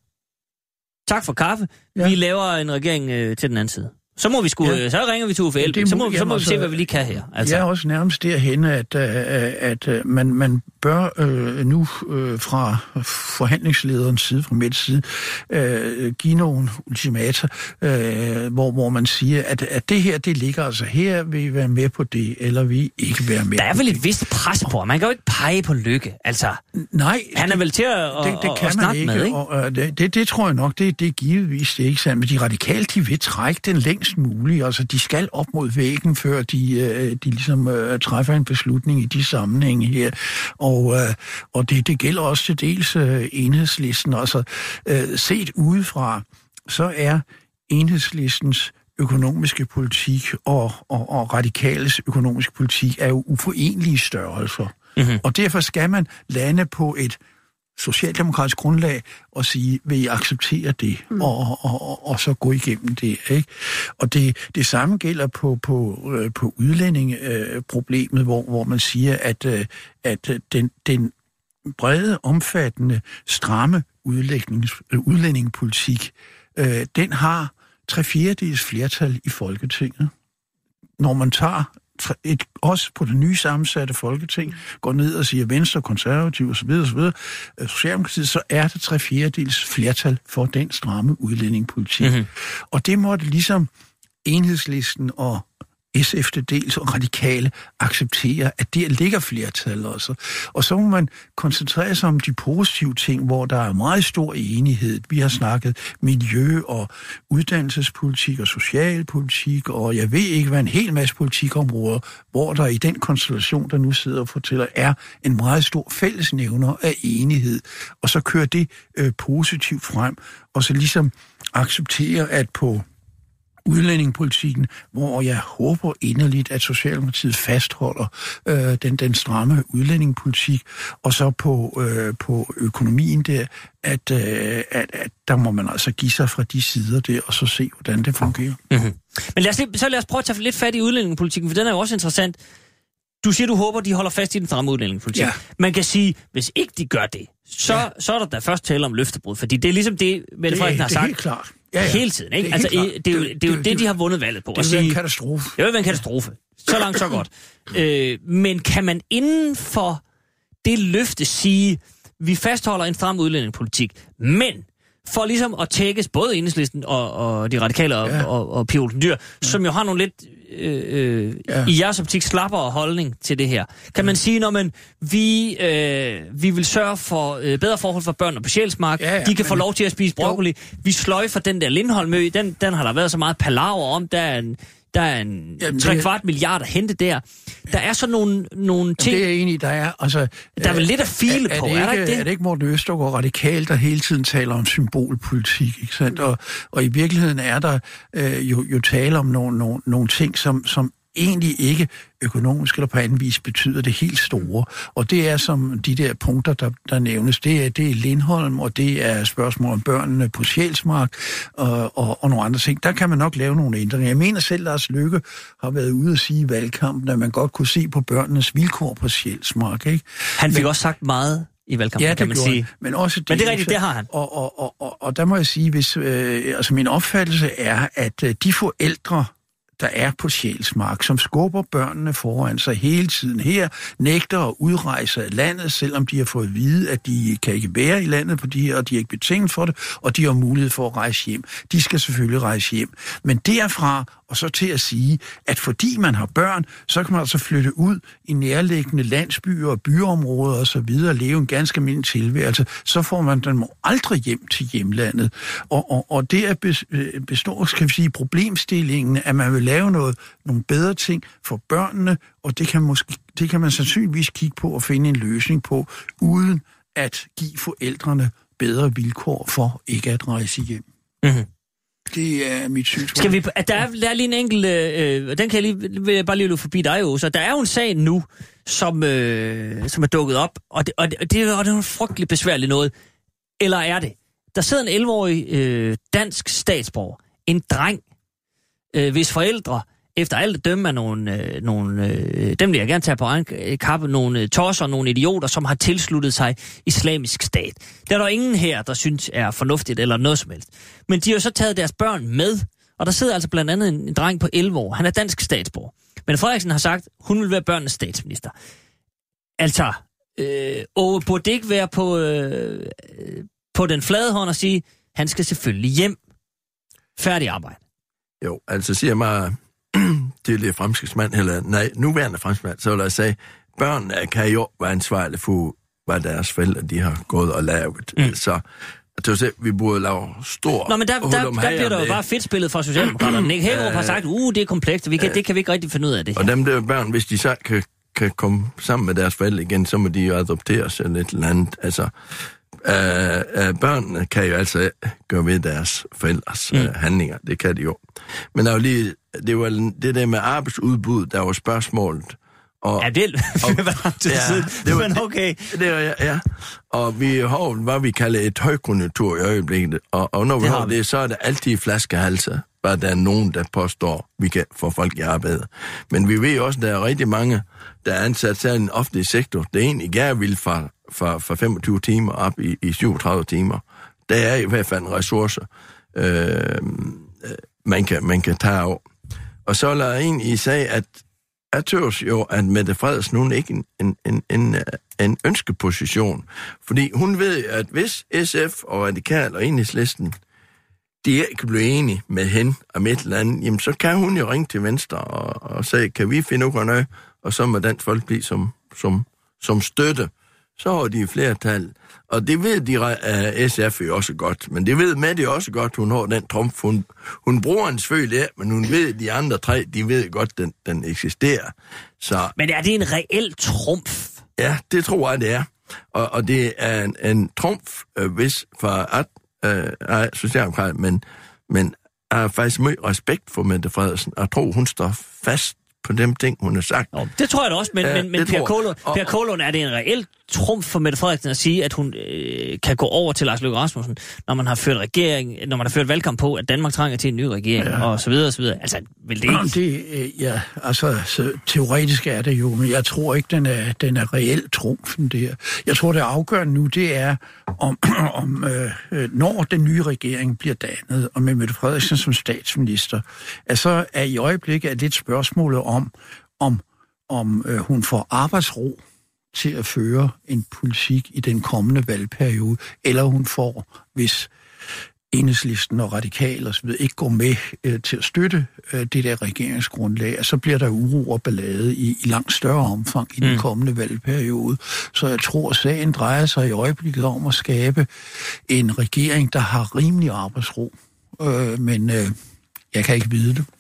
tak for kaffe, ja. vi laver en regering øh, til den anden side. Så må vi sgu, ja. så ringer vi til Uffe Elbæk, så må, så må vi se, hvad vi lige kan her. Altså. Jeg er også nærmest derhen, at, at, at man, man bør øh, nu øh, fra forhandlingslederens side, fra Mettes side, øh, give nogle ultimater, øh, hvor, hvor man siger, at, at det her, det ligger altså her, vil I være med på det, eller vil I ikke være med. Der er vel et vist pres på, man kan jo ikke pege på Lykke, altså. Nej. Han er vel til at, det, det at, at snakke ikke, med, ikke? Og, og det, det, det tror jeg nok, det, det er givetvis det, ikke sandt? Men de radikale, de vil trække den længst muligt. Altså, de skal op mod væggen, før de, øh, de ligesom øh, træffer en beslutning i de sammenhænge her. Og, øh, og det, det gælder også til dels øh, Enhedslisten. Altså, øh, set udefra, så er Enhedslistens økonomiske politik og, og, og radikales økonomiske politik er jo uforenlige størrelser. Mm-hmm. Og derfor skal man lande på et socialdemokratisk grundlag og sige, vil I acceptere det, mm. og, og, og, og så gå igennem det, ikke? Og det, det samme gælder på, på, på udlændingeproblemet, øh, hvor, hvor man siger, at, øh, at den, den brede, omfattende, stramme udlændingepolitik, øh, den har tre fjerdedels flertal i Folketinget. Når man tager et, også på det nye sammensatte Folketing, går ned og siger Venstre, Konservative osv., osv., Socialdemokratiet, så er der tre fjerdedels flertal for den stramme udlændingepolitik. Mm-hmm. Og det måtte ligesom Enhedslisten og S F til dels og radikale accepterer, at der ligger flertal også. Og så må man koncentrere sig om de positive ting, hvor der er meget stor enighed. Vi har snakket miljø og uddannelsespolitik og socialpolitik, og jeg ved ikke, hvad en hel masse politikområder, hvor der i den konstellation, der nu sidder og fortæller, er en meget stor fællesnævner af enighed. Og så kører det øh, positivt frem, og så ligesom acceptere, at på udlændingepolitikken, hvor jeg håber inderligt, at Socialdemokratiet fastholder øh, den, den stramme udlændingepolitik, og så på, øh, på økonomien der, at, øh, at, at der må man altså give sig fra de sider der, og så se, hvordan det fungerer. Mm-hmm. Men lad os, så lad os prøve at tage lidt fat i udlændingepolitikken, for den er jo også interessant. Du siger, du håber, de holder fast i den stramme udlændingepolitik. Ja. Man kan sige, hvis ikke de gør det, så, ja. så er der da først tale om løftebrud, fordi det er ligesom det, Mette Frederiksen har sagt. Det er helt klart. Ja, ja. Hele tiden, ikke? Det er, altså, det, det, er jo, det, det er jo det, det, de har vundet valget på. Det vil være en katastrofe. Det vil være en katastrofe. Så langt, så godt. øh, men kan man inden for det løfte sige, vi fastholder en stram udlændingepolitik, men for ligesom at tækkes både Enhedslisten og, og de radikale og, ja. og, og Pia Olsen Dyhr, ja. som jo har nogle lidt øh, øh, ja. i jeres optik slappere holdning til det her. Kan man sige, når man vi øh, vi vil sørge for øh, bedre forhold for børn på Sjælsmark, ja, ja, de kan få lov til at spise broccoli, jo. Vi sløjfer den der Lindholmø, den, den har der været så meget palaver om, der er en Der er en tre kvart milliard at hente der. Der er så nogle, nogle ting... Det er enig, der er. Altså, der er vel lidt at file er, på, er, det ikke, er der ikke det? Er det ikke Morten Østergaard radikal, der hele tiden taler om symbolpolitik, ikke sandt? Og, og i virkeligheden er der øh, jo, jo tale om nogle, nogle, nogle ting, som, som egentlig ikke økonomisk eller på anden vis betyder det helt store. Og det er som de der punkter, der, der nævnes, det er, det er Lindholm, og det er spørgsmål om børnene på Sjælsmark, og, og, og nogle andre ting. Der kan man nok lave nogle ændringer. Jeg mener selv, Lars Løkke har været ude at sige i valgkampen, at man godt kunne se på børnenes vilkår på Sjælsmark, ikke? Han fik Men, også sagt meget i valgkampen, ja, kan man sige. Men, også det, Men det er rigtigt, det har han. Og, og, og, og, og der må jeg sige, hvis øh, altså min opfattelse er, at øh, de forældre, der er på Sjælsmark, som skubber børnene foran sig hele tiden her, nægter at udrejse af landet, selvom de har fået at vide, at de kan ikke være i landet på de her, og de er ikke betinget for det, og de har mulighed for at rejse hjem. De skal selvfølgelig rejse hjem. Men derfra og så til at sige, at fordi man har børn, så kan man altså flytte ud i nærliggende landsbyer og byområder og så videre, og leve en ganske almindelig tilværelse, så får man den aldrig hjem til hjemlandet. Og, og, og det er består, skal vi sige, problemstillingen, at man vil lave noget, nogle bedre ting for børnene, og det kan, måske, det kan man sandsynligvis kigge på og finde en løsning på, uden at give forældrene bedre vilkår for ikke at rejse hjem. Mm-hmm. Det er mit synspunkt. Skal vi, der, er, der er lige en enkelt, øh, den kan jeg lige, vil jeg bare lige løbe forbi dig jo, så der er jo en sag nu, som, øh, som er dukket op, og det, og, det, og, det, og det er jo frygteligt besværligt noget. Eller er det? Der sidder en elleve-årig øh, dansk statsborger, en dreng, øh, hvis forældre, efter alt at dømme af nogle, øh, nogle øh, dem vil jeg gerne tage på egen kappe, nogle øh, tosser, nogle idioter, som har tilsluttet sig islamisk stat. Der er der ingen her, der synes er fornuftigt eller noget som helst. Men de har jo så taget deres børn med, og der sidder altså blandt andet en, en dreng på elleve år. Han er dansk statsborger. Men Frederiksen har sagt, hun vil være børnenes statsminister. Altså, øh, og burde det ikke være på, øh, på den flade hånd og sige, han skal selvfølgelig hjem. Færdig arbejde. Jo, altså siger mig tidligere fremskridtsmand, eller nej, nuværende fremskridtsmand, så vil jeg sige, børnene kan jo være ansvarlige for, hvad deres forældre de har gået og lavet. Mm. Så jeg tror, vi burde lave stor... Nå, men der, der, der, der bliver der jo bare fedt spillet fra Socialdemokraterne. Nick Hækkerup har sagt, uh, det er komplekst, vi kan, uh, det kan vi ikke rigtig finde ud af det her. Og dem der børn, hvis de så kan, kan komme sammen med deres forældre igen, så må de jo adopteres eller et eller andet. Altså, uh, uh, børnene kan jo altså gøre ved deres forældres mm. uh, handlinger. Det kan de jo. Men der er jo lige... Det var det der med arbejdsudbud, der var spørgsmålet. Og, ja, det var til siden. Det var okay. Det var, ja, ja. Og vi har, hvad vi kalder et højkonjunktur i øjeblikket. Og, og når vi det har, har vi. det, så er der altid flaskehalser, bare der er nogen, der påstår, vi kan få folk i arbejde. Men vi ved også, at der er rigtig mange, der er ansat til en offentlig sektor. Det er egentlig gerne vil fra, fra, fra femogtyve timer op i, i syvogtredive timer. Der er i hvert fald en ressource, øh, man, kan, man kan tage over. Og så lader en i sige, at jeg tørs jo, at Mette Frederiksen, hun er ikke en, en, en, en, en ønskeposition. Fordi hun ved, at hvis S F og Radikal og Enhedslisten de ikke bliver enige med hende om et eller andet, jamen så kan hun jo ringe til Venstre og, og sige, kan vi finde ud af noget, og så må Dansk Folkeparti som, som, som støtte, så har de flertal. Og det ved de uh, S F jo også godt, men det ved Mette også godt, hun har den trumf. Hun, hun bruger en selvfølgelig af, men hun ved, de andre tre, de ved godt, den, den eksisterer. Så, men er det en reel trumf? Ja, det tror jeg, det er. Og, og det er en, en trumf, øh, hvis for at øh, Socialdemokrat, men, men jeg har faktisk meget respekt for Mette Frederiksen, og jeg tror, hun står fast på dem ting, hun har sagt. Nå, det tror jeg da også, men, ja, men, men Per Kålund, og, Per Kålund, er det en reel trumf for Mette Frederiksen at sige, at hun øh, kan gå over til Lars Løkke Rasmussen, når man har ført regering, når man har ført valgkamp på, at Danmark trænger til en ny regering, ja. og så videre og så videre. Altså, vil det ikke? Det, øh, ja, altså, så, teoretisk er det jo, men jeg tror ikke, den er, den er reel trumfen der. Jeg tror, det afgørende nu, det er, om, om øh, når den nye regering bliver dannet, og med Mette Frederiksen som statsminister, altså er i øjeblikket et lidt spørgsmålet om, om, om øh, hun får arbejdsro til at føre en politik i den kommende valgperiode, eller hun får, hvis Enhedslisten og Radikale og så videre ikke går med øh, til at støtte øh, det der regeringsgrundlag, så bliver der uro og ballade i, i langt større omfang i den mm. kommende valgperiode. Så jeg tror, at sagen drejer sig i øjeblikket om at skabe en regering, der har rimelig arbejdsro. Øh, men øh, jeg kan ikke vide det.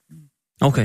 Okay.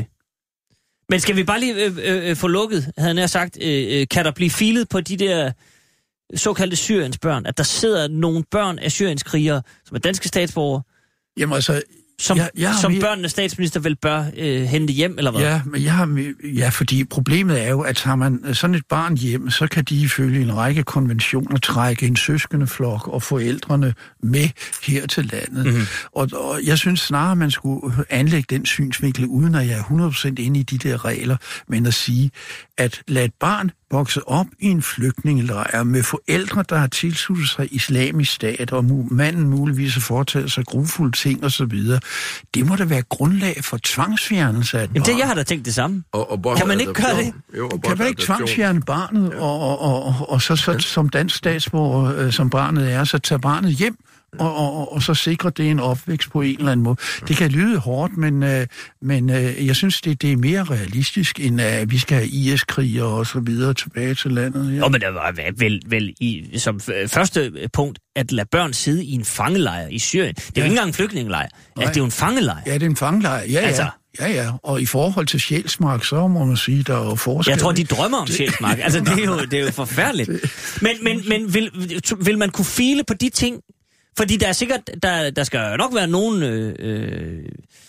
Men skal vi bare lige øh, øh, få lukket, havde jeg sagt, øh, kan der blive filet på de der såkaldte Syriens børn, at der sidder nogle børn af Syriens krigere, som er danske statsborgere, Jamen altså, som, jeg, jeg som mere... børnenes statsminister vel bør øh, hente hjem, eller hvad? Ja, men jeg har, ja, fordi problemet er jo, at har man sådan et barn hjem, så kan de ifølge en række konventioner trække en søskendeflok og forældrene med her til landet. Mm-hmm. Og, og jeg synes snarere, man skulle anlægge den synsvinkel, uden at jeg er hundrede procent inde i de der regler, men at sige, at lad et barn vokse op i en flygtningelejr med forældre, der har tilsluttet sig islamisk stat, og manden muligvis har foretaget sig grufulde ting osv. Det må da være grundlag for tvangsfjernelse af et barn. Jamen det, jeg har da tænkt det samme. Og, og kan man ikke gøre det? Jo, kan man ikke tvangsfjerne barnet, ja. og, og, og, og så, så som dansk statsborger, øh, som barnet er, så tager barnet hjem, og, og, og så sikrer det en opvækst på en eller anden måde. Det kan lyde hårdt, men, øh, men øh, jeg synes, det, det er mere realistisk, end at øh, vi skal have I S-kriger og så videre tilbage til landet. Ja. Og men der var vel, vel i, som første punkt, at lade børn sidde i en fangelejr i Syrien. Det er ja. jo ikke engang en flygtningelejr. Altså, det er jo en fangelejr. Ja, det er en fangelejr. Ja, ja. Altså, Ja, ja, og i forhold til Sjælsmark, så må man sige, der er jo forskel. Jeg tror, de drømmer om Sjælsmark. Altså, det er jo, det er jo forfærdeligt. Men, men, men vil, vil man kunne file på de ting? Fordi der er sikkert, der, der skal nok være nogen, øh, øh,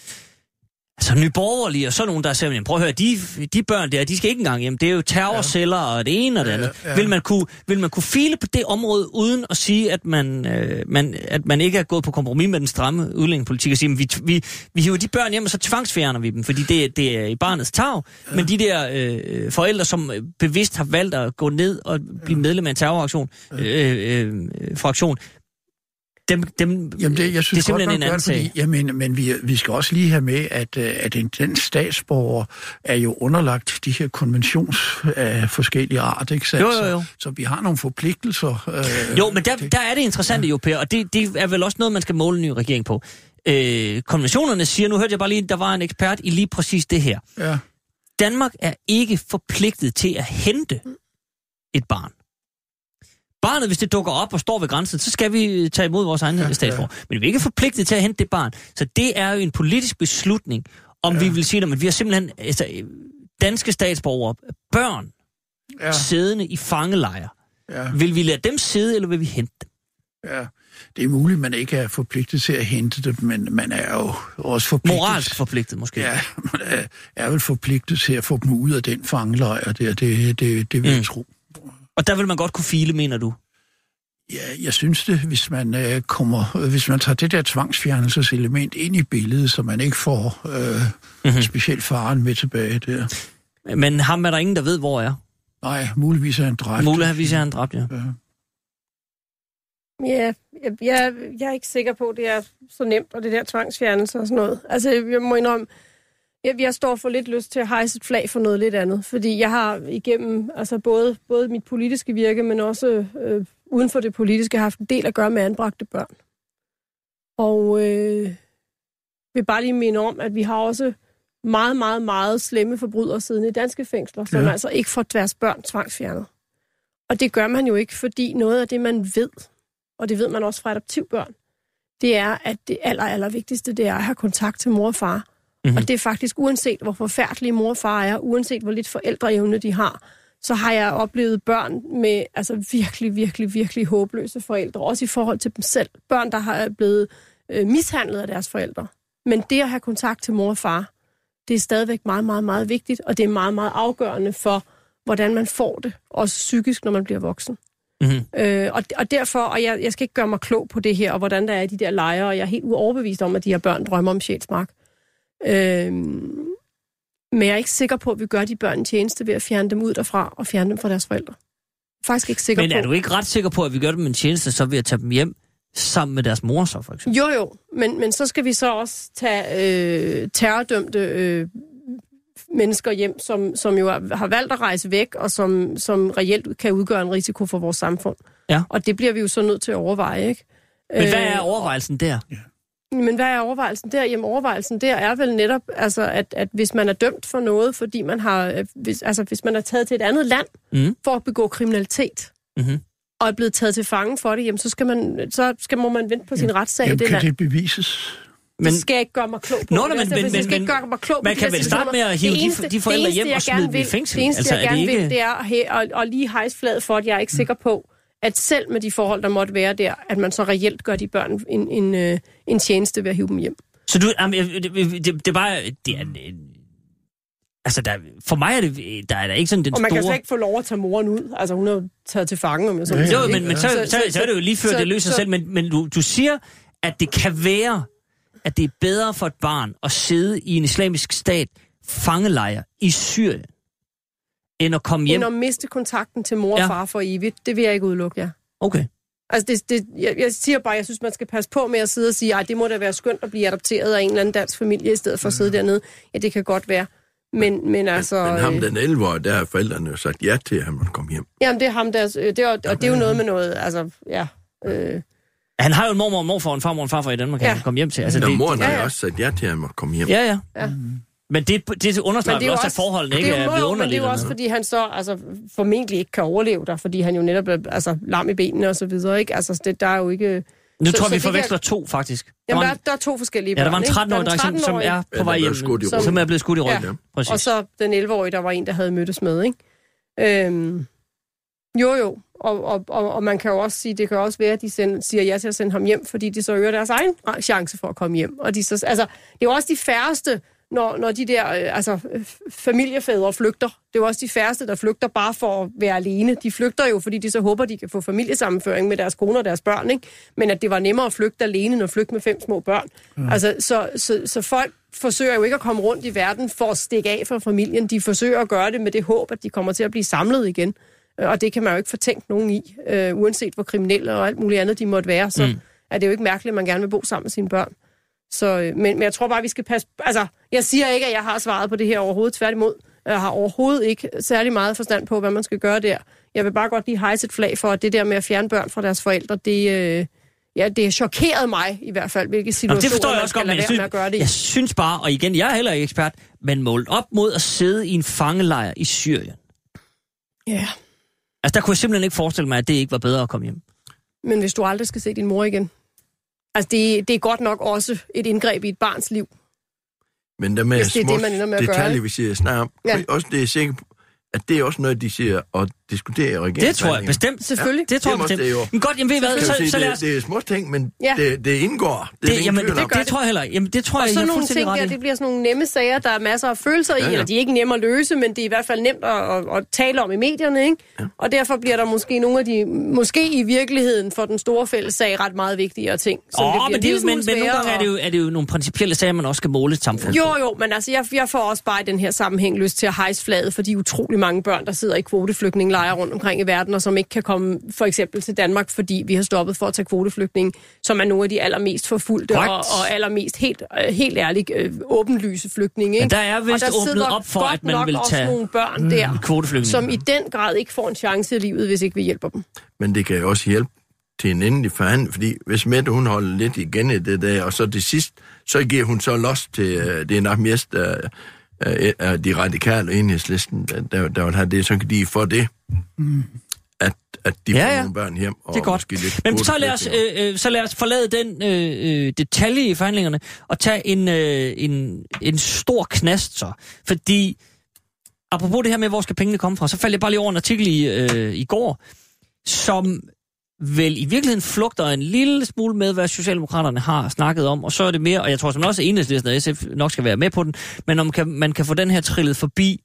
altså nyborgerlige og sådan nogen, der siger, prøv at høre, de, de børn der, de skal ikke engang hjem. Det er jo terrorceller og det ene og det andet. Ja, ja. Vil man kunne, vil man kunne file på det område, uden at sige, at man, øh, man, at man ikke er gået på kompromis med den stramme udlændingepolitik, og sige, vi, vi, vi hiver de børn hjem, og så tvangsfjerner vi dem, fordi det, det er i barnets tarv. Ja. Men de der øh, forældre, som bevidst har valgt at gå ned og blive medlem af en terroraktion, øh, øh, fraktion, Dem, dem, Jamen det, jeg synes det er simpelthen godt, en anden sag. Fordi, jamen, men vi, vi skal også lige have med, at, at en den statsborger er jo underlagt de her konventions af forskellige art, ikke sandt? Jo, jo, jo. Så, så vi har nogle forpligtelser. Øh, jo, men der, det, der er det interessante ja. jo, Per, og det, det er vel også noget, man skal måle en ny regering på. Øh, konventionerne siger, nu hørte jeg bare lige, der var en ekspert i lige præcis det her. Ja. Danmark er ikke forpligtet til at hente et barn. Barnet, hvis det dukker op og står ved grænsen, så skal vi tage imod vores egen ja, statsborger. Ja. Men vi er ikke forpligtet til at hente det barn. Så det er jo en politisk beslutning, om ja. vi vil sige det, men vi har simpelthen altså, danske statsborgere, børn, ja. siddende i fangelejre. Ja. Vil vi lade dem sidde, eller vil vi hente dem? Ja, det er muligt, man ikke er forpligtet til at hente dem, men man er jo også forpligtet... Moralsk forpligtet, måske. Ja, man er, er vel forpligtet til at få dem ud af den fangelejre der, det, det, det vil jeg mm. tro. Og der vil man godt kunne file, mener du? Ja, jeg synes det, hvis man øh, kommer, hvis man tager det der tvangsfjernelseselement ind i billedet, så man ikke får øh, mm-hmm. specielt faren med tilbage der. Men ham er der ingen, der ved, hvor er? Nej, muligvis er han dræbt. Muligvis er han dræbt, ja. ja. Ja, jeg, jeg, jeg er ikke sikker på, at det er så nemt, og det der tvangsfjernelse og sådan noget. Altså, jeg må indrømme, Jeg, jeg står for lidt lyst til at hejse et flag for noget lidt andet, fordi jeg har igennem altså både, både mit politiske virke, men også øh, uden for det politiske, haft en del at gøre med anbragte børn. Og øh, vil bare lige minde om, at vi har også meget, meget, meget slemme forbrydere siddende i danske fængsler, som ja. altså ikke får deres børn tvangsfjernet. Og det gør man jo ikke, fordi noget af det, man ved, og det ved man også fra adoptivbørn, det er, at det aller, aller vigtigste, det er at have kontakt til mor og far. Mm-hmm. Og det er faktisk, uanset hvor forfærdelige mor og far er, uanset hvor lidt forældreevne de har, så har jeg oplevet børn med altså virkelig, virkelig, virkelig håbløse forældre, også i forhold til dem selv. Børn, der har blevet øh, mishandlet af deres forældre. Men det at have kontakt til mor og far, det er stadigvæk meget, meget, meget vigtigt, og det er meget, meget afgørende for, hvordan man får det, også psykisk, når man bliver voksen. Mm-hmm. Øh, og, og derfor, og jeg, jeg skal ikke gøre mig klog på det her, og hvordan der er i de der lejre, og jeg er helt uoverbevist om, at de her børn drømmer om Sjælsmark. Øh, men jeg er ikke sikker på, at vi gør de børn en tjeneste ved at fjerne dem ud derfra, og fjerne dem fra deres forældre. Faktisk ikke sikker på. Men er på. Du ikke ret sikker på, at vi gør dem en tjeneste, så ved at tage dem hjem sammen med deres mor, så for eksempel? Jo, jo, men, men så skal vi så også tage øh, terrordømte øh, mennesker hjem, som, som jo har valgt at rejse væk, og som, som reelt kan udgøre en risiko for vores samfund. Ja. Og det bliver vi jo så nødt til at overveje, ikke? Men hvad er overvejelsen der? Ja. Men hvad er overvejelsen der? Jamen overvejelsen der er vel netop, altså, at, at hvis man er dømt for noget, fordi man har, hvis, altså hvis man er taget til et andet land mm. for at begå kriminalitet, mm-hmm. og er blevet taget til fange for det, jamen så skal man, så skal må man vente på sin retssag i det kan land. Kan det bevises? Men, det skal jeg ikke gøre mig klog på. Nå, men, men, men, skal ikke gøre mig klog på. Man kan vel starte med at hive eneste, de, de forældre hjem og smide dem i fængsel? Det eneste, altså, jeg gerne ikke... vil, det er at, at, at lige hejse fladet for, at jeg er ikke mm. sikker på, at selv med de forhold, der måtte være der, at man så reelt gør de børn en, en, en, en tjeneste ved at hive dem hjem. Så du, um, det, det, det er bare... Det er, altså, der, for mig er det der er der ikke sådan den store... Og man kan slet ikke få lov at tage moren ud. Altså, hun er jo taget til fange, om jeg så ja, jo, men, men så, så, så, så er det jo lige før, så, det løser sig selv. Men, men du, du siger, at det kan være, at det er bedre for et barn at sidde i en islamisk stat fangelejr i Syrien, end at komme hjem... End at miste kontakten til mor og ja. far for evigt. Det vil jeg ikke udelukke, ja. Okay. Altså, det, det, jeg, jeg siger bare, jeg synes, man skal passe på med at sidde og sige, at det må da være skønt at blive adopteret af en eller anden dansk familie, i stedet for at sidde dernede. Ja, det kan godt være. Men, men altså... Men, men ham den elleve-årige, der har forældrene jo sagt ja til, at han måtte komme hjem. Jamen, det er ham, der... Det er, og det er jo noget med noget, altså, ja... Øh. Han har jo en mormor og morfar og en farmor og en farfar i Danmark, ja. Han kan komme hjem til. Altså, Nå, det, moren det, har ja, jo også sagt ja til, at han måtte komme hjem. Ja, ja. ja. Men det, det understreger vel også, at forholdene ikke er vidunderlige. Men det er jo også, fordi han så altså, formentlig ikke kan overleve der, fordi han jo netop er altså, lam i benene og så videre, ikke? Altså, det, der er jo ikke... Nu så, tror jeg, vi så forveksler to, faktisk. Jamen, der, der er to forskellige børn, ja, der var en tretten-årig, ikke? som, som er på vej hjem, som, som er blevet skudt i ryggen. Ja. Og så den elleve-årige, der var en, der havde mødtes med, ikke? Øhm, jo, jo. Og, og, og, og man kan jo også sige, det kan også være, at de sender, siger ja til at sende ham hjem, fordi de så øger deres egen chance for at komme hjem. Og de så, altså, det er jo også de færreste, når, når de der altså, familiefædre flygter. Det er jo også de færreste, der flygter bare for at være alene. De flygter jo, fordi de så håber, de kan få familiesammenføring med deres koner og deres børn, ikke? Men at det var nemmere at flygte alene, end at flygte med fem små børn. Mm. Altså, så, så, så folk forsøger jo ikke at komme rundt i verden for at stikke af fra familien. De forsøger at gøre det med det håb, at de kommer til at blive samlet igen. Og det kan man jo ikke fortænke nogen i, øh, uanset hvor kriminelle og alt muligt andet de måtte være. Så mm. er det jo ikke mærkeligt, at man gerne vil bo sammen med sine børn. Så, men, men jeg tror bare, vi skal passe... Altså, jeg siger ikke, at jeg har svaret på det her overhovedet. Tværtimod. Jeg har overhovedet ikke særlig meget forstand på, hvad man skal gøre der. Jeg vil bare godt lige hejse et flag for, at det der med at fjerne børn fra deres forældre, det, øh, ja, det chokerede mig i hvert fald, hvilke situationer, det forstår jeg også godt, men jeg synes, at gøre det. Jeg synes bare, og igen, jeg er heller ikke ekspert, men målt op mod at sidde i en fangelejr i Syrien. Ja. Yeah. Altså, der kunne jeg simpelthen ikke forestille mig, at det ikke var bedre at komme hjem. Men hvis du aldrig skal se din mor igen... Altså, det, det er godt nok også et indgreb i et barns liv. Men der med små detaljer, vi siger snart om, ja. Også det er sikkert, at det er også noget, de siger og diskuterer i regeringen. Det tror jeg bestemt. Selvfølgelig. Ja, det tror det jeg bestemt. Det men godt, jamen ved I hvad? Så, sige, så lad os... det, det er små ting, men ja. det, det indgår. Det, det, jamen, det, det, det tror jeg heller ikke. Jamen, det tror og jeg, så jeg nogle ting der, det bliver sådan nogle nemme sager, der er masser af følelser i, ja, ja. Eller de er ikke nemme at løse, men det er i hvert fald nemt at, at, at tale om i medierne, ikke? Ja. Og derfor bliver der måske nogle af de, måske i virkeligheden for den store fællessag ret meget vigtigere ting. Som Åh, det men, det, men, men nogle gange er det, jo, er det jo nogle principielle sager, man også skal måle et samfund. Jo, jo, men altså, jeg, jeg får også bare i den her sammenhæng lyst til at hejse flaget for de utrolig mange børn, der sidder i kvoteflygtningelejre rundt omkring i verden, og som ikke kan komme for eksempel til Danmark, fordi vi har stoppet for at tage kvoteflygtninge, som er nogle af de allermest forfulgte og, og allermest helt, helt ærligt øh, åbenlyse flygtninge. Ikke? Men der er vist åbnet op for, at man vil tage nogle børn der, kvoteflygtninge, som i den grad ikke får en chance i livet, hvis ikke vi hjælper dem. Men det kan jo også hjælpe til en endelig forhandling, fordi hvis Mette, hun holder lidt igen i det der, og så det sidst, så giver hun så los til, uh, det er nok mest af uh, uh, de radikale enhedslisten, der, der vil have det, så kan de få det, mm. at, at de ja, får ja. nogle børn hjem. Og det er godt. Men så lad, os, øh, så lad os forlade den øh, detalje i forhandlingerne, og tage en, øh, en, en stor knast så. Fordi, apropos det her med, hvor skal pengene komme fra, så faldt jeg bare lige over en artikel i, øh, i går, som vel i virkeligheden flugter en lille smule med, hvad Socialdemokraterne har snakket om, og så er det mere, og jeg tror som også, at Enhedslisten og S F nok skal være med på den, men om kan, man kan få den her trillet forbi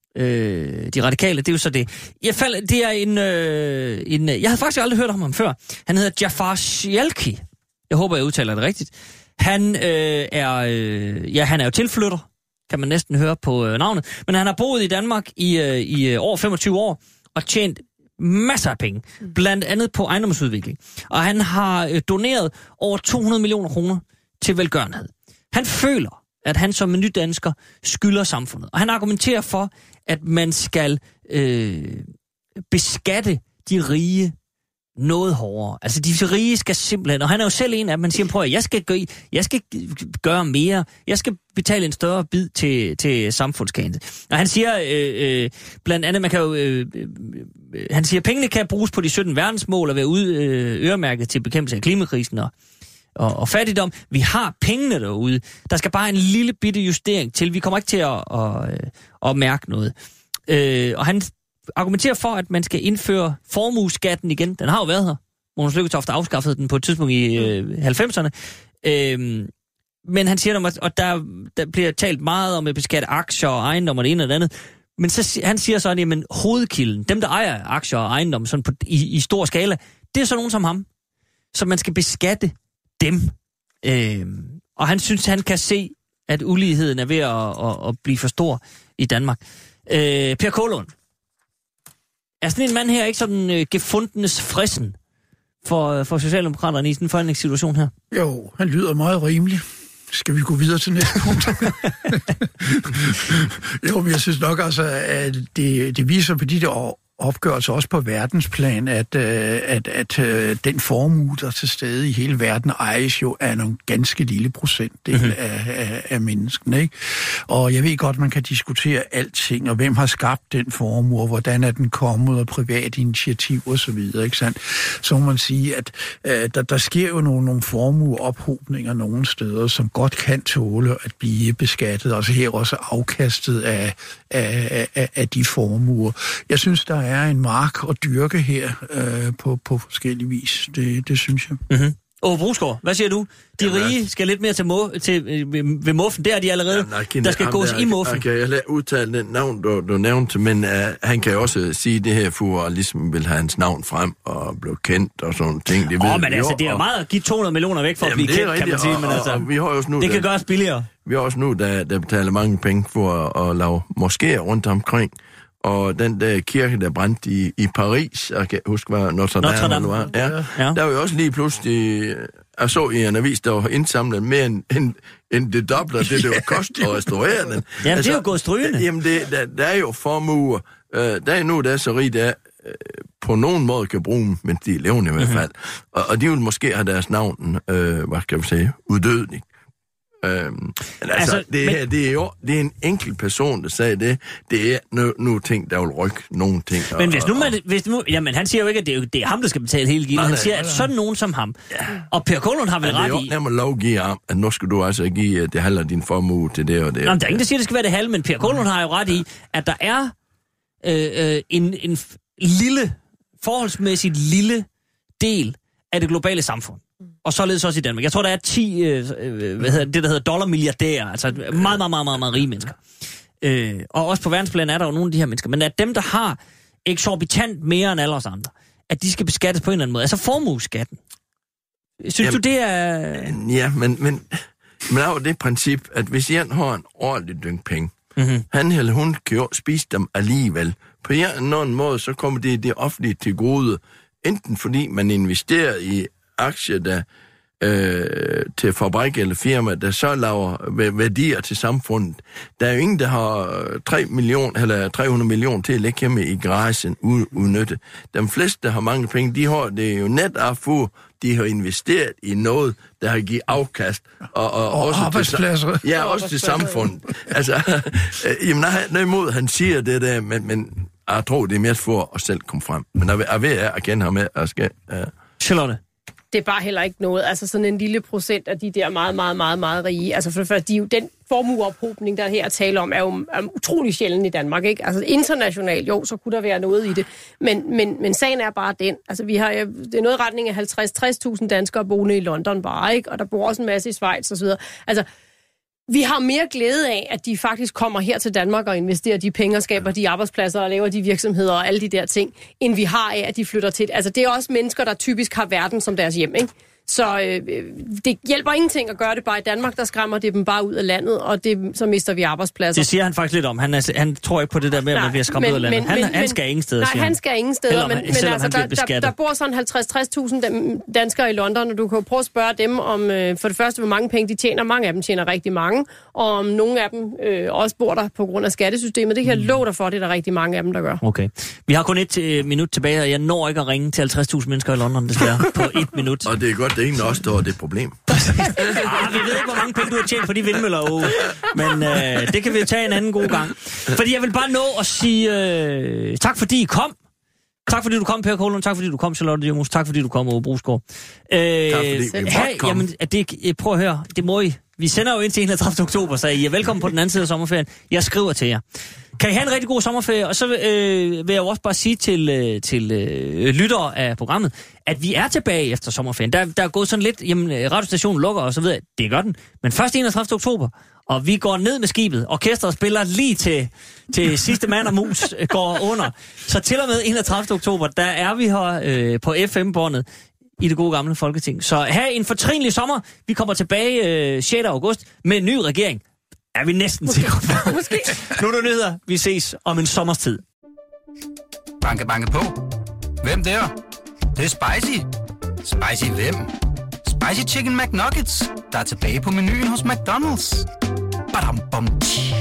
øh, de radikale, det er jo så det. Jeg fald, det er en, øh, en... Jeg havde faktisk aldrig hørt om ham før. Han hedder Jafar Shalki. Jeg håber, jeg udtaler det rigtigt. Han øh, er... Øh, ja, han er jo tilflytter, kan man næsten høre på øh, navnet, men han har boet i Danmark i, øh, i over femogtyve år, og tjent masser af penge, blandt andet på ejendomsudvikling. Og han har øh, doneret over to hundrede millioner kroner til velgørenhed. Han føler, at han som en nydansker skylder samfundet. Og han argumenterer for, at man skal øh, beskatte de rige noget hårdere. Altså, de rige skal simpelthen... Og han er jo selv en af dem, han siger, prøv at jeg skal, gøre, jeg skal gøre mere. Jeg skal betale en større bid til, til samfundskagen. Og han siger øh, øh, blandt andet, man kan jo... Øh, øh, han siger, pengene kan bruges på de sytten verdensmål og være ude, øh, øremærket til bekæmpelse af klimakrisen og, og, og fattigdom. Vi har pengene derude. Der skal bare en lille bitte justering til. Vi kommer ikke til at, at, at, at mærke noget. Øh, og han argumenterer for, at man skal indføre formueskatten igen. Den har jo været her. Mogens Lykketoft afskaffede den på et tidspunkt i øh, halvfemserne. Øh, men han siger, at og der, der bliver talt meget om at beskatte aktier og ejendom og det ene og det andet. Men så, han siger så, at jamen, hovedkilden, dem der ejer aktier og ejendom sådan på, i, i stor skala, det er så nogen som ham. Så man skal beskatte dem. Øh, og han synes, han kan se, at uligheden er ved at, at, at blive for stor i Danmark. Øh, Per Kålund. Er sådan en mand her ikke sådan øh, gefundenes frissen for, for Socialdemokraterne i sådan en forhandlingssituation her? Jo, han lyder meget rimelig. Skal vi gå videre til næste punkt? Jo, men jeg synes nok altså, at det, det viser på de der opgørelser også på verdensplan, at, at, at, at den formue, der er til stede i hele verden, ejes jo af nogle ganske lille procentdel mm-hmm. af, af, af menneskene, ikke? Og jeg ved godt, man kan diskutere alting, og hvem har skabt den formue, og hvordan er den kommet, og privat initiativ og så videre, ikke sandt? Så må man sige, at uh, der, der sker jo nogle, nogle formueophobninger nogle steder, som godt kan tåle at blive beskattet, altså her også afkastet af, af, af, af de formuer. Jeg synes, der er er en mark at dyrke her øh, på, på forskellige vis. Det, det synes jeg. Mm-hmm. Åh, Brusgaard, hvad siger du? De Jamen, rige skal lidt mere til, må, til øh, ved muffen. Det er de allerede. Jamen, nej, der skal gås der, i muffen. Okay, jeg lader udtale den navn, du, du nævnte, men uh, han kan jo også sige det her, for at ligesom vil have hans navn frem og blive kendt og sådan ting. Åh, oh, men altså, det er jo meget at give to hundrede millioner væk for Jamen, at blive kendt, rigtigt, kan man sige. Og, men altså, og, og vi har også nu, det der, kan gøres billigere. Vi har også nu, der, der betaler mange penge for at, at lave moskéer rundt omkring. Og den der kirke, der brændte i, i Paris, jeg kan huske, hvad Notre Dame, Notre Dame. var. Ja, ja. Der var jo også lige pludselig, jeg så i en avis, der var indsamlet mere end, end, end det dobbelt af det, det var kost at restaurere den. Jamen, altså, det er jo altså, gået strygende. Jamen, det, der, der er jo formuer. Uh, der er nu, der er så rigt, der uh, på nogen måde kan bruge dem, men de er levende i hvert fald. Mm-hmm. Og, og de vil måske have deres navn, uh, hvad skal vi sige, uddødelig. Øhm, altså, altså, det, men, det, er jo, det er en enkelt person, der sagde det. Det er nu, nu ting, der vil rykke nogle ting. Men og, hvis nu man... Hvis nu, jamen, han siger jo ikke, at det er, det er ham, der skal betale hele gildet. Han siger, at sådan nogen som ham. Ja. Og Per Kålund har vel ret i... Det er jo nærmere lovgive om, at nu skal du altså give det halve af din formue til det og det. Nå, der er ingen, der siger, at det skal være det halve, men Per Kålund har jo ret i, at der er øh, øh, en, en lille, forholdsmæssigt lille del af det globale samfund. Og således også i Danmark. Jeg tror, der er ti, øh, hvad hedder, det, der hedder dollarmilliardærer, altså meget, meget, meget, meget, meget rige mennesker. Øh, og også på verdensplan er der jo nogle af de her mennesker. Men at dem, der har eksorbitant mere end alle os andre, at de skal beskattes på en eller anden måde. Altså formueskatten. Synes Jamen, du, det er... Ja, men, men, men der er jo det princip, at hvis en har en ordentlig dynk penge, mm-hmm. han eller hun kan jo spise dem alligevel. På en eller anden måde, så kommer det det offentlige til gode. Enten fordi man investerer i aktier, der øh, til fabrik eller firma, der så laver værdier til samfundet. Der er jo ingen, der har tre million, eller tre hundrede millioner til at lægge hjemme i garagen udnytte. De fleste, der har mange penge, de har det jo net af få, de har investeret i noget, der har givet afkast. Og, og, og også arbejdspladser. Til, ja, også til samfundet. Altså, øh, jamen, nej, imod, han siger det der, men, men jeg tror, det er mere for at selv komme frem. Men jeg, jeg ved, at jeg kender ham med, at skal... Uh... Charlotte? Det er bare heller ikke noget. Altså sådan en lille procent af de der meget, meget, meget, meget rige. Altså for det første, de, jo, den formueophobning, der her taler om, er jo er utrolig sjælden i Danmark, ikke? Altså internationalt, jo, så kunne der være noget i det. Men, men, men sagen er bare den. Altså vi har, det er noget i retning af halvtreds til tres tusind danskere boende i London bare, ikke? Og der bor også en masse i Schweiz og så videre. Altså, vi har mere glæde af, at de faktisk kommer her til Danmark og investerer de penge og skaber de arbejdspladser og laver de virksomheder og alle de der ting, end vi har af, at de flytter til. Altså, det er også mennesker, der typisk har verden som deres hjem, ikke? Så øh, det hjælper ingenting at gøre det bare i Danmark, der skræmmer det dem bare ud af landet, og det, så mister vi arbejdspladser. Det siger han faktisk lidt om. Han, er, han tror ikke på det der med, at man bliver skræmt ud af landet. Han, men, han skal ingen steder, Nej, han skal ingen steder, men, men altså, der, der, der bor sådan halvtreds til tres tusind danskere i London, og du kan jo prøve at spørge dem om, øh, for det første, hvor mange penge de tjener. Mange af dem tjener rigtig mange, og om nogle af dem øh, også bor der på grund af skattesystemet. Det kan jeg love dig for, det er der rigtig mange af dem, der gør. Okay. Vi har kun et øh, minut tilbage, og jeg når ikke at ringe til halvtreds tusind mennesker i London, desværre, på et minut. Og det er godt, det er ikke også, der er det problem. ah, vi ved ikke, hvor mange penge du har tjent på de vindmøller, oh. Men øh, det kan vi jo tage en anden god gang. Fordi jeg vil bare nå at sige øh, tak, fordi I kom. Tak fordi du kom, Per Kålund. Tak fordi du kom, Charlotte Dyrmus. Tak fordi du kom, Ove Brusgaard. Øh, tak fordi vi måtte komme. Jamen, det, prøv at høre. Det må I. Vi sender jo ind til enogtredivte oktober, så I er velkommen på den anden side af sommerferien. Jeg skriver til jer. Kan I have en rigtig god sommerferie? Og så øh, vil jeg jo også bare sige til, øh, til øh, lyttere af programmet, at vi er tilbage efter sommerferien. Der, der er gået sådan lidt, jamen radiostationen lukker og så videre. Det gør den. Men først enogtredivte oktober, og vi går ned med skibet. Orkestret spiller lige til, til sidste mand og mus går under. Så til og med enogtredivte oktober, der er vi her øh, på F M-båndet i det gode gamle Folketing. Så have en fortrinlig sommer. Vi kommer tilbage øh, sjette august med en ny regering. Er vi næsten sikre på. Måske. Nu er der nyheder. Vi ses om en sommerstid. Banke, banke på. Hvem der? Det, det er spicy. Spicy hvem? Spicy Chicken McNuggets, der er tilbage på menuen hos McDonald's. Badum, bom, tji.